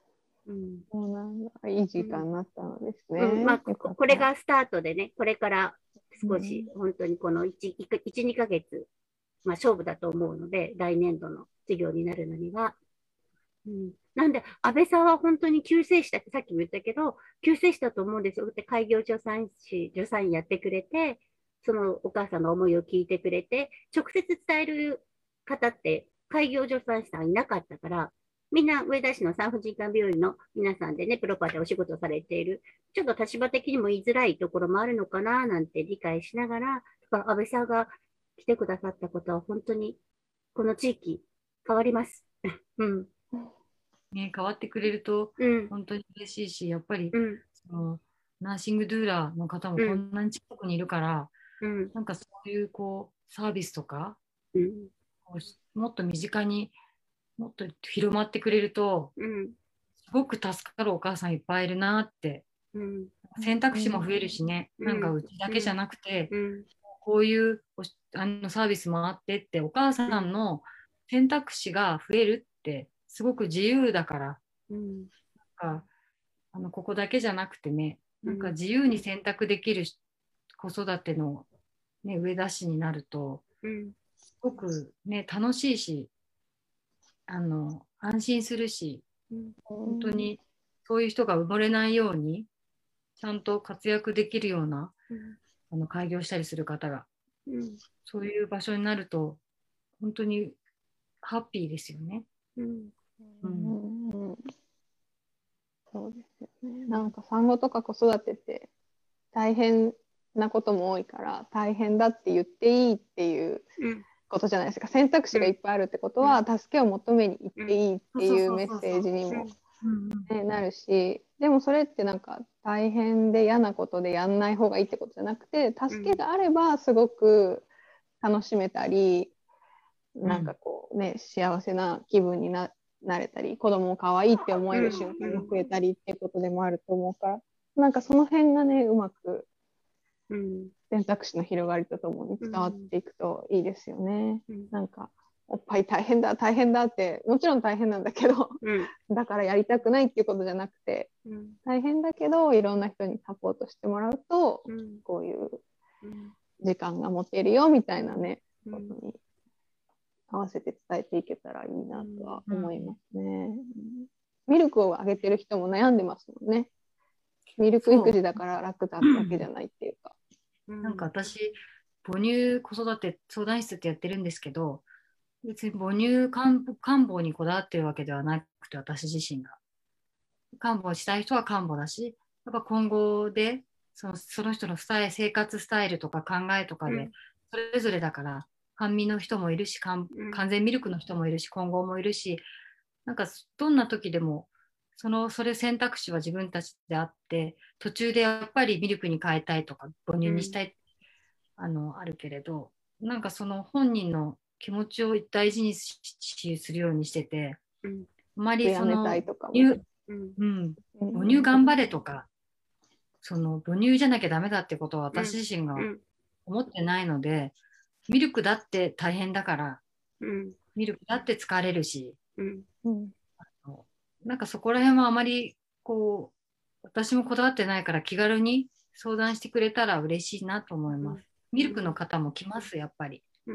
うん、 そうなんだ。いい時間になったのですね。 うんまあ、これがスタートでね、これから少し、本当にこのいち、にかげつ、まあ、勝負だと思うので、来年度の授業になるのには。うん、なんで、安倍さんは本当に救世主だってさっきも言ったけど、救世主だと思うんですよ。で開業助産師、助産院やってくれて、そのお母さんの思いを聞いてくれて、直接伝える方って開業助産師さんいなかったから、みんな上田市の産婦人科病院の皆さんでね、プロパでお仕事されている、ちょっと立場的にも言いづらいところもあるのかななんて理解しながら、安倍さんが来てくださったことは本当にこの地域変わります。うんね、変わってくれると本当に嬉しいし、うん、やっぱり、うん、そのナーシングドゥーラーの方もこんなに近くにいるから、うん、なんかそういうこうサービスとか、うん、もっと身近にもっと広まってくれると、うん、すごく助かるお母さんいっぱいいるなって、うん、選択肢も増えるしね、うん、なんかうちだけじゃなくて、うん、こういうあのサービスもあってってお母さんの選択肢が増えるってすごく自由だから、うん、なんかあのここだけじゃなくてね、なんか自由に選択できる子育ての、ね、上田市になると、うん、すごく、ね、楽しいしあの安心するし、うん、本当にそういう人が埋もれないようにちゃんと活躍できるような、うん、あの開業したりする方が、うん、そういう場所になると本当にハッピーですよね。うんうんうん、そうですよね。なんか産後とか子育てって大変なことも多いから大変だって言っていいっていうことじゃないですか。選択肢がいっぱいあるってことは、うん、助けを求めに行っていいっていうメッセージにもなるし、でもそれってなんか大変で嫌なことでやんない方がいいってことじゃなくて、助けがあればすごく楽しめたり、うん、なんかこうね幸せな気分に な, なれたり、子供を可愛いって思える瞬間が増えたりっていうことでもあると思うから、なんかその辺がねうまく選択肢の広がりとともに伝わっていくといいですよね。うん、なんかおっぱい大変だ大変だってもちろん大変なんだけど、うん、だからやりたくないっていうことじゃなくて、うん、大変だけどいろんな人にサポートしてもらうと、うん、こういう時間が持てるよみたいなね、うん、ことに合わせて伝えていけたらいいなとは思いますね。うん、ミルクをあげてる人も悩んでますもんね。ミルク育児だから楽だわけじゃないっていうか。 なんか私母乳子育て相談室ってやってるんですけど、別に母乳看護にこだわってるわけではなくて、私自身が看護したい人は看護だし、やっぱ今後でその、その人の生活スタイルとか考えとかでそれぞれだから、半身の人もいるし、完全ミルクの人もいるし、混合もいるし、なんかどんな時でもそのそれ選択肢は自分たちであって、途中でやっぱりミルクに変えたいとか母乳にしたい、うん、あのあるけれど、なんかその本人の気持ちを大事にするようにしてて、うん、あまりその母乳、うん、母乳頑張れとか、その母乳じゃなきゃダメだってことは私自身が思ってないので、ミルクだって大変だから、うん、ミルクだって疲れるし、うんうん、なんかそこら辺はあまりこう私もこだわってないから気軽に相談してくれたら嬉しいなと思います。うん、ミルクの方も来ますやっぱり。うん、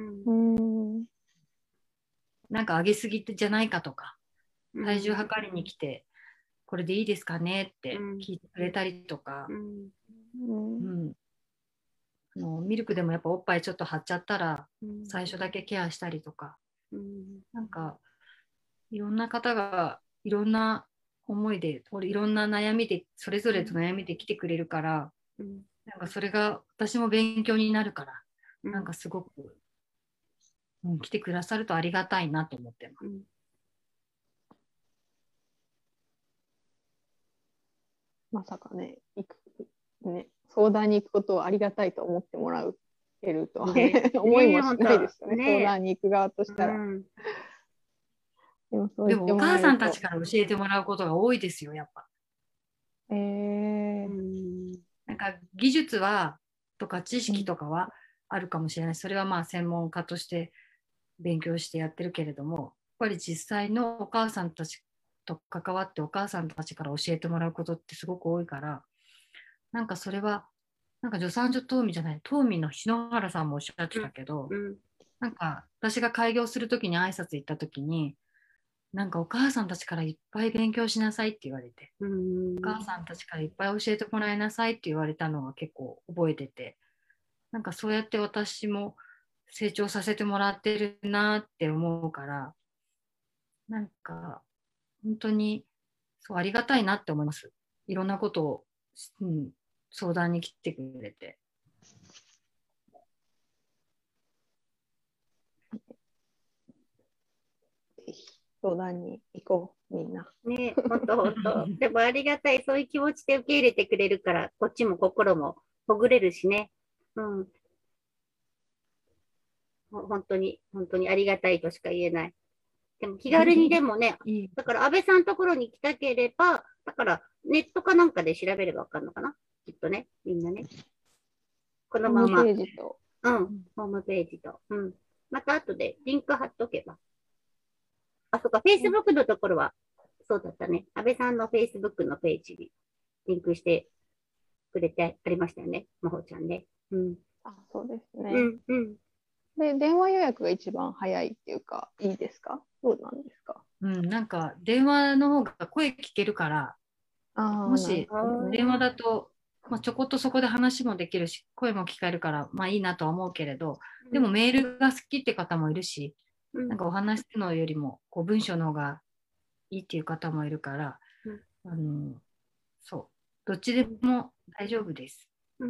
なんかあげすぎじゃないかとか、体重測りに来て、これでいいですかねって聞いてくれたりとか、うんうん、あのミルクでもやっぱおっぱいちょっと張っちゃったら最初だけケアしたりとか、うん、なんかいろんな方がいろんな思いで、いろんな悩みで、それぞれと悩みで来てくれるから、うん、なんかそれが私も勉強になるから、うん、なんかすごく、うん、来てくださるとありがたいなと思ってます。うん、 まさかね、行くね、相談に行くことをありがたいと思ってもらえるとは、ねね、思いもしないですよね、ね、相談に行く側としたら。うん、 でもそう言ってもらえると、でもお母さんたちから教えてもらうことが多いですよ、やっぱ。えー、なんか技術はとか知識とかはあるかもしれない、それはまあ専門家として勉強してやってるけれども、やっぱり実際のお母さんたちと関わってお母さんたちから教えてもらうことってすごく多いから、なんかそれはなんか助産所東美じゃない東美の篠原さんもおっしゃってたけど、 うん、 なんか私が開業するときに挨拶行ったときに、なんかお母さんたちからいっぱい勉強しなさいって言われて、 うん、 お母さんたちからいっぱい教えてもらいなさいって言われたのは結構覚えてて、なんかそうやって私も成長させてもらってるなって思うから、なんか本当にそうありがたいなって思います。いろんなことを、うん、相談に来てくれて。 ぜひ相談に行こう、みんな。 ね、本当本当。でもありがたい、そういう気持ちで受け入れてくれるから、こっちも心もほぐれるしね。うん。本当に、本当にありがたいとしか言えない。でも気軽にでもね、だから安倍さんのところに来たければ、だからネットかなんかで調べればわかるのかなきっとね、みんなね。このまま。 ホームページと。 うん、ホームページと。うん。また後でリンク貼っとけば。あ、そっか、Facebook のところは、そうだったね。安倍さんの Facebook のページにリンクしてくれてありましたよね、まほちゃんね。うん。 あ、そうですね。 うん、うん。 で、電話予約が一番早いっていうか、いいですか？どうなんですか？ うん、なんか電話の方が声聞けるから、 あもしね、 電話だと、まあ、ちょこっとそこで話もできるし、声も聞かれるから、まあいいなとは思うけれど、でもメールが好きって方もいるし、うん、なんかお話すのよりもこう文章の方がいいっていう方もいるから、うん、あのそう、どっちでも大丈夫です。うん、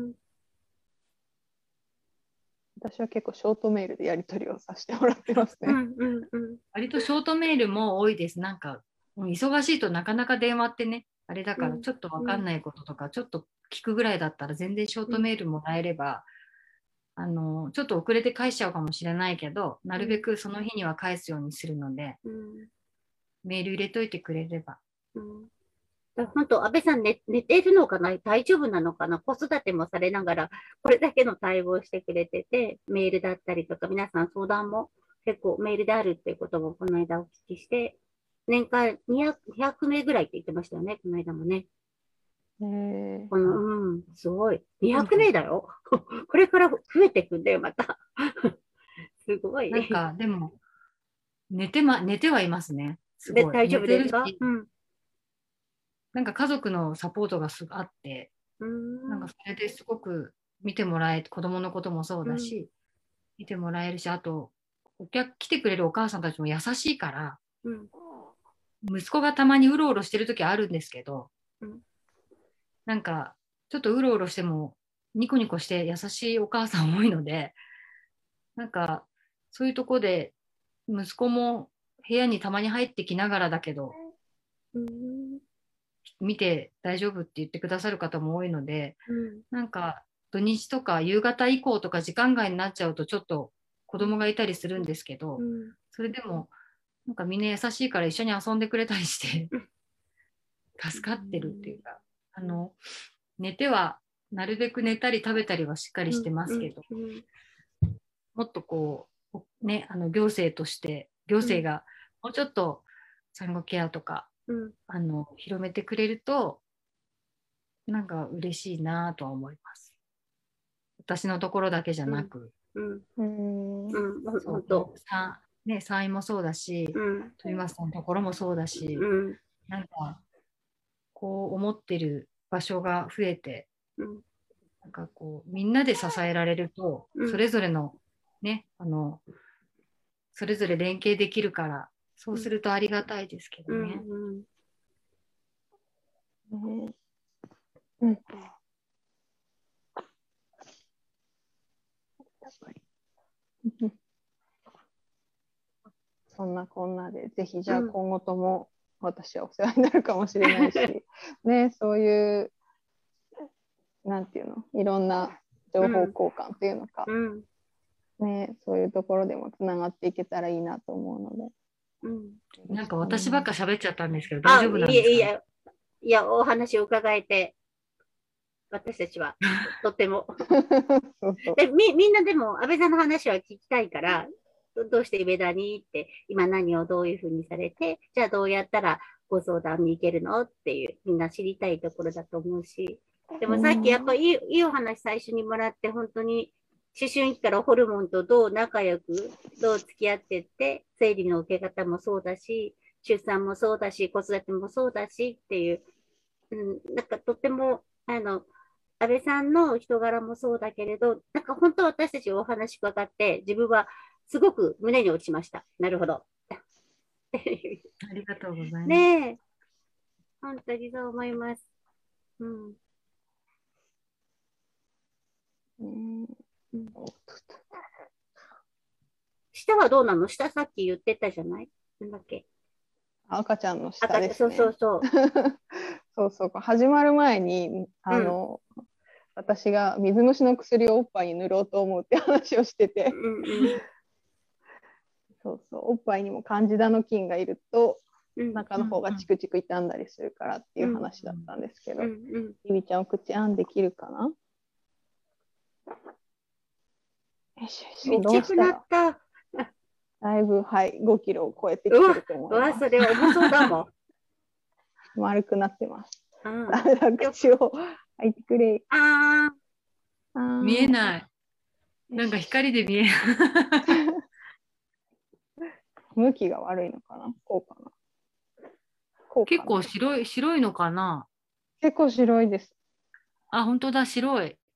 私は結構ショートメールでやり取りをさせてもらってますね。うんうんうん、割とショートメールも多いです。なんか忙しいとなかなか電話ってね、あれだからちょっと分かんないこととか、うん、ちょっと聞くぐらいだったら全然ショートメールもらえれば、うん、あのちょっと遅れて返しちゃうかもしれないけど、なるべくその日には返すようにするので、うん、メール入れといてくれれば。 うん本当、安倍さん寝、寝てるのかな大丈夫なのかな子育てもされながら、これだけの対応をしてくれてて、メールだったりとか、皆さん相談も結構メールであるっていうこともこの間お聞きして、年間にひゃく、にひゃくめいぐらいって言ってましたよね、この間もね。へーこのうん、すごい。にひゃくめいだよ。これから増えていくんだよ、また。すごい。 なんか、でも、寝てま、寝てはいますね。すごい。 大丈夫ですか？うん。 なんか家族のサポートがすあって、うんなんかそれですごく見てもらえ、子供のこともそうだし、うん、見てもらえるし、あと、お客来てくれるお母さんたちも優しいから、うん、息子がたまにうろうろしてる時あるんですけど、うん、なんかちょっとうろうろしてもニコニコして優しいお母さん多いので、なんかそういうとこで息子も部屋にたまに入ってきながらだけど、うん見て大丈夫って言ってくださる方も多いので、うん、なんか土日とか夕方以降とか時間外になっちゃうとちょっと子供がいたりするんですけど、うん、それでもなんかみんな優しいから一緒に遊んでくれたりして助かってるっていうか、あの寝てはなるべく寝たり食べたりはしっかりしてますけど、うんうん、もっとこうねあの行政として行政がもうちょっと産後ケアとかうん、あの広めてくれるとなんか嬉しいなとは思います。私のところだけじゃなく、うんうんうん、そうさね産院もそうだし、うん、鳥松さんのところもそうだし、うん、なんかこう思ってる場所が増えて、うん、なんかこうみんなで支えられると、うん、それぞれのねあのそれぞれ連携できるから。そうするとありがたいですけどね。うんうんうん、 そんなこんなでぜひじゃあ今後とも私はお世話になるかもしれないし、うん、ねそういうなんていうのいろんな情報交換っていうのか、うんね、そういうところでもつながっていけたらいいなと思うので。 うん、なんか私ばっか喋っちゃったんですけど大丈夫なんですか？ いやいやいやお話を伺えて私たちはとってもそうそうで み, みんなでも安倍さんの話は聞きたいからどうして上田にって今何をどういうふうにされてじゃあどうやったらご相談に行けるのっていう、みんな知りたいところだと思うし、でもさっきやっぱいい、いいお話最初にもらって、本当に思春期からホルモンとどう仲良く、どう付き合ってって、生理の受け方もそうだし、出産もそうだし、子育てもそうだしっていう、うん、なんかとっても、あの、安倍さんの人柄もそうだけれど、なんか本当私たちお話伺って、自分はすごく胸に落ちました。なるほど。ありがとうございます。 ねえ。本当にそう思います。うん。うんうん、舌はどうなの？舌さっき言ってたじゃない？なんだっけ？ 赤ちゃんの舌ですね。 そうそうそう。 そうそう。始まる前に、あの、うん、私が水虫の薬をおっぱいに塗ろうと思うって話をしてて、うんうん、そうそう、おっぱいにもカンジダの菌がいると、うん、中の方がチクチク傷んだりするからっていう話だったんですけど、うんうん、ビビちゃんお口あんできるかな？よしよし、どうしたらだいぶ、はい、ごキロを超えてきてると思います。 うわ、それ重そうだもん。 丸くなってます。うん、だめだ、口を開いてくれ。 ああ見えない。なんか光で見えない。 向きが悪いのかな？こうかな。 こうかな。結構白い、白いのかな？ 結構白いです。 あ、本当だ、白い。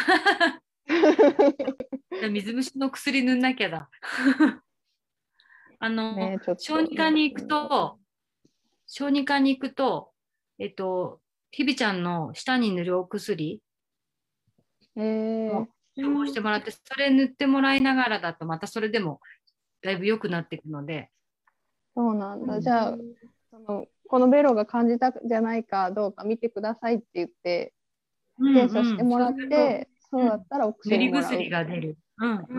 水虫の薬塗んなきゃだ。あの、ね、小児科に行くと、小児科に行くと、えっと、ひびちゃんの舌に塗るお薬を処方してもらって、それ塗ってもらいながらだと、またそれでもだいぶ良くなっていくので。 そうなんだ。じゃあ、そのこのベロが感じたじゃないかどうか見てくださいって言って、検査してもらって、うんうん、そうだったらお薬もらう。 塗り薬が出る。うんうん。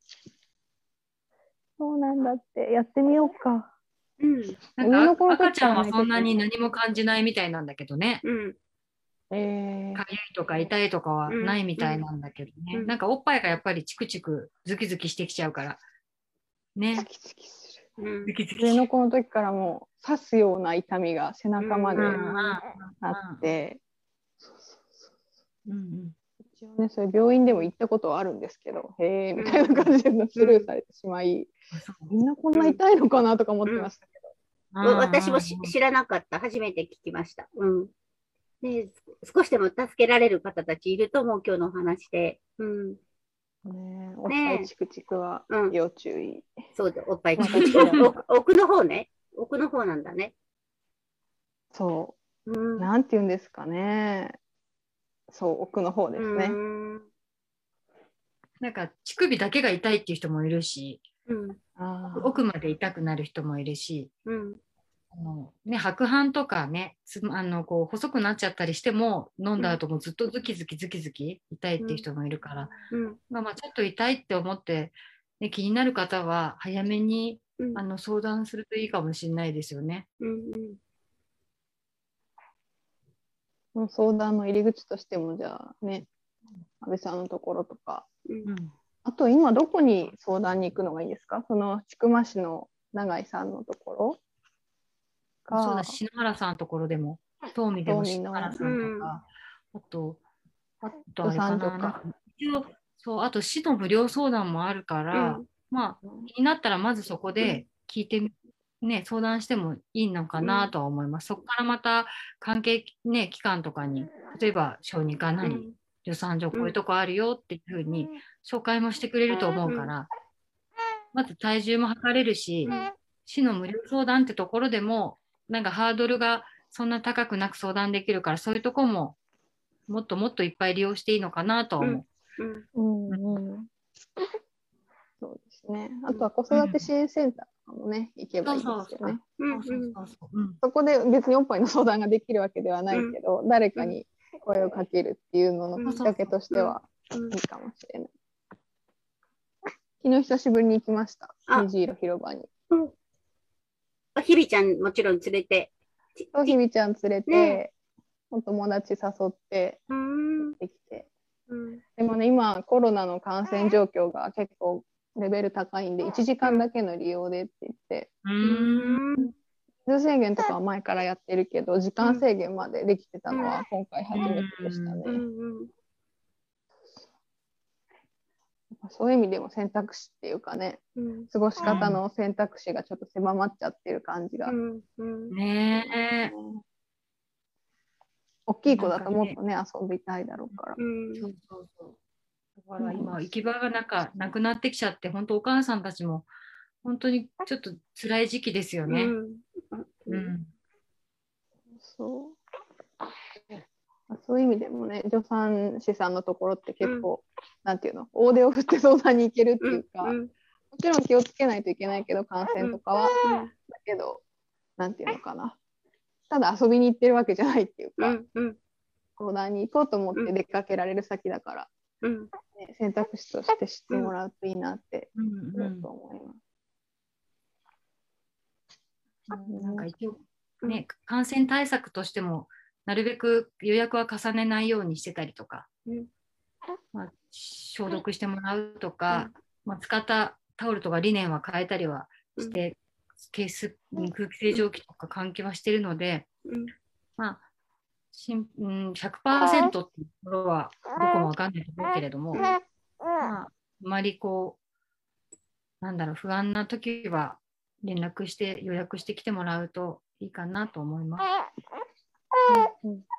そうなんだって、やってみようか。 うん、なんか赤ちゃんはそんなに何も感じないみたいなんだけどね。うん、えー、かゆいとか痛いとかはないみたいなんだけどね。うん、なんかおっぱいがやっぱりチクチクズキズキしてきちゃうから。ね。 ズキズキする。ズキズキ。上の子の時からもう刺すような痛みが背中まであって。一応ね、それ病院でも行ったことはあるんですけど、へえみたいな感じでスルーされてしまい、みんなこんな痛いのかなとか思ってましたけど。 うんうん、私も知らなかった。初めて聞きました。うん。ね、少しでも助けられる方たちいると思う、今日のお話で。うん。 ね、おっぱいチクチクは要注意。 うん、そうだ、おっぱいチクチクだ。奥の方ね。奥の方なんだね。 そう。うん、なんて言うんですかね。そう、奥の方ですね。 なんか乳首だけが痛いっていう人もいるし、うん、奥まで痛くなる人もいるし、うん、あのね、白斑とかね、つあのこう細くなっちゃったりしても飲んだ後もずっとズキズキズキズキ痛いっていう人もいるから、うんうんまあ、まあちょっと痛いって思って、ね、気になる方は早めに、うん、あの相談するといいかもしれないですよね。うんうん、相談の入り口としてもじゃあね、安倍さんのところとか、うん、あと今どこに相談に行くのがいいですか？その千曲市の永井さんのところか、そうだ、篠原さんのところでも、東美でも篠原さんとか、うん、あと、あとあれかな、なんか一応、そう、あと市の無料相談もあるから、うん、まあ、気になったらまずそこで聞いてみ、うん、ね、相談してもいいのかなとは思います。そこからまた関係、ね、機関とかに、例えば小児科なり、うん助産所こういうとこあるよっていうふうに紹介もしてくれると思うから、まず体重も測れるし、市の無料相談ってところでもなんかハードルがそんな高くなく相談できるから、そういうとこももっともっといっぱい利用していいのかなと思う。うんうんうん、 そうですね。あとは子育て支援センターとかもね、うん、行けばいいですよね。そこで別におっぱいの相談ができるわけではないけど、うん、誰かに声をかけるっていうののきっかけとしてはいいかもしれない。昨日久しぶりに行きました。虹色広場に。 うん、ひびちゃんもちろん連れて。 そう、ひびちゃん連れて、ね、お友達誘って行ってきて。うん、でもね、今コロナの感染状況が結構レベル高いんで、いちじかんだけの利用でって言って。うん人数制限とかは前からやってるけど、時間制限までできてたのは今回初めてでしたね。そういう意味でも選択肢っていうかね、うん、過ごし方の選択肢がちょっと狭まっちゃってる感じが。うんうん、ねえ。大きい子だともっとね、遊びたいだろうから。うん、そうそうそう。 だから今、行き場がなんかなくなってきちゃって、本当お母さんたちも本当にちょっと辛い時期ですよね。うんうん、そうそういう意味でもね、助産師さんのところって結構、うん、なんていうの、大手を振って相談に行けるっていうか、うん、もちろん気をつけないといけないけど、感染とかは、うん、だけど、なんていうのかな、ただ遊びに行ってるわけじゃないっていうか、うんうん、相談に行こうと思って出かけられる先だから、うんね、選択肢として知ってもらうといいなって思います。 なんか一応ね、感染対策としてもなるべく予約は重ねないようにしてたりとか、うんまあ、消毒してもらうとか、うんまあ、使ったタオルとかリネンは変えたりはして、うん、空気清浄機とか換気はしてるので、うんまあしんうん、ひゃくパーセント っていうところはどこもわかんないと思うけれども、まあ、あまりこうなんだろう不安な時は連絡して予約してきてもらうといいかなと思います。うんうん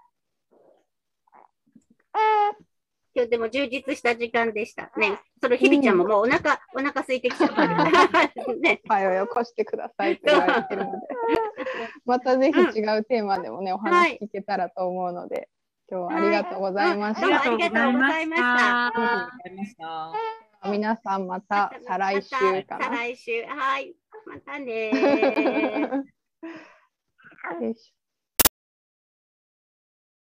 今日でも充実した時間でしたね。それひびちゃんももうお腹、うん、お腹空いてきちゃったね。はい、よこしてくださいって言われてるので、またぜひ違うテーマでもね、うん、お話聞けたらと思うので、今日はありがとうございました。 はい、どうもありがとうございました。 皆さんまた再来週かな。 再来週、はい、またね。よいしょ。